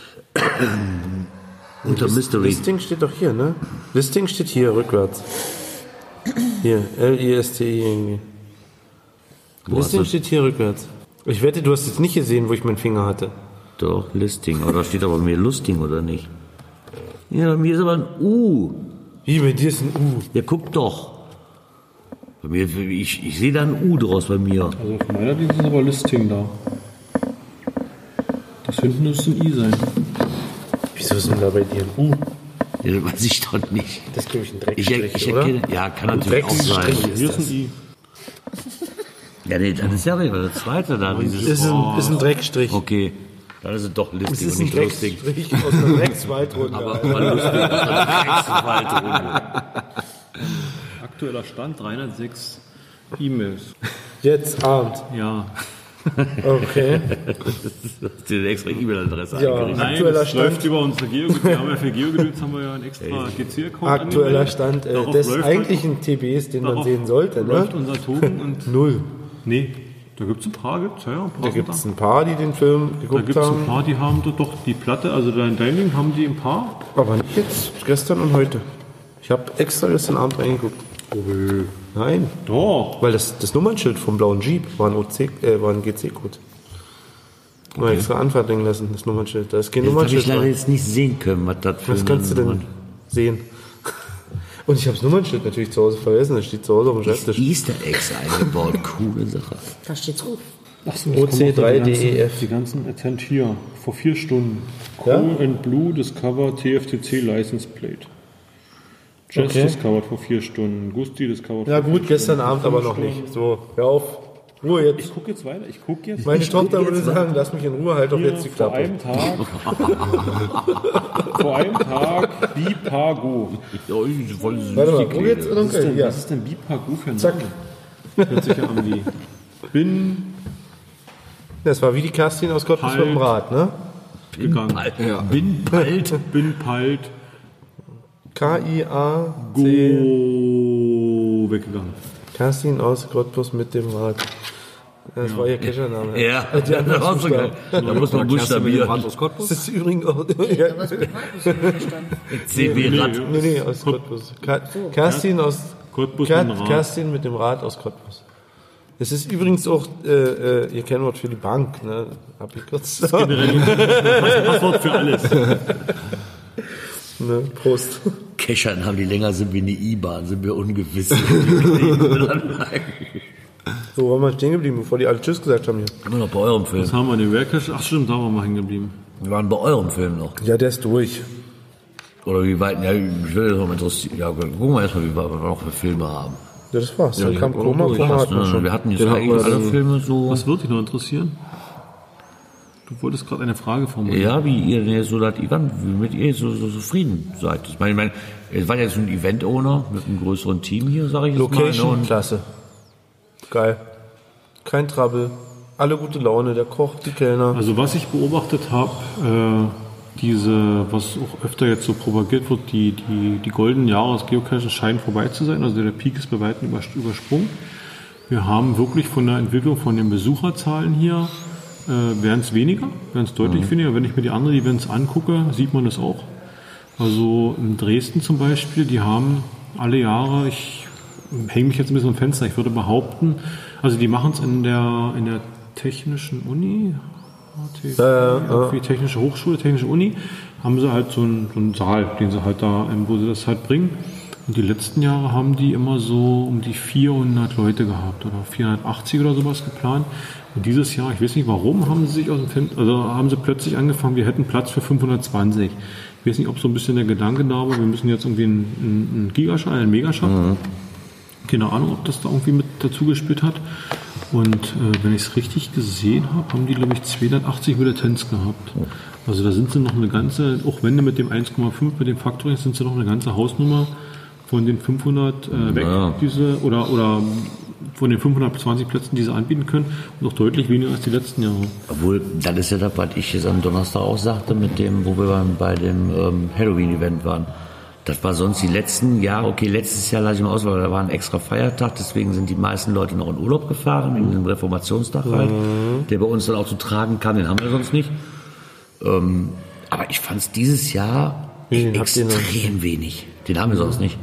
Unter Mystery. Listing steht doch hier, ne? Listing steht hier, rückwärts. Hier, L I S T I irgendwie. Wo Listing hast du- steht hier rückwärts. Ich wette, du hast jetzt nicht gesehen, wo ich meinen Finger hatte. Doch, Listing. Aber da steht aber bei mir Lusting, oder nicht? Ja, bei mir ist aber ein U. Wie, bei dir ist ein U? Ja, guck doch. Bei mir, ich, ich sehe da ein U draus bei mir. Also auf meiner Dienst ist aber Listing da. Das hinten müsste ein I sein. Wieso ist denn da bei dir ein U? Ja, das weiß ich doch nicht. Das ist, glaube ich, ein Ich, Dreckstrich, ich oder? erkenne, ja, kann natürlich auch sein. Dreckstrich Hier ist ist ein das. I. Ja, nee, das ist ja wieder das zweite da. Dieses, Ist ein, ist ein Dreckstrich. okay, dann ist es doch Es Listing ist und ein nicht Lusting. Dreckstrich aus einer Dreckswaldrunde. Aber, aber Lusting aus einer Dreckswaldrunde. Aktueller Stand dreihundertsechs E-Mails. Jetzt Abend. Ja. Okay. Du hast dir eine extra E-Mail-Adresse Ja. eingerichtet. Nein, Aktueller das Stand. läuft über unsere Geo. Wir haben ja für Geogedöns haben wir ja einen extra G C-Account. Aktueller angemeldet. Stand äh, Darauf des läuft eigentlichen T Bs, den man darauf sehen sollte, ne? läuft unser Token und Null. nee, da gibt es ein paar, gibt's ja, ja ein paar Da sind gibt es ein paar, die den Film Da geguckt gibt es ein haben. paar, die haben da doch die Platte, also dein dein Ding haben die ein paar. Aber nicht jetzt, gestern und heute. Ich habe extra gestern Abend reingeguckt. Nein, Doch. weil das, das Nummernschild vom blauen Jeep war ein, O C, äh, war ein G C-Code. Mal extra anfertigen lassen, das Nummernschild. Da ist kein Das habe ich Nummernschild leider dran. jetzt nicht sehen können, was das für Was kannst du denn Nummer- sehen? Und ich habe das Nummernschild natürlich zu Hause vergessen. Das steht zu Hause auf dem Schreibtisch. Easter Eggs eingebaut. Coole Sache. Da steht's drauf. O C drei D E F. Die ganzen Attent hier, vor vier Stunden. Ja? Cool and Blue Discover T F T C License Plate. Jazz Okay. discovered vor vier Stunden. Gusti discovered Ja vor gut, vier gestern Stunden. Abend aber Fünf noch Stunden. nicht. So, hör auf. Ruhe jetzt. Ich gucke jetzt weiter. Ich gucke jetzt. Meine ich Tochter guck würde jetzt sagen, lass mich in Ruhe, halt doch hier jetzt die vor Klappe. einem Tag. vor einem Tag Bipago. Warte mal, wo geht's? Was ist denn, Ja. was ist denn Bipago für ein Zack. Name? Hört sich ja an wie Bin Das war wie die Kerstin aus Cottbus Halt. mit dem Rad, ne? gegangen. Bin bald. Bin bald. K I A C. Go weggegangen. Kerstin aus Cottbus mit dem Rad. Das ja. war ihr Cashername. Ja, die das war so geil. Da muss man buchstabieren. Rad aus Cottbus. Das ist übrigens auch... Ja. C B-Rad. Nee, nee, aus Cottbus. Kerstin aus... Cottbus Kerstin mit dem Rad aus Cottbus. Das ist übrigens auch äh, äh, ihr Kennwort für die Bank, ne? Hab ich kurz. Das ist generell ein Passwort für alles. Ne? Prost. Keschern haben die länger, sind wir eine I-Bahn, sind wir ungewiss. So, waren wir stehen geblieben, bevor die alle Tschüss gesagt haben hier. Immer noch bei eurem Film. Was haben wir denn? Werkcash? Ach stimmt, da waren wir mal hängen geblieben. Wir waren bei eurem Film noch. Ja, der ist durch. Oder wie weit, ja, ich würde das mal interessieren. Ja, gucken wir erstmal, wie wir noch für Filme haben. Ja, das war's. Ja, dann kam Koma, Koma hat man schon. Wir hatten jetzt eigentlich alle Filme so... Was würde dich noch interessieren? Du wolltest gerade eine Frage formulieren. Ja, wie ihr denn jetzt so, dass Ivan, wie mit ihr so, so zufrieden seid. Ich meine, ich meine, ihr wart jetzt ein Event-Owner mit einem größeren Team hier, sage ich jetzt Location, mal. Location, klasse. Geil. Kein Trouble. Alle gute Laune, der Koch, die Kellner. Also was ich beobachtet habe, äh, diese, was auch öfter jetzt so propagiert wird, die, die, die goldenen Jahre des Geocaches scheinen vorbei zu sein. Also der Peak ist bei weitem übersprungen. Wir haben wirklich von der Entwicklung von den Besucherzahlen hier, äh, werden es weniger, werden es deutlich mhm. weniger. Wenn ich mir die anderen Events angucke, sieht man das auch. Also in Dresden zum Beispiel, die haben alle Jahre, ich hänge mich jetzt ein bisschen am Fenster, ich würde behaupten, also die machen es in der, in der Technischen Uni, Äh, irgendwie Technische Hochschule, Technische Uni, haben sie halt so einen, so einen Saal, den sie halt da, wo sie das halt bringen. Und die letzten Jahre haben die immer so um die vierhundert Leute gehabt oder vierhundertachtzig oder sowas geplant. Und dieses Jahr, ich weiß nicht warum, haben sie sich aus dem Fenster, also haben sie plötzlich angefangen, wir hätten Platz für fünfhundertzwanzig. Ich weiß nicht, ob so ein bisschen der Gedanke da war, wir müssen jetzt irgendwie einen, einen Gigaschall, einen Megaschall. Mhm. Keine Ahnung, ob das da irgendwie mit dazu gespielt hat. Und äh, wenn ich es richtig gesehen habe, haben die, glaube ich, zweihundertachtzig Militanz gehabt. Also da sind sie noch eine ganze, auch wenn du mit dem eins Komma fünf, mit dem Factoring, sind sie noch eine ganze Hausnummer von den fünfhundert äh, weg, ja. diese, oder, oder von den fünfhundertzwanzig Plätzen, die sie anbieten können, noch deutlich weniger als die letzten Jahre. Obwohl, das ist ja das, was ich jetzt am Donnerstag auch sagte, mit dem, wo wir bei dem ähm, Halloween-Event waren. Das war sonst die letzten Jahre, okay, letztes Jahr lasse ich mal aus, weil da war ein extra Feiertag, deswegen sind die meisten Leute noch in Urlaub gefahren, wegen dem Reformationstag halt, mhm. der bei uns dann auch zu tragen kann, den haben wir sonst nicht. Ähm, aber ich fand es dieses Jahr den extrem wenig. Den haben wir sonst nicht.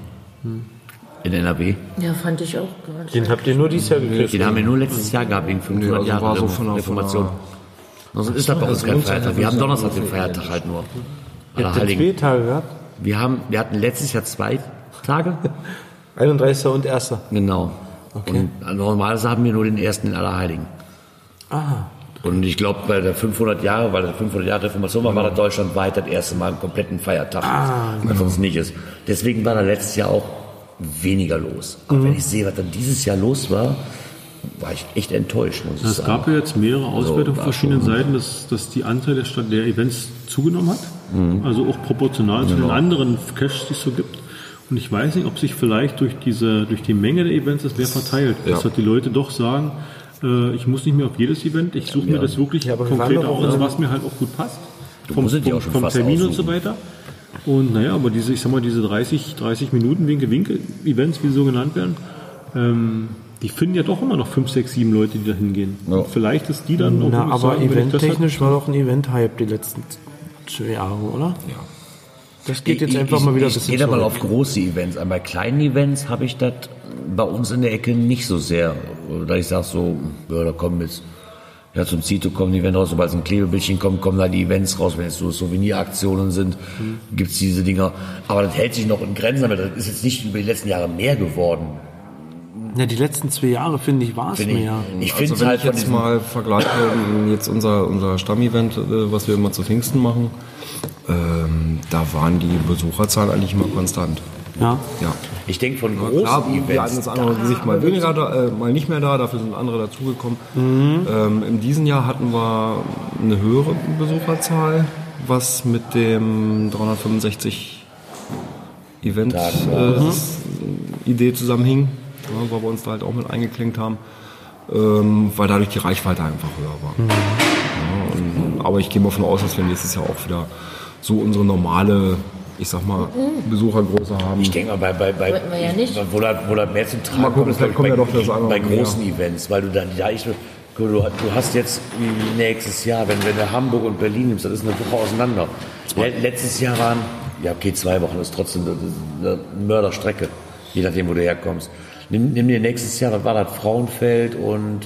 In N R W. Ja, fand ich auch gerade. Den habt ihr nur dieses Jahr gekriegt? Den haben wir nur letztes Jahr gehabt, wegen fünfhundert Jahren war so von Reformation. Sonst ist das bei uns kein Feiertag. Wir haben Donnerstag den Feiertag halt nur. Ihr habt zwei Tage gehabt? Wir, haben, wir hatten letztes Jahr zwei Tage. einunddreißigster und erster Genau. Okay. Und normalerweise haben wir nur den ersten in Allerheiligen. Ah. Und ich glaube, bei der fünfhundert Jahre, weil der fünfhundert Jahre Reformation war, war das deutschlandweit das erste Mal einen kompletten Feiertag. Ah, weil sonst nicht ist. Deswegen war da letztes Jahr auch weniger los. Aber mhm. wenn ich sehe, was dann dieses Jahr los war, war ich echt enttäuscht. Muss ich es sagen. gab ja jetzt mehrere Auswertungen so, auf verschiedenen schon. Seiten, dass, dass die Anzahl der, Stadt, der Events zugenommen hat. Mhm. Also auch proportional genau. zu den anderen Caches, die es so gibt. Und ich weiß nicht, ob sich vielleicht durch, diese, durch die Menge der Events das mehr verteilt. Ja. Dass halt die Leute doch sagen, äh, ich muss nicht mehr auf jedes Event, ich suche ja. mir das wirklich ja, konkret aus, was mir halt auch gut passt. Du vom, vom, vom, vom Termin aussuchen. Und so weiter. Und naja, aber diese, ich sag mal, diese dreißig, dreißig Minuten Winke-Winke-Events, wie sie so genannt werden, ähm, die finden ja doch immer noch fünf, sechs, sieben Leute, die da hingehen. Ja. vielleicht ist die dann... Na, aber eventtechnisch war doch ein Event-Hype die letzten zwei Jahre, oder? Ja. Das geht jetzt ich, einfach ich, mal wieder ein bisschen Ich gehe aber auf große Events. Aber bei kleinen Events habe ich das bei uns in der Ecke nicht so sehr. Da ich sage so, ja, da kommen jetzt... Ja, zum Zito kommen die Events raus, sobald es ein Klebebildchen kommt, kommen da die Events raus. Wenn es so Souveniraktionen sind, mhm. gibt es diese Dinger. Aber das hält sich noch in Grenzen. Aber das ist jetzt nicht über die letzten Jahre mehr geworden. Ja, die letzten zwei Jahre, finde ich, war es find mehr. Ich, ich finde also, wenn halt ich jetzt mal vergleiche, jetzt unser, unser Stammevent, was wir immer zu Pfingsten machen, ähm, da waren die Besucherzahlen eigentlich immer konstant. Ja? Ja. Ich denke von großen klar, Events. Wir hatten das andere Gesicht mal weniger, da, äh, mal nicht mehr da, dafür sind andere dazugekommen. Mhm. Ähm, in diesem Jahr hatten wir eine höhere Besucherzahl, was mit dem dreihundertfünfundsechzig Event äh, mhm. Idee zusammenhing, ja, weil wir uns da halt auch mit eingeklinkt haben, ähm, weil dadurch die Reichweite einfach höher war. Mhm. Ja, und, aber ich gehe mal davon aus, dass wir nächstes Jahr auch wieder so unsere normale ich sag mal, Besuchergröße haben. Ich denke mal, bei, bei, bei Wollten wir ja nicht. wo da, wo da mehr zum Tragen Mal gucken, kommt, ist, vielleicht glaub ich, kommt bei, ja doch das andere bei mehr. großen Events, weil du dann, ja, ich, du, du hast jetzt nächstes Jahr, wenn, wenn du Hamburg und Berlin nimmst, das ist eine Woche auseinander. Letztes Jahr waren, ja okay, zwei Wochen ist trotzdem eine Mörderstrecke, je nachdem, wo du herkommst. Nimm, nimm dir nächstes Jahr, was war das, Frauenfeld und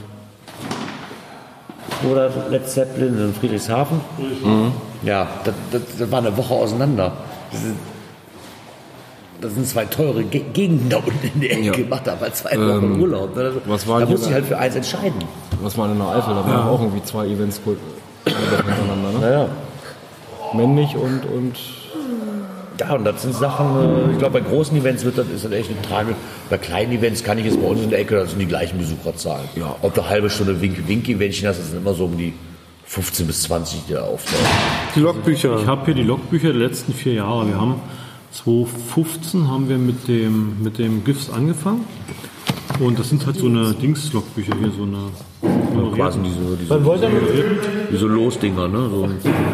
oder Led Zeppelin in Friedrichshafen. Mhm. Ja, das, das, das war eine Woche auseinander. Das, ist, das sind zwei teure Ge- Gegenden da unten in der Ecke. Ja. Macht aber zwei Wochen ähm, Urlaub. Da, was war da musst du halt für eins entscheiden. Was war in der Eifel? Da waren ja auch irgendwie zwei Events hintereinander, ne? Naja. Männlich und, und ja, und das sind Sachen, ich glaube, bei großen Events wird das, ist das echt eine Trage. Bei kleinen Events kann ich jetzt bei uns in der Ecke, das sind die gleichen Besucherzahlen. Ja. Ob du eine halbe Stunde Wink-Wink-Eventchen hast, das sind immer so um die fünfzehn bis zwanzig, die da auftauchen. Die Logbücher. Ich habe hier die Logbücher der letzten vier Jahre. Wir haben zweitausendfünfzehn haben wir mit dem, mit dem GIFs angefangen. Und das sind halt so eine Dings-Logbücher hier, so eine. Ja, quasi diese, diese, diese, diese Losdinger, ne? So.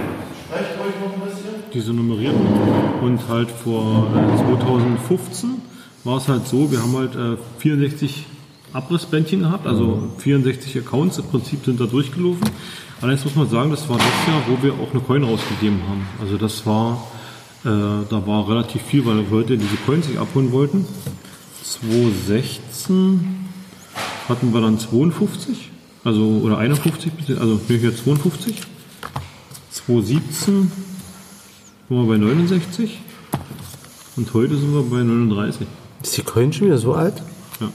Diese nummerierten. Und halt vor äh, zweitausendfünfzehn war es halt so, wir haben halt äh, vierundsechzig Abrissbändchen gehabt, also vierundsechzig Accounts im Prinzip sind da durchgelaufen. Allerdings muss man sagen, das war das Jahr, wo wir auch eine Coin rausgegeben haben. Also das war, äh, da war relativ viel, weil Leute diese Coins sich abholen wollten. zweitausendsechzehn hatten wir dann zweiundfünfzig, also oder einundfünfzig, also hier zweiundfünfzig. zweitausendsiebzehn waren wir bei neunundsechzig und heute sind wir bei neununddreißig. Ist die Coin schon wieder so alt? Ja.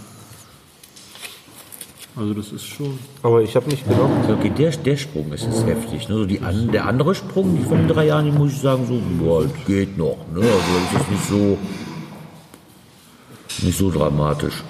Also das ist schon... Aber ich habe nicht gedacht. Okay, der, der Sprung ist jetzt heftig. Ne? So die an, der andere Sprung, die von den drei Jahren, die muss ich sagen, so, boah, das geht noch. Ne? Also das ist nicht so, nicht so dramatisch.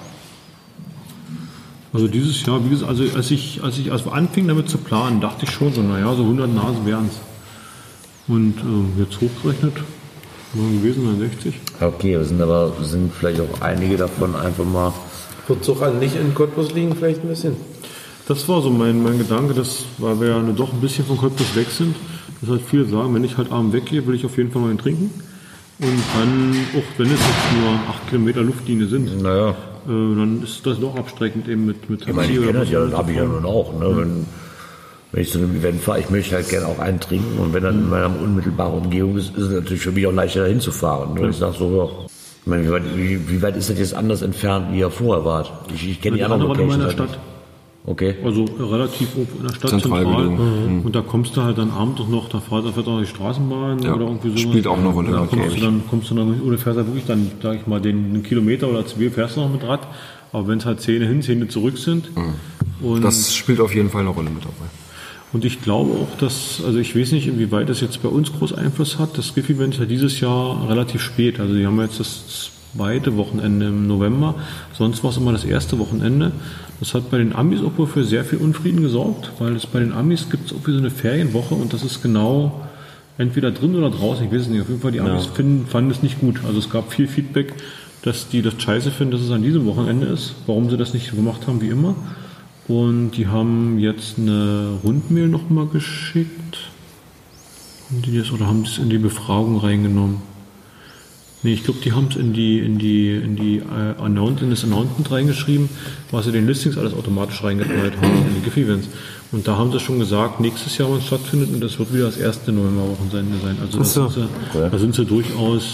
Also dieses Jahr, wie gesagt, also als ich, als ich als wir anfingen damit zu planen, dachte ich schon so, naja, so hundert Nasen wären es. Und äh, jetzt hochgerechnet, waren gewesen neunundsechzig. Okay, das sind aber sind vielleicht auch einige davon einfach mal... Wird Zug an nicht in Cottbus liegen, vielleicht ein bisschen? Das war so mein, mein Gedanke, dass, weil wir ja doch ein bisschen von Cottbus weg sind, dass halt viele sagen, wenn ich halt abends weggehe, will ich auf jeden Fall mal einen trinken. Und dann, auch wenn es jetzt nur acht Kilometer Luftlinie sind, naja. äh, dann ist das doch abstreckend eben mit, mit Taxi. Ich meine, ich kenne das ja, das habe ich ja nun auch. Ne? Wenn, wenn ich zu einem Event fahre, ich möchte halt gerne auch einen trinken und wenn dann in meiner unmittelbaren Umgebung ist, ist es natürlich für mich auch leichter dahin zu fahren. Ne? Ich sage so, ja. Ich meine, wie weit, wie, wie weit ist das jetzt anders entfernt, wie ihr vorher wart? Ich, ich kenne die anderen Locations. In der Stadt. Okay. Also relativ in der Stadt zentral. zentral. Mhm. Und da kommst du halt dann abends noch, da fährt, da fährt auch die Straßenbahn ja, oder irgendwie sowas. Spielt auch eine Rolle. Da okay. kommst du dann, kommst du dann, oder fährst du wirklich dann, sag ich mal, den einen Kilometer oder zwei fährst du noch mit Rad. Aber wenn es halt Zähne hin, Zähne zurück sind. Mhm. Und das spielt auf jeden Fall eine Rolle mit dabei. Und ich glaube auch, dass, also ich weiß nicht, inwieweit das jetzt bei uns groß Einfluss hat. Das Skiff-Event ist ja dieses Jahr relativ spät. Also die haben jetzt das zweite Wochenende im November. Sonst war es immer das erste Wochenende. Das hat bei den Amis auch wohl für sehr viel Unfrieden gesorgt, weil es bei den Amis gibt es auch wie so eine Ferienwoche und das ist genau entweder drin oder draußen. Ich weiß es nicht. Auf jeden Fall, die Amis ja. finden, fanden es nicht gut. Also es gab viel Feedback, dass die das scheiße finden, dass es an diesem Wochenende ist. Warum sie das nicht so gemacht haben wie immer. Und die haben jetzt eine Rundmail nochmal geschickt. Haben die das, oder haben sie es in die Befragung reingenommen? Nee, ich glaube, die haben es in die, in die, in die äh, Announce, in das Announcement reingeschrieben, was sie den Listings alles automatisch reingeknallt haben, in die GIF-Events. Und da haben sie schon gesagt, nächstes Jahr, wenn es stattfindet, und das wird wieder das erste Novemberwochenende sein. Also das so. sind sie, okay. da sind sie durchaus,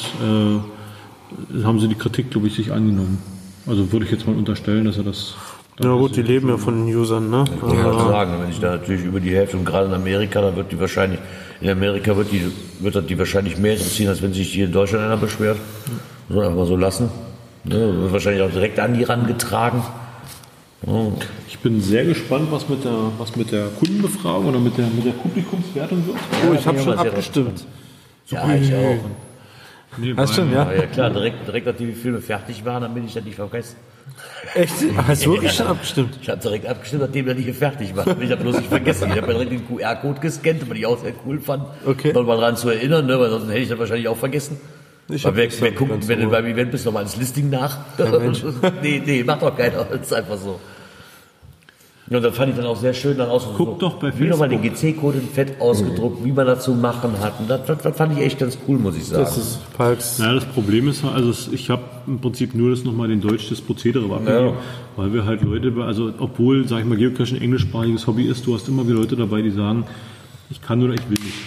äh, haben sie die Kritik, glaube ich, sich angenommen. Also würde ich jetzt mal unterstellen, dass er das... Ja gut, die leben ja von den Usern, ne? Ich wollte gerade sagen, wenn ich da natürlich über die Hälfte, und gerade in Amerika, da wird die wahrscheinlich, in Amerika wird die, wird das die wahrscheinlich mehr interessieren, als wenn sich hier in Deutschland einer beschwert. Muss man einfach mal so lassen. Ja, wird wahrscheinlich auch direkt an die rangetragen. Ja. Ich bin sehr gespannt, was mit der, was mit der Kundenbefragung oder mit der, mit der Publikumswertung wird. Oh, ich habe schon abgestimmt. Ja, ich auch. Nee, Hast schon, ja? Ja klar, direkt, direkt nachdem die Filme fertig waren, damit ich das nicht vergesse. Echt? Hast du wirklich schon abgestimmt? Ich habe direkt abgestimmt, nachdem er nicht fertig war. Ich habe bloß nicht vergessen. Ich habe direkt den Q R-Code gescannt, weil ich auch sehr cool fand. Okay. Noch mal dran zu erinnern, ne, weil sonst hätte ich das wahrscheinlich auch vergessen. Ich weil wer, wer guckt, wenn du beim Event bist, nochmal ins Listing nach? Ja, nee, nee, macht doch keiner. Das ist einfach so. Ja, das fand ich dann auch sehr schön dann aus. Guck so, doch bei wie nochmal den Facebook. G C-Code in Fett ausgedruckt, wie man das zu machen hat. Und das, das, das fand ich echt ganz cool, muss ich sagen. Das ist Palks. Naja, das Problem ist, also es- ich habe im Prinzip nur das nochmal den Deutsch das Prozedere abgegeben, Ja. weil wir halt Leute, also obwohl, sag ich mal, Geocaching ein englischsprachiges Hobby ist, du hast immer wieder Leute dabei, die sagen, ich kann oder ich will nicht.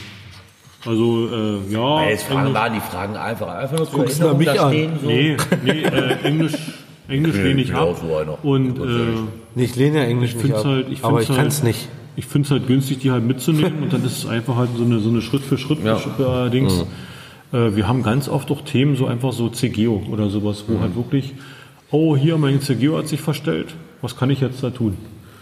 Also, äh, ja. Weil jetzt fragen Englisch- waren die Fragen einfach, einfach nur zur Guckst du Erinnerung da mich da an? stehen. So. Nee, nee, äh, Englisch, Englisch Nee, lehne ich ich ab. auch so einer. Und äh, Nee, ich lehne ja Englisch ich nicht finde ab, es halt, ich aber find's ich kann es halt, nicht. Ich finde es halt günstig, die halt mitzunehmen und dann ist es einfach halt so eine, so eine Schritt für Schritt Ja. äh, Dings. Äh, wir haben ganz oft auch Themen, so einfach so C G O oder sowas, wo halt wirklich, oh, hier, mein C G O hat sich verstellt, was kann ich jetzt da tun?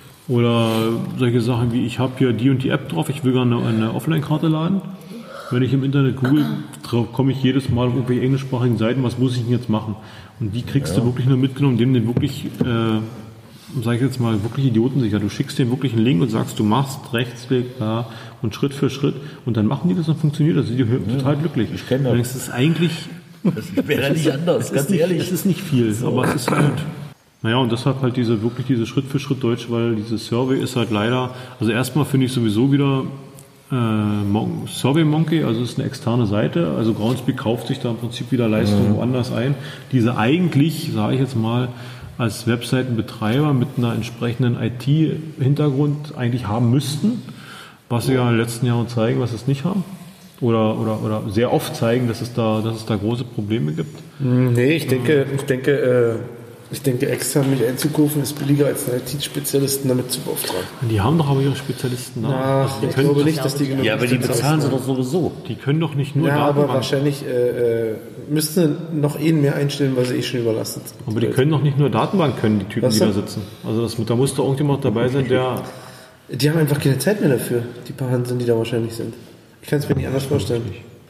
Oder solche Sachen wie, ich habe hier die und die App drauf, ich will gerne eine, eine Offline-Karte laden. Wenn ich im Internet google, drauf komme ich jedes Mal auf irgendwelche englischsprachigen Seiten, was muss ich denn jetzt machen? Und die kriegst du wirklich nur mitgenommen, indem du wirklich, äh, sag ich jetzt mal, wirklich idiotensicher. Du schickst denen wirklich einen Link und sagst, du machst Rechtsklick da und Schritt für Schritt und dann machen die das und funktioniert das. Die sind total glücklich. Ich kenn das. Und das ist eigentlich, Das wäre ja nicht anders, es ganz ist nicht, ehrlich. es ist nicht viel, aber es ist halt. Naja, und deshalb halt diese wirklich diese Schritt für Schritt Deutsch, weil dieses Survey ist halt leider, also erstmal finde ich sowieso wieder äh, Mon- Survey Monkey, also es ist eine externe Seite, also Groundspeak kauft sich da im Prinzip wieder Leistung woanders ein, diese eigentlich, sage ich jetzt mal, als Webseitenbetreiber mit einer entsprechenden I T-Hintergrund eigentlich haben müssten, was sie ja in den letzten Jahren zeigen, was sie es nicht haben. Oder, oder, oder sehr oft zeigen, dass es da, dass es da große Probleme gibt. Nee, ich denke, ich denke, äh, ich denke, extern mich einzukaufen ist billiger als einen I T-Spezialisten damit zu beauftragen. Die haben doch aber ihre Spezialisten da. Ja, Also die ich können glaube doch- nicht, dass die genug Ja, aber die Spezialisten bezahlen sie haben. doch sowieso. Die können doch nicht nur Ja, aber Datenbank. wahrscheinlich äh, äh, müssten noch eh mehr einstellen, weil sie eh schon überlastet sind. Aber die können doch nicht nur Datenbank können, die Typen, Was die da denn? sitzen. Also das, da muss doch irgendjemand dabei sein, der... Die haben einfach keine Zeit mehr dafür, die paar Hanseln, die da wahrscheinlich sind. Ich kann es mir nicht anders vorstellen.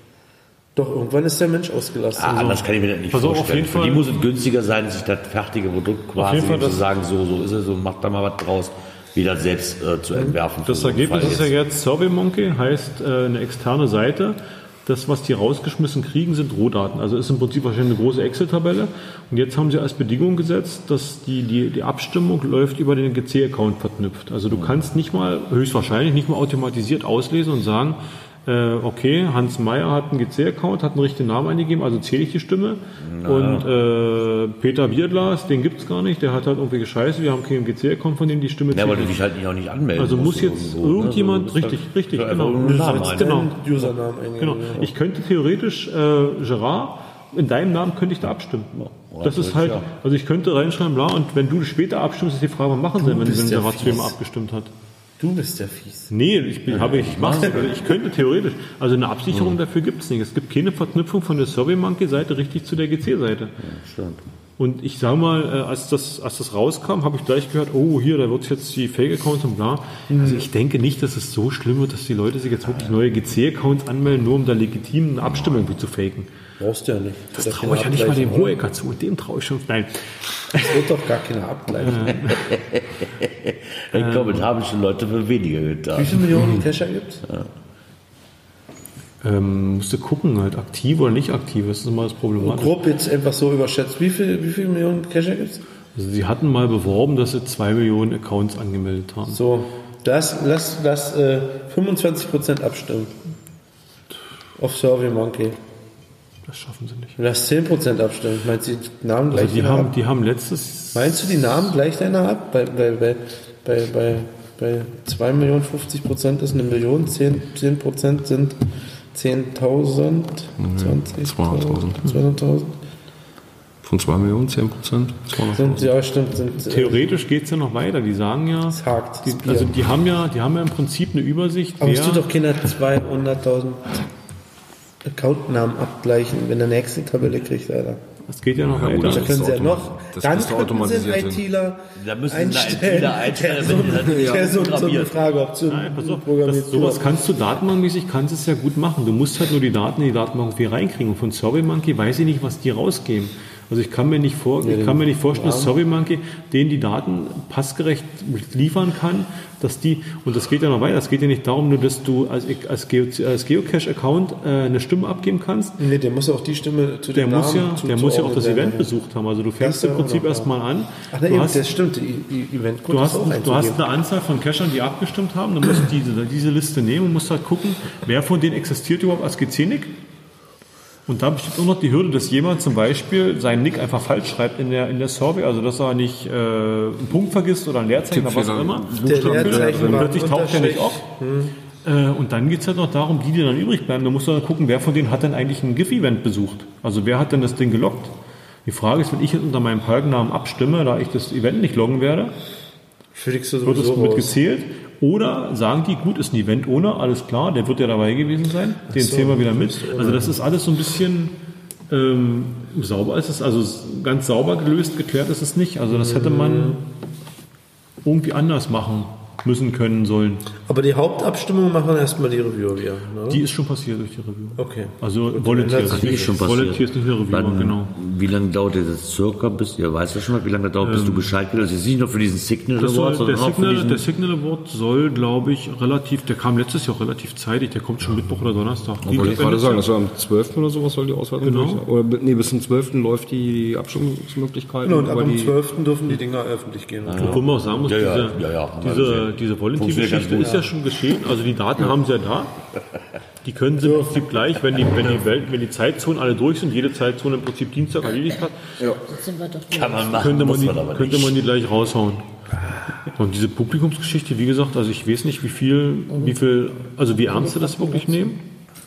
Doch, irgendwann ist der Mensch ausgelastet. Ah, anders kann ich mir das nicht Pass auf, auf vorstellen. jeden Für die Fall- muss es günstiger sein, sich das fertige Produkt quasi jeden Fall zu das- sagen, so, so ist es und macht da mal was draus, wie das selbst äh, zu entwerfen. Das für so einen Ergebnis Fall ist ja jetzt, SurveyMonkey heißt äh, eine externe Seite. Das, was die rausgeschmissen kriegen, sind Rohdaten. Also ist im Prinzip wahrscheinlich eine große Excel-Tabelle. Und jetzt haben sie als Bedingung gesetzt, dass die, die, die Abstimmung läuft über den G C-Account verknüpft. Also du kannst nicht mal, höchstwahrscheinlich nicht mal automatisiert auslesen und sagen, äh, okay, Hans Meyer hat einen G C-Account, hat einen richtigen Namen eingegeben, also zähle ich die Stimme. Und äh, Peter Bierglas, den gibt's gar nicht, der hat halt irgendwelche Scheiße, wir haben keinen G C-Account, von dem die Stimme Ja, zählt. weil du dich halt nicht auch nicht anmelden Also muss musst jetzt irgendwo, ne? irgendjemand, Also, du musst richtig, halt richtig, einfach genau. irgendeinen Namen sollst ein. Genau. deinen Usernamen eingeben. Genau. Ja. Ich könnte theoretisch, äh, Gerard, in deinem Namen könnte ich da abstimmen. Das ist halt, ja. also ich könnte reinschreiben, bla, und wenn du später abstimmst, ist die Frage, was machen sie, wenn, bist wenn ja Gerard zu jemandem fies. abgestimmt hat. Du bist der Fies. Nee, ich, bin, habe, ich mach's, also ich könnte theoretisch. Also eine Absicherung dafür gibt es nicht. Es gibt keine Verknüpfung von der SurveyMonkey-Seite richtig zu der G C-Seite. Stimmt. Und ich sage mal, äh, als das, als das rauskam, habe ich gleich gehört, oh, hier, da wird es jetzt die Fake-Accounts und bla. Also ich denke nicht, dass es so schlimm wird, dass die Leute sich jetzt wirklich neue G C-Accounts anmelden, nur um da legitim eine Abstimmung irgendwie zu faken. Brauchst du ja nicht. Das ist traue ich ja nicht mal dem Abgleich, Hohecker zu. Und dem traue ich schon. Nein. Das wird doch gar keiner abgleichen. Ich glaube, das haben schon Leute für weniger getan. Wie viele Millionen Cacher gibt es? Ähm, musst du gucken, halt aktiv oder nicht aktiv. Das ist immer das Problematische. Grob jetzt einfach so überschätzt. Wie, viel, wie viele Millionen Cacher gibt es? Also sie hatten mal beworben, dass sie zwei Millionen Accounts angemeldet haben. So, das, lass, lass äh, fünfundzwanzig Prozent abstimmen. Auf SurveyMonkey. Das schaffen sie nicht. Lass zehn Prozent abstimmen. Meinst du, die Namen Also gleich die deiner haben, ab? die haben letztes... Meinst du, die Namen gleich deiner ab? Bei, bei, bei, bei, bei, bei zwei Millionen fünfzig Prozent ist eine Million, zehn Prozent sind zehntausend, zwanzig, zweihunderttausend. zweihunderttausend. Von zwei Millionen, zehn Prozent? Sind, ja, stimmt. Sind, äh, Theoretisch geht es ja noch weiter. Die sagen ja... es hakt. Die, also die haben ja, die haben ja im Prinzip eine Übersicht, Aber es wer... tut doch keiner zweihunderttausend Accountnamen abgleichen, wenn der nächste Tabelle kriegt, Alter. Das geht ja noch Ja, weiter. gut, Da das können ist sie ja automat- noch. das Dann müsste könnten sie automatisiert einen sein. ITler Da müssen sie einen einstellen, ITler einstellen, der so, wenn die das nicht der so, so eine programmiert. Frageoption Nein, pass auf, programmiert. das, sowas kannst du datenbankmäßig, kannst es ja gut machen. Du musst halt nur die Daten in die Datenbank irgendwie reinkriegen. Und von SurveyMonkey weiß ich nicht, was die rausgeben. Also ich kann mir nicht, vor, ich kann mir nicht vorstellen, dass SurveyMonkey denen die Daten passgerecht liefern kann, dass die, und das geht ja noch weiter, es geht ja nicht darum, nur dass du als, als, Geo, als Geocache-Account äh, eine Stimme abgeben kannst. Nee, der muss auch die Stimme zu der dem muss Namen ja, Der muss ja auch das werden. Event besucht haben. Also du fängst im Prinzip erstmal an. Ach nee, du hast, das stimmt, die, die Event du hast, du hast eine Anzahl von Cachern, die abgestimmt haben, du musst diese, diese Liste nehmen und musst halt gucken, wer von denen existiert überhaupt als G C-Nick. Und da besteht auch noch die Hürde, dass jemand zum Beispiel seinen Nick einfach falsch schreibt in der, in der Survey, also dass er nicht äh, einen Punkt vergisst oder ein Leerzeichen oder was auch immer. Der Leerzeichen war plötzlich taucht er nicht auf. Hm. Äh, und dann geht es halt noch darum, die, die dann übrig bleiben, da musst du dann gucken, wer von denen hat denn eigentlich ein GIF-Event besucht. Also wer hat denn das Ding geloggt? Die Frage ist, wenn ich jetzt unter meinem Palkennamen abstimme, da ich das Event nicht loggen werde, wird es mit gezählt? Oder sagen die, gut, ist ein Event ohne, alles klar, der wird ja dabei gewesen sein, den so, zählen wir wieder mit. Also das ist alles so ein bisschen ähm, sauber, ist es, also ganz sauber gelöst, geklärt ist es nicht. Also das hätte man irgendwie anders machen müssen, können, sollen. Aber die Hauptabstimmung machen erstmal die Reviewer wieder, ne? Die ist schon passiert durch die Review. Okay. Also Volunteers ist nicht schon passiert. Volunteers nicht mehr Reviewer, Wann, genau. Wie lange dauert das circa, bis, ihr weißt ja schon mal, wie lange das dauert, bis ähm, du Bescheid kriegst? Das ist nicht nur für diesen Signal das Award, soll, der, sondern auch Signal, für diesen... der Signal Award soll, glaube ich, relativ, der kam letztes Jahr auch relativ zeitig, der kommt schon Mittwoch oder Donnerstag. Ich wollte gerade sagen, das war am zwölften oder sowas soll die Auswertung genau. durch. Oder nee, bis zum zwölften läuft die Abstimmungsmöglichkeit. Genau, und ab am zwölften dürfen die Dinger öffentlich gehen. Ja. Obwohl man auch sagen muss, ja, diese, ja, ja, diese, diese Volunteer-Geschichte ist ja schon geschehen, also die Daten haben sie ja da. Die können sie im Prinzip gleich, wenn die, wenn die, Welt, wenn die Zeitzonen alle durch sind, jede Zeitzone im Prinzip Dienstag erledigt hat, ja. sind wir doch kann man machen, könnte, man die, man könnte man die gleich raushauen. Und diese Publikumsgeschichte, wie gesagt, also ich weiß nicht, wie viel, wie viel, also wie ernst sie das wirklich nehmen.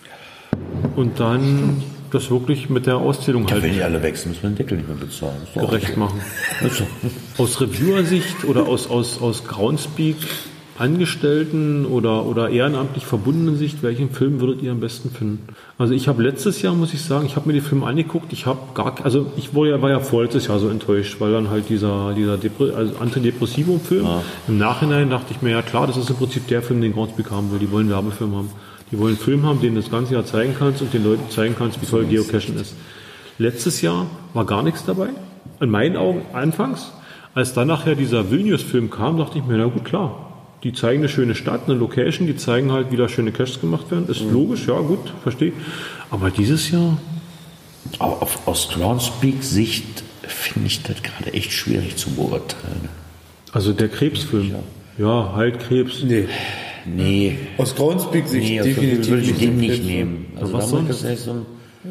Und dann das wirklich mit der Auszählung ja, halt. Wenn die alle wechseln, müssen wir den Deckel nicht mehr bezahlen. Gerecht machen. Also, aus Reviewer-Sicht oder aus, aus, aus Groundspeak Angestellten oder, oder ehrenamtlich verbundenen Sicht, welchen Film würdet ihr am besten finden? Also ich habe letztes Jahr, muss ich sagen, ich habe mir die Filme angeguckt, ich habe gar, also ich war ja, war ja vorletztes Jahr so enttäuscht, weil dann halt dieser, dieser Depre, also Antidepressivum-Film, ja. Im Nachhinein dachte ich mir, ja klar, das ist im Prinzip der Film, den Groundspeak haben will, die wollen einen Werbefilm haben. Die wollen einen Film haben, den du das ganze Jahr zeigen kannst und den Leuten zeigen kannst, wie toll Geocachen ist. Letztes Jahr war gar nichts dabei, in meinen Augen anfangs. Als dann nachher dieser Vilnius-Film kam, dachte ich mir, na gut, klar. Die zeigen eine schöne Stadt, eine Location, die zeigen halt, wie da schöne Caches gemacht werden. Ist mhm. logisch, ja gut, verstehe. Aber dieses Jahr... Aber auf, aus Groundspeak-Sicht finde ich das gerade echt schwierig zu beurteilen. Also der Krebsfilm. Ja, ja halt Krebs. Nee. Nee. Aus Groundspeak-Sicht nee, definitiv würde ich den nicht Krebs nehmen. Also was da, sonst? Das so ein,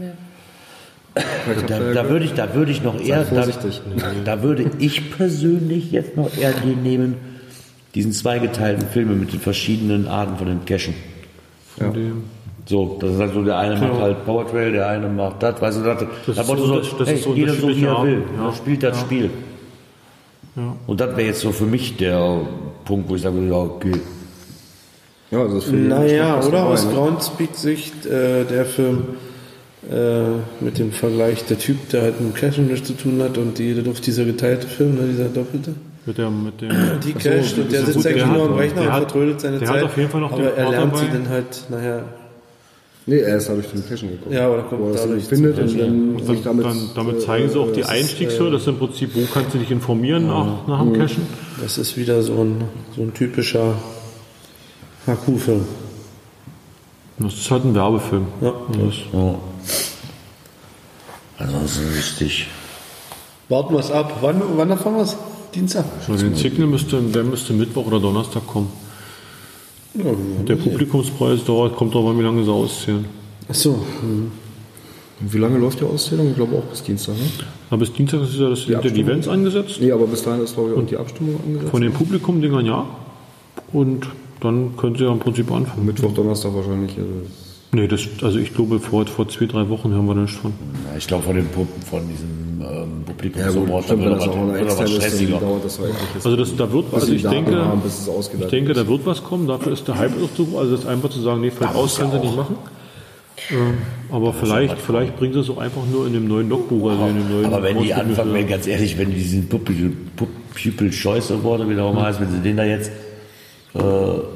also da, da würde ich, da würde ich noch eher, da, da würde ich persönlich jetzt noch eher den nehmen, diesen zweigeteilten Filme mit den verschiedenen Arten von den Cachen. Ja. So, das ist halt so, der eine macht halt Power Trail, der eine macht das, weißt du, das, das da ist so, so, das, das hey, ist so jeder so wie er will, ja. er spielt das ja. Spiel. Ja. Und das wäre jetzt so für mich der Punkt, wo ich sage, ja, okay. Ja, also das naja, oder aus ne? Groundspeak-Sicht äh, der Film äh, mit dem Vergleich, der Typ, der halt mit dem Cachen nichts zu tun hat und die, auf dieser geteilte Film, ne, dieser doppelte. Mit der, mit dem, die Cache, so, der sitzt eigentlich nur am Rechner und vertrödelt seine der Zeit. Hat auf jeden Fall noch aber den er lernt dabei. sie dann halt nachher. Nee, er ist dadurch den Cachen gekommen. Ja, oder kommt dadurch findet und dann, und dann, damit, dann damit zeigen sie auch die Einstiegshürde. Das ist im Prinzip, wo kannst du dich informieren ja. nach, nach dem Cachen. Das ist wieder so ein, so ein typischer H Q-Film. Das ist halt ein Werbefilm. Ja. Oh. Ansonsten wichtig. Warten wir es ab. Wann, wann erfahren wir es? Dienstag? Also den Signal müsste, der müsste Mittwoch oder Donnerstag kommen. Ja, der Publikumspreis dauert, kommt drauf an, wie lange sie auszählen. Ach so. Mhm. Wie lange läuft die Auszählung? Ich glaube auch bis Dienstag, ne? Na, bis Dienstag ist ja das die, die Events angesetzt. Nee, aber bis dahin ist, glaube ich, auch die Abstimmung angesetzt. Von den Publikum-Dingern ja. Und dann können sie ja im Prinzip anfangen. Mittwoch, Donnerstag wahrscheinlich. Also nee, das, also ich glaube, vor, vor zwei, drei Wochen hören wir nichts von. Ja, ich glaube, von, den, von diesem ähm, Publikum ja, so gut, stimmt, wenn das auch eine externe stressiger. Ist, dauert das halt also das, da wird, also ich denke, haben, ich denke, da wird was kommen. Dafür ist der Hype auch so, also das ist einfach zu sagen, nee, fällt aus, können sie nicht machen. Ähm, aber vielleicht, vielleicht bringen sie es auch einfach nur in dem neuen Logbuch. Also in dem neuen aber wenn die anfangen, wenn, ganz ehrlich, wenn die diesen Pupil Choice Award, wie der auch mal heißt, wenn sie den da jetzt äh,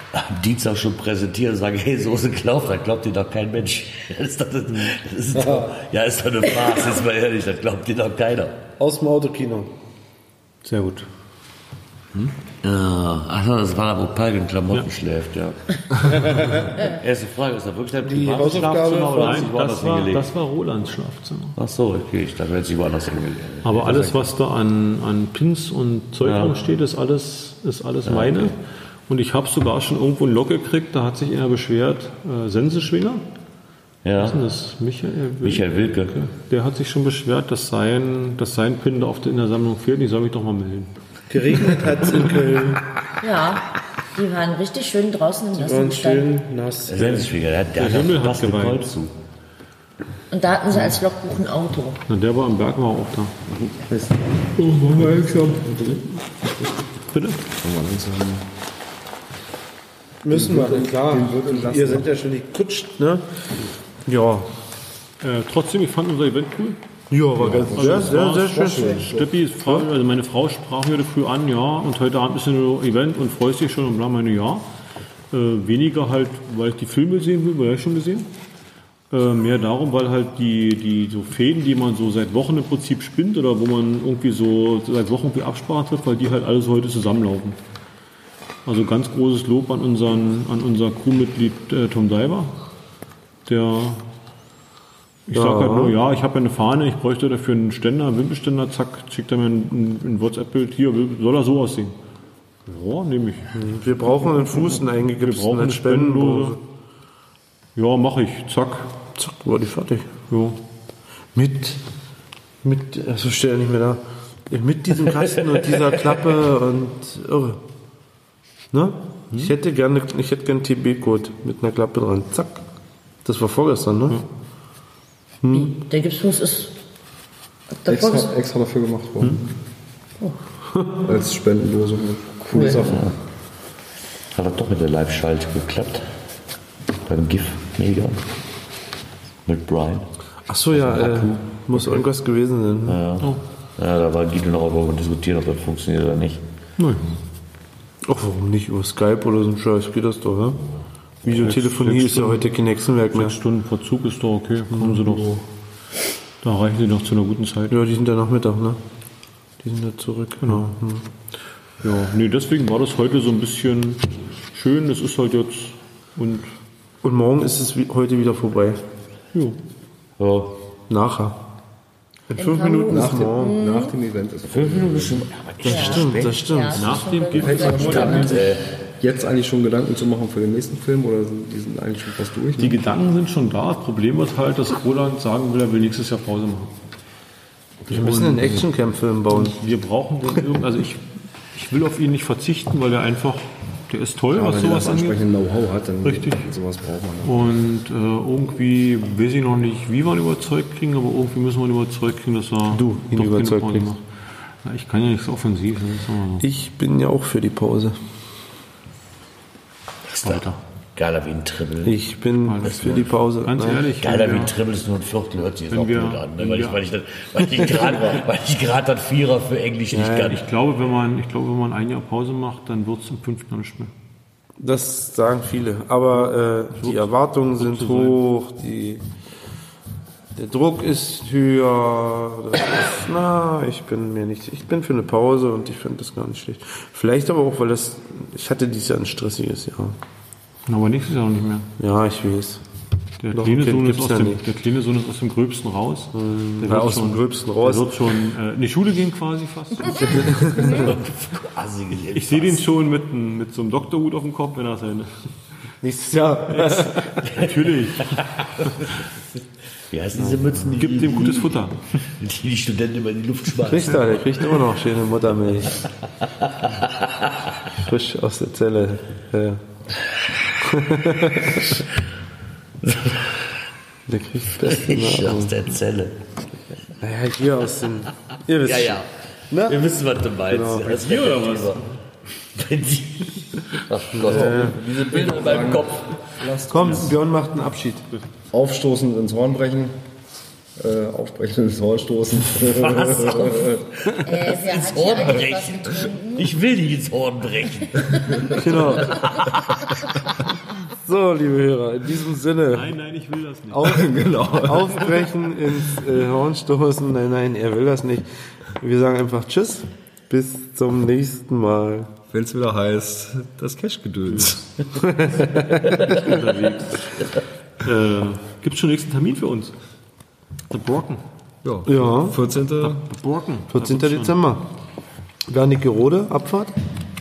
am Dienstag schon präsentieren und sagen, hey, so ist ein Klauf, da glaubt dir doch kein Mensch. Das ist doch, das ist doch, ja, ist doch eine Farce, ist mal ehrlich, das glaubt dir doch keiner. Aus dem Autokino. Sehr gut. Hm? Ja, achso, das war da, wo Palk in Klamotten ja. schläft, ja. Erste Frage, ist da wirklich dein privates Schlafzimmer oder nein, das, das, war, das war Rolands Schlafzimmer. Ach so, okay, ich dachte, sie woanders hingelegt. Aber alles, was da an, an Pins und Zeug ja. rumsteht, ist alles, ist alles ja, meine. Okay. Und ich habe sogar schon irgendwo ein Log gekriegt, da hat sich einer beschwert, äh, Sensenschwinger. Ja. Was ist denn das? Michael Wilke. Michael Wilke. Der hat sich schon beschwert, dass sein, dass sein Pin da oft in der Sammlung fehlt. Ich soll mich doch mal melden. Geregnet hat es in Köln. Ja, die waren richtig schön draußen im Nassen schön nass. Der Sensenschwinger, der, der, der Himmel hat hat geweint. Zu. Und da hatten sie als Logbuch ein Auto. Na, der war am Berg, war auch da. Oh, machen wir langsam. Bitte? Müssen wir, denn klar. Ihr seid ja schon gekutscht, ne? Ja. Äh, trotzdem, ich fand unser Event cool. Ja, war ganz also sehr, sehr, sehr, sehr schön. Steppi, Frau, also meine Frau sprach mir früh an, ja, und heute Abend ist ein Event und freust dich schon und bla, meine ja. Äh, weniger halt, weil ich die Filme sehen will, weil ich schon gesehen. Äh, mehr darum, weil halt die, die so Fäden, die man so seit Wochen im Prinzip spinnt oder wo man irgendwie so seit Wochen irgendwie Absprache trifft, weil die halt alles heute zusammenlaufen. Also ganz großes Lob an unseren, an unser Crewmitglied äh, Tom Diver, der Ich ja. sage halt nur, ja, ich habe ja eine Fahne, ich bräuchte dafür einen Ständer, einen Wimpelständer, zack, schickt er mir ein, ein WhatsApp-Bild, hier, soll er so aussehen? Ja, nehme ich. Wir brauchen einen Fuß, einen eingegipsten, Wir brauchen eine Spendenlose. Ja, mache ich, zack. Zack, war die fertig. Ja. Mit, mit, also steht ja nicht mehr da, mit diesem Kasten und dieser Klappe und irre. Ne? Hm? Ich hätte gerne, ich hätte gerne einen T B-Code mit einer Klappe dran, zack. Das war vorgestern, ne? Ja. Hm. Der Gipsfuß ist extra, extra dafür gemacht worden. Hm? Oh. Als Spendenlose. Coole cool. Sache. Hat das doch mit der Live-Schalte geklappt. Beim GIF mega. Mit Brian. Ach so, ja, äh, muss irgendwas gewesen sein. Ja, ja. Oh. Ja, da war Guido noch darüber diskutieren, ob das funktioniert oder nicht. Nein. Ach, warum nicht? Über Skype oder so ein Scheiß geht das doch, ja? Videotelefonie ist ja heute kein Hexenwerk mehr. Sechs Stunden Verzug ist doch okay. Kommen Sie doch. Da reichen Sie doch zu einer guten Zeit. Ja, die sind ja Nachmittag, ne? Die sind ja zurück. Genau. Hm. Ja, nee, deswegen war das heute so ein bisschen schön. Es ist halt jetzt und und morgen ist es wie, heute wieder vorbei. Jo. Ja. Nachher. In fünf Minuten nach ist morgen. Dem, nach dem Event ist fünf Minuten ist schon. Das ja. stimmt, das stimmt. Ja, nach dem gibt es jetzt eigentlich schon Gedanken zu machen für den nächsten Film oder sind, die sind eigentlich schon fast durch? Die Gedanken sind schon da. Das Problem ist halt, dass Roland sagen will, er will nächstes Jahr Pause machen. Wir müssen einen Actioncamp-Film bauen. Wir brauchen den irgendwie, also ich, ich will auf ihn nicht verzichten, weil er einfach, der ist toll, ja, was wenn sowas er das entsprechende Know-how hat, dann richtig. Sowas braucht man. Ja. Und äh, irgendwie weiß ich noch nicht, wie wir ihn überzeugt kriegen, aber irgendwie müssen wir ihn überzeugt kriegen, dass er du ihn überzeugt kriegst. Ja, ich kann ja nichts offensiv. So. Ich bin ja auch für die Pause. Weiter. Geiler wie ein Triple. Ich bin Alles für die Pause. Ganz Nein. ehrlich. Geiler wie ein Triple ist nur ein Viertel, hört sich jetzt auch wir, blöd an. Ne? Weil, ich, weil ich, weil ich gerade weil ich gerade das Vierer für Englisch nicht ja, kann. Ich glaube, wenn man, ich glaube, wenn man ein Jahr Pause macht, dann wird es im fünften Jahr nicht mehr. Das sagen viele. Aber äh, die Erwartungen sind hoch, die, der Druck ist höher. Das ist, na, ich bin mir nicht, ich bin für eine Pause und ich finde das gar nicht schlecht. Vielleicht aber auch, weil das, ich hatte dieses Jahr ein stressiges Jahr. Aber nächstes Jahr noch nicht mehr. Ja, ich weiß. Der kleine, Sohn ist aus dem, der kleine Sohn ist aus dem Gröbsten raus. Mhm. Der ja, wird aus schon, dem Gröbsten raus. Der wird schon äh, in die Schule gehen quasi fast. Ich sehe den schon mit, mit so einem Doktorhut auf dem Kopf, wenn er seine... Nächstes Jahr. Natürlich. Wie heißen diese Mützen? Die, Gibt dem gutes Futter. Die die Studenten immer in die Luft schmeißen. Kriegt er, der kriegt immer noch schöne Muttermilch. Frisch aus der Zelle. Ja. Der kriegt das Beste aus der Zelle. Naja, hier aus dem... Ihr wisst ja, ja. Ne? Wir wissen, was du meinst. Genau. Das ist hier oder was? Ach Gott, äh, diese Bilder in meinem Kopf. Komm, Björn macht einen Abschied. Aufstoßen, ins Horn brechen. Äh, aufbrechen, ins Horn stoßen. Was? Äh, wer Ins hat Horn hier eigentlich was brechen. getrunken? Ich will nicht ins Horn brechen. Genau. So, liebe Hörer, in diesem Sinne. Nein, nein, ich will das nicht. Auf, Genau. Aufbrechen, ins äh, Horn stoßen. Nein, nein, er will das nicht. Wir sagen einfach Tschüss. Bis zum nächsten Mal. Wenn es wieder heißt, das Cash-Gedöns. Unterwegs. Äh, Gibt es schon nächsten Termin für uns? The Brocken. Ja. Ja. vierzehnten The Brocken. vierzehnten Dezember. Wernigerode, Abfahrt.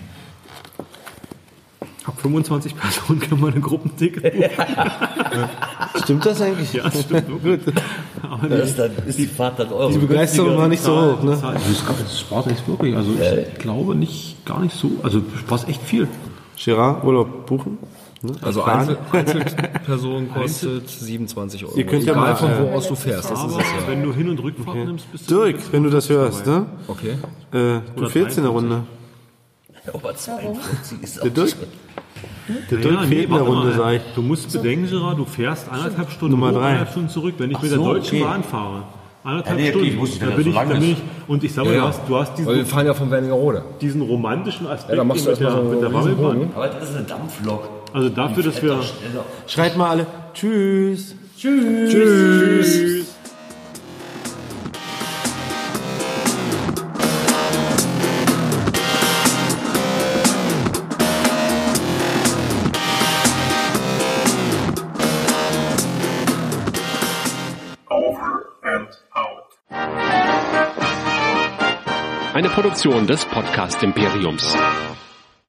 Ab fünfundzwanzig Personen kann man ein Gruppenticket buchen. Stimmt das eigentlich? Ja, das stimmt. Gut. Aber Das ist, dann, ist die Fahrt dann Euro. Die Begeisterung war nicht so hoch, ne? Das spart echt wirklich. Also ich glaube nicht, gar nicht so. Also du sparst echt viel. Gerard, Urlaub buchen? Ne? Also Plan. Einzel Einzelperson kostet siebenundzwanzig Euro. Ihr könnt ja Egal mal, von wo äh, aus du fährst. Das ist Aber es ja. wenn du Hin- und Rückfahrt nimmst, bist du... Dirk, wenn du das hörst, ne? Okay. Äh, du Oder fehlst in der Runde. Aber zweiundvierzig ist Der auch Dirk, der Dirk Ja, nee, fehlt in der warte Runde, mal. sag ich. Du musst bedenken, Gerard, du fährst anderthalb Stunden Nummer hoch, drei. anderthalb Stunden zurück. Wenn ich mit der so, Deutschen okay. Bahn fahre, anderthalb Ja, nee, okay, Stunden, ich wusste nicht, dann dass bin das ich, so lang dann bin ist. ich, und ich sage, Ja, du ja. hast, du hast Weil wir diesen, fahren ja von Wernigerode. diesen romantischen Aspekt Ja, da machst du mit der, erstmal so mit der einen riesen Rammelbahn. Bogen. Aber das ist eine Dampflok. Also dafür, dass wir... Schreit mal alle Tschüss. Tschüss. Tschüss. Eine Produktion des Podcast Imperiums.